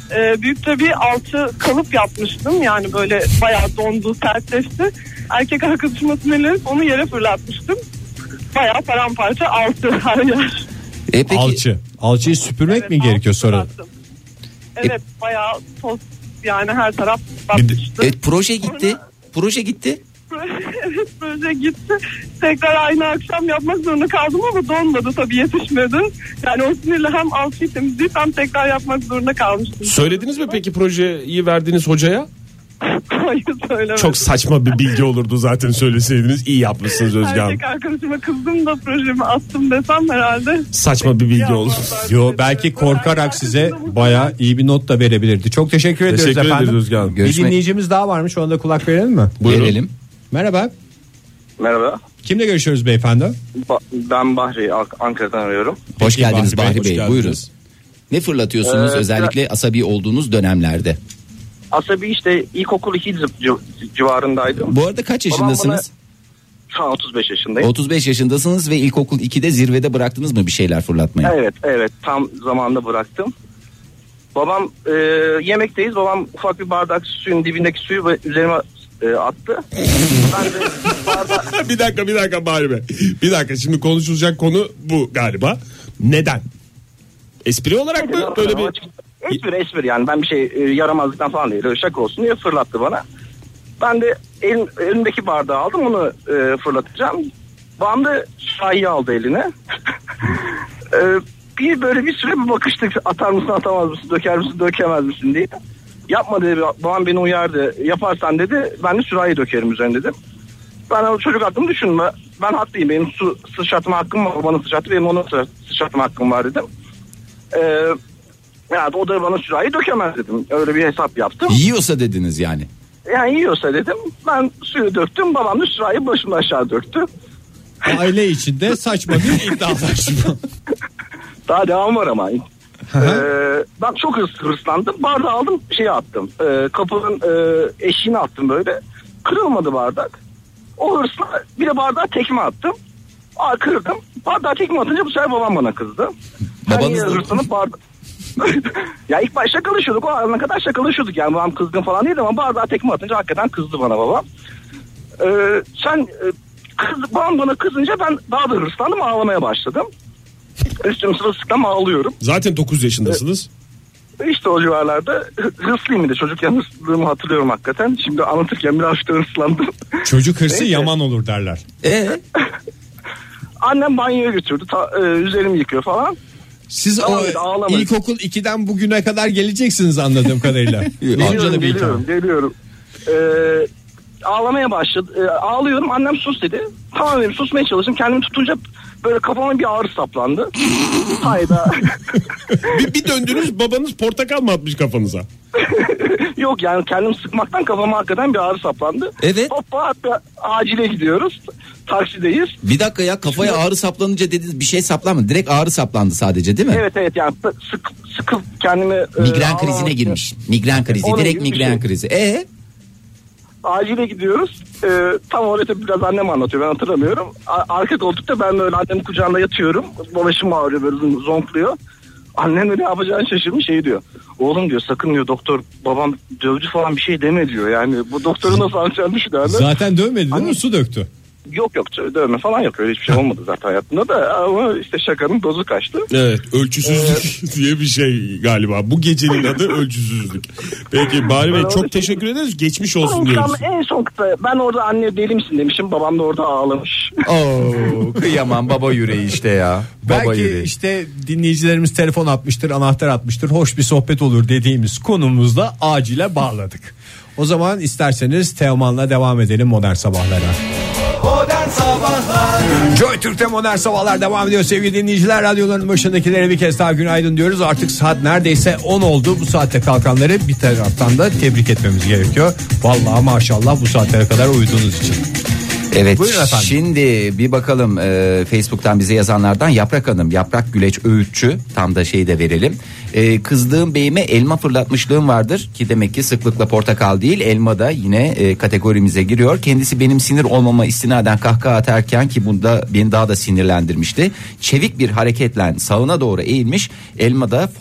büyük de bir alçı kalıp yapmıştım. Yani böyle bayağı dondu, sertleşti. Erkek arkadaşıma sinirlenip onu yere fırlatmıştım. Bayağı paramparça alçı her yer. Peki, alçıyı süpürmek mi gerekiyor sonra? Evet, bayağı toz, yani her taraf batmıştı. Proje gitti. Proje gitti. Evet, proje gitti. Tekrar aynı akşam yapmak zorunda kaldım ama donmadı tabii, yetişmedi. Yani o sinirle hem alçıyı temizleyip hem tekrar yapmak zorunda kalmıştım. Söylediniz mi peki projeyi verdiğiniz hocaya? Hayır, söylemedim. Çok saçma bir bilgi olurdu zaten, söyleseydiniz. İyi yapmışsınız Özge Hanım. Erkek arkadaşıma kızdım da projemi attım desem herhalde. Saçma bir bilgi olur. Yo, belki korkarak size bayağı iyi bir not da verebilirdi. Çok teşekkür ediyoruz efendim. Teşekkür ederiz Özge Hanım. Bir dinleyicimiz daha varmış, ona da kulak verelim mi? Buyurun. Verelim. Merhaba. Merhaba. Kimle görüşüyoruz beyefendi? Ben Bahri, Ankara'dan arıyorum. Hoş geldiniz Bahri Bey. geldiniz. Buyurun. Ne fırlatıyorsunuz özellikle asabi olduğunuz dönemlerde? Asabi işte ilkokul 2 civarındaydım. Bu arada kaç yaşındasınız? Şu an 35 yaşındayım. 35 yaşındasınız ve ilkokul 2'de zirvede bıraktınız mı bir şeyler fırlatmayı? Evet, tam zamanında bıraktım. Babam yemekteyiz. Babam ufak bir bardak suyun dibindeki suyu üzerime attı. Ben de bardak... Bir dakika Bahri Bey. Bir dakika, şimdi konuşulacak konu bu galiba. Neden? Espri olarak mı böyle bir... Espri yani, ben bir şey yaramazlıktan falan değil, şaka olsun diye fırlattı bana. Ben de elimdeki bardağı aldım, onu fırlatacağım. Babam da şahiyi aldı eline. Bir süre bir bakıştık, atar mısın atamaz mısın, döker misin dökemez misin diye. Yapma dedi, babam beni uyardı, yaparsan dedi ben de sürahiyi dökerim üzerine dedim. Ben o çocuk hakkımı düşünme, ben haklıyım, benim su sıçratma hakkım var, bana sıçrattı, benim ona sıçratma hakkım var dedim. Yani o da bana sürahi dökemez dedim. Öyle bir hesap yaptım. Yiyorsa dediniz yani. Yani yiyorsa dedim. Ben suyu döktüm. Babam da sürahi başımdan aşağı döktü. Aile içinde saçma bir iddialaşma. Daha devam var ama. Ben çok hırslandım. Bardağı aldım, şeye attım. Kapının eşiğine attım böyle. Kırılmadı bardak. O hırsla bir de bardağı tekme attım. Kırdım. Bardağı tekme atınca bu sefer babam bana kızdı. Babanız da hırslanıp bardağı... Ya ilk başta şakalaşıyorduk, o ana kadar şakalaşıyorduk yani, babam kızgın falan değil ama bardağı tekme atınca hakikaten kızdı bana babam. Babam bana kızınca ben daha da hırslandım, ağlamaya başladım. Üstüm sırılsıklam ağlıyorum. Zaten 9 yaşındasınız. İşte o civarlarda hırslıyım, bir de çocukken hırslılığımı hatırlıyorum hakikaten. Şimdi anlatırken biraz hırslandım. Çocuk hırsı yaman olur derler. Annem banyoya götürdü, üzerimi yıkıyor falan. Siz ilkokul 2'den bugüne kadar geleceksiniz anladığım kadarıyla. Geliyorum. Ağlamaya başladı. Ağlıyorum, annem sus dedi. Tamam dedim, susmaya çalıştım. Kendimi tutunca böyle kafama bir ağrı saplandı. Hayda. bir döndünüz, babanız portakal mı atmış kafanıza? Yok yani, kendim sıkmaktan kafama hakikaten bir ağrı saplandı. Evet. Hoppa, hatta acile gidiyoruz. Taksideyiz. Bir dakika ya, kafaya ağrı saplanınca dediniz, bir şey saplanmadı. Direkt ağrı saplandı sadece değil mi? Evet yani sıkıp kendimi... Migren krizine girmiş. Migren krizi. Direkt migren krizi. Acile gidiyoruz. Tam orada biraz annem anlatıyor, ben hatırlamıyorum. Arka koltukta ben böyle annemin kucağında yatıyorum. Başım ağrıyor, böyle zonkluyor. Annem de ne yapacağını şaşırmış, şey diyor. Oğlum diyor, sakın diyor, doktor babam dövdü falan bir şey deme diyor. Yani bu doktoru nasıl anlayacağını düşünüyor. Zaten dövmedi değil mi? Su döktü. Yok dövme falan yok, öyle hiçbir şey olmadı zaten hayatımda da, ama işte şakanın dozu kaçtı. Evet, ölçüsüzlük diye bir şey galiba. Bu gecenin adı ölçüsüzlük. Peki Bahri Bey, çok teşekkür ederiz. Geçmiş olsun diyoruz. En son kısa, ben orada anne deli misin demişim, babam da orada ağlamış. Kıyamam, baba yüreği işte ya. Belki işte dinleyicilerimiz telefon atmıştır, anahtar atmıştır, hoş bir sohbet olur dediğimiz konumuzda acile bağladık. O zaman isterseniz Teoman'la devam edelim Modern Sabahlar'a. Modern Sabahlar. Joy Türk'te Modern Sabahlar devam ediyor sevgili dinleyiciler. Radyoların başındakilere bir kez daha günaydın diyoruz. Artık saat neredeyse 10 oldu. Bu saatte kalkanları bir taraftan da tebrik etmemiz gerekiyor. Vallahi maşallah bu saatlere kadar uyuduğunuz için. Evet, şimdi bir bakalım Facebook'tan bize yazanlardan. Yaprak Hanım, Yaprak Güleç Öğütçü, tam da şeyi de verelim. Kızdığım beyime elma fırlatmışlığım vardır ki demek ki sıklıkla portakal değil, elma da yine kategorimize giriyor. Kendisi benim sinir olmama istinaden kahkaha atarken, ki bunda beni daha da sinirlendirmişti, çevik bir hareketle sağına doğru eğilmiş, elma da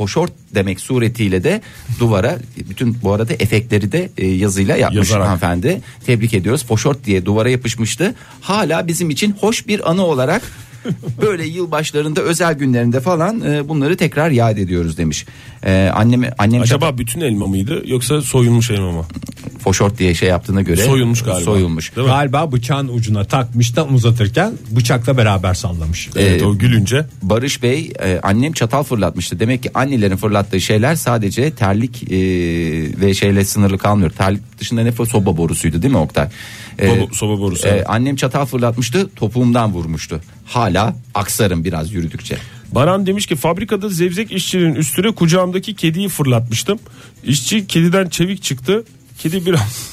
demek suretiyle de duvara bütün bu arada efektleri de yazıyla yapmış Yazarak. hanımefendi. Tebrik ediyoruz. Foşort diye duvara yapışmıştı. Hala bizim için hoş bir anı olarak böyle yılbaşlarında özel günlerinde falan bunları tekrar yad ediyoruz demiş. Annem Acaba bütün elma mıydı yoksa soyulmuş elma mı? foşort diye şey yaptığına göre Soyulmuş galiba. Soyulmuş. Değil mi? Galiba bıçağın ucuna takmış da uzatırken bıçakla beraber sallamış. Evet, o gülünce. Barış Bey annem çatal fırlatmıştı. Demek ki annelerin fırlattığı şeyler sadece terlik ve şeyle sınırlı kalmıyor. Terlik dışında ne soba borusuydu değil mi Oktay? Soba borusu. Annem çatal fırlatmıştı, topuğumdan vurmuştu. Hala aksarım biraz yürüdükçe. Baran demiş ki fabrikada zevzek işçinin üstüne kucağımdaki kediyi fırlatmıştım. İşçi kediden çevik çıktı. Kedi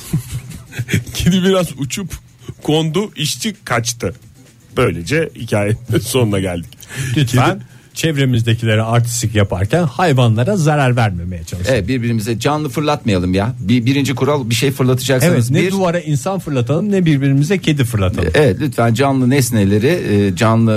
biraz uçup kondu, işçi kaçtı. Böylece hikayenin sonuna geldik. Lütfen çevremizdekilere artistik yaparken hayvanlara zarar vermemeye çalışalım. Evet, birbirimize canlı fırlatmayalım ya. Birinci kural, bir şey fırlatacaksanız Evet, ne duvara insan fırlatalım ne birbirimize kedi fırlatalım. Evet, lütfen canlı nesneleri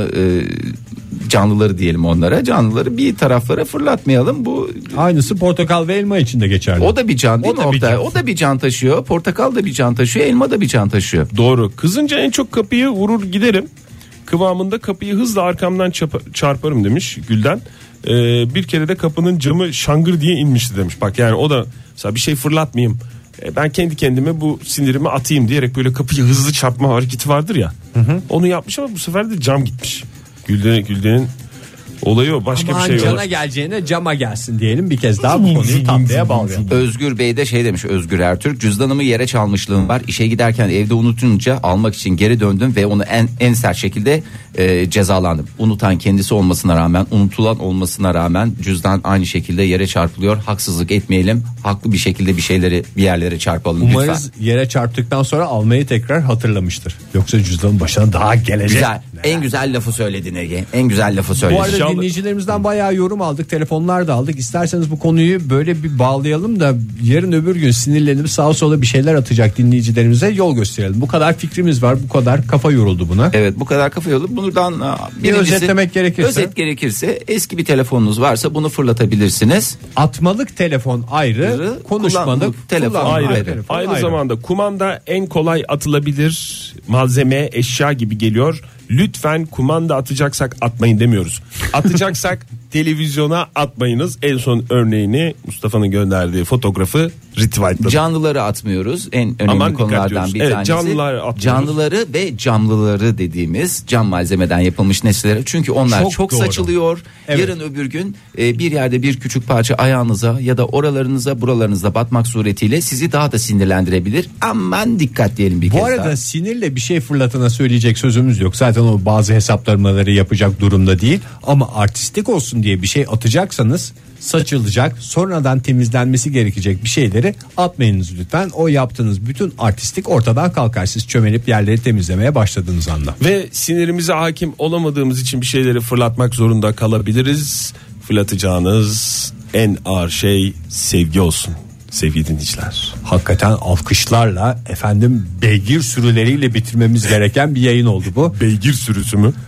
canlıları diyelim onlara. Canlıları bir taraflara fırlatmayalım. Bu Aynısı portakal ve elma için de geçerli. o da bir can değil O mi da bir Oktay? can. O da bir can taşıyor. Portakal da bir can taşıyor. Elma da bir can taşıyor. Doğru. Kızınca en çok kapıyı vurur giderim. Kıvamında kapıyı hızla arkamdan çarparım demiş Gülden. Bir kere de kapının camı şangır diye inmişti demiş. Bak yani o da mesela bir şey fırlatmayayım. Ben kendi kendime bu sinirimi atayım diyerek böyle kapıyı hızlı çarpma hareketi vardır ya. Onu yapmış ama bu sefer de cam gitmiş. Gülden'in olayı o, başka Aman bir şey cana yok. geleceğine cama gelsin diyelim, bir kez daha bu konuyu tatlıya bağlayalım. Özgür Bey de şey demiş, Özgür Ertürk, cüzdanımı yere çalmışlığım var. İşe giderken evde unutunca almak için geri döndüm ve onu en sert şekilde cezalandım. Unutan kendisi olmasına rağmen, unutulan olmasına rağmen cüzdan aynı şekilde yere çarpılıyor. Haksızlık etmeyelim. Haklı bir şekilde bir yerlere çarpalım Umarız lütfen. yere çarptıktan sonra almayı tekrar hatırlamıştır. Yoksa cüzdanın başına daha gelecek. Güzel. En güzel lafı söyledin Ege. En güzel lafı Bu söyledin. arada İnşallah. dinleyicilerimizden bayağı yorum aldık, telefonlar da aldık. İsterseniz bu konuyu böyle bir bağlayalım da yarın öbür gün sinirlenip sağa sola bir şeyler atacak dinleyicilerimize yol gösterelim. Bu kadar fikrimiz var, bu kadar kafa yoruldu buna. Evet, bu kadar kafa yolu. Buradan özetlemek gerekirse. Özet gerekirse eski bir telefonunuz varsa bunu fırlatabilirsiniz. Atmalık telefon ayrı, konuşmalık kullanmalık telefon kullanmalık Ayrı. telefon Aynı zamanda kumanda en kolay atılabilir malzeme, eşya gibi geliyor. Lütfen kumanda atacaksak atmayın demiyoruz. Atacaksak televizyona atmayınız. En son örneğini Mustafa'nın gönderdiği fotoğrafı retweetladım. Canlıları atmıyoruz. En önemli Aman dikkat konulardan ediyoruz. bir Evet, tanesi. canlıları atmıyoruz. Canlıları ve camlıları dediğimiz cam malzemeden yapılmış nesneleri. Çünkü onlar çok doğru. saçılıyor. Evet. Yarın öbür gün bir yerde bir küçük parça ayağınıza ya da oralarınıza buralarınıza batmak suretiyle sizi daha da sinirlendirebilir. Aman dikkat diyelim bir kez Bu arada daha. sinirle bir şey fırlatana söyleyecek sözümüz yok. Zaten o bazı hesaplamaları yapacak durumda değil. Ama artistik olsun diye bir şey atacaksanız saçılacak, sonradan temizlenmesi gerekecek bir şeyleri atmayınız lütfen. O yaptığınız bütün artistik ortadan kalkar. Siz çömelip yerleri temizlemeye başladığınız anda. Ve sinirimize hakim olamadığımız için bir şeyleri fırlatmak zorunda kalabiliriz. Fırlatacağınız en ağır şey sevgi olsun sevgili dinleyiciler. Hakikaten alkışlarla, efendim beygir sürüleriyle bitirmemiz gereken bir yayın oldu bu. Beygir sürüsü mü?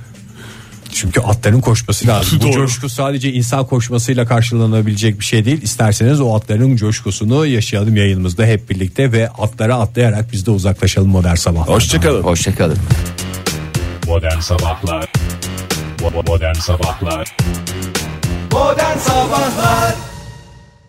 Çünkü atların koşması lazım. Bu Doğru. coşku sadece insan koşmasıyla karşılanabilecek bir şey değil. İsterseniz o atların coşkusunu yaşayalım yayınımızda hep birlikte ve atlara atlayarak biz de uzaklaşalım modern sabahlardan. Hoşçakalın. Hoşçakalın. Modern Sabahlar Modern Sabahlar Modern Sabahlar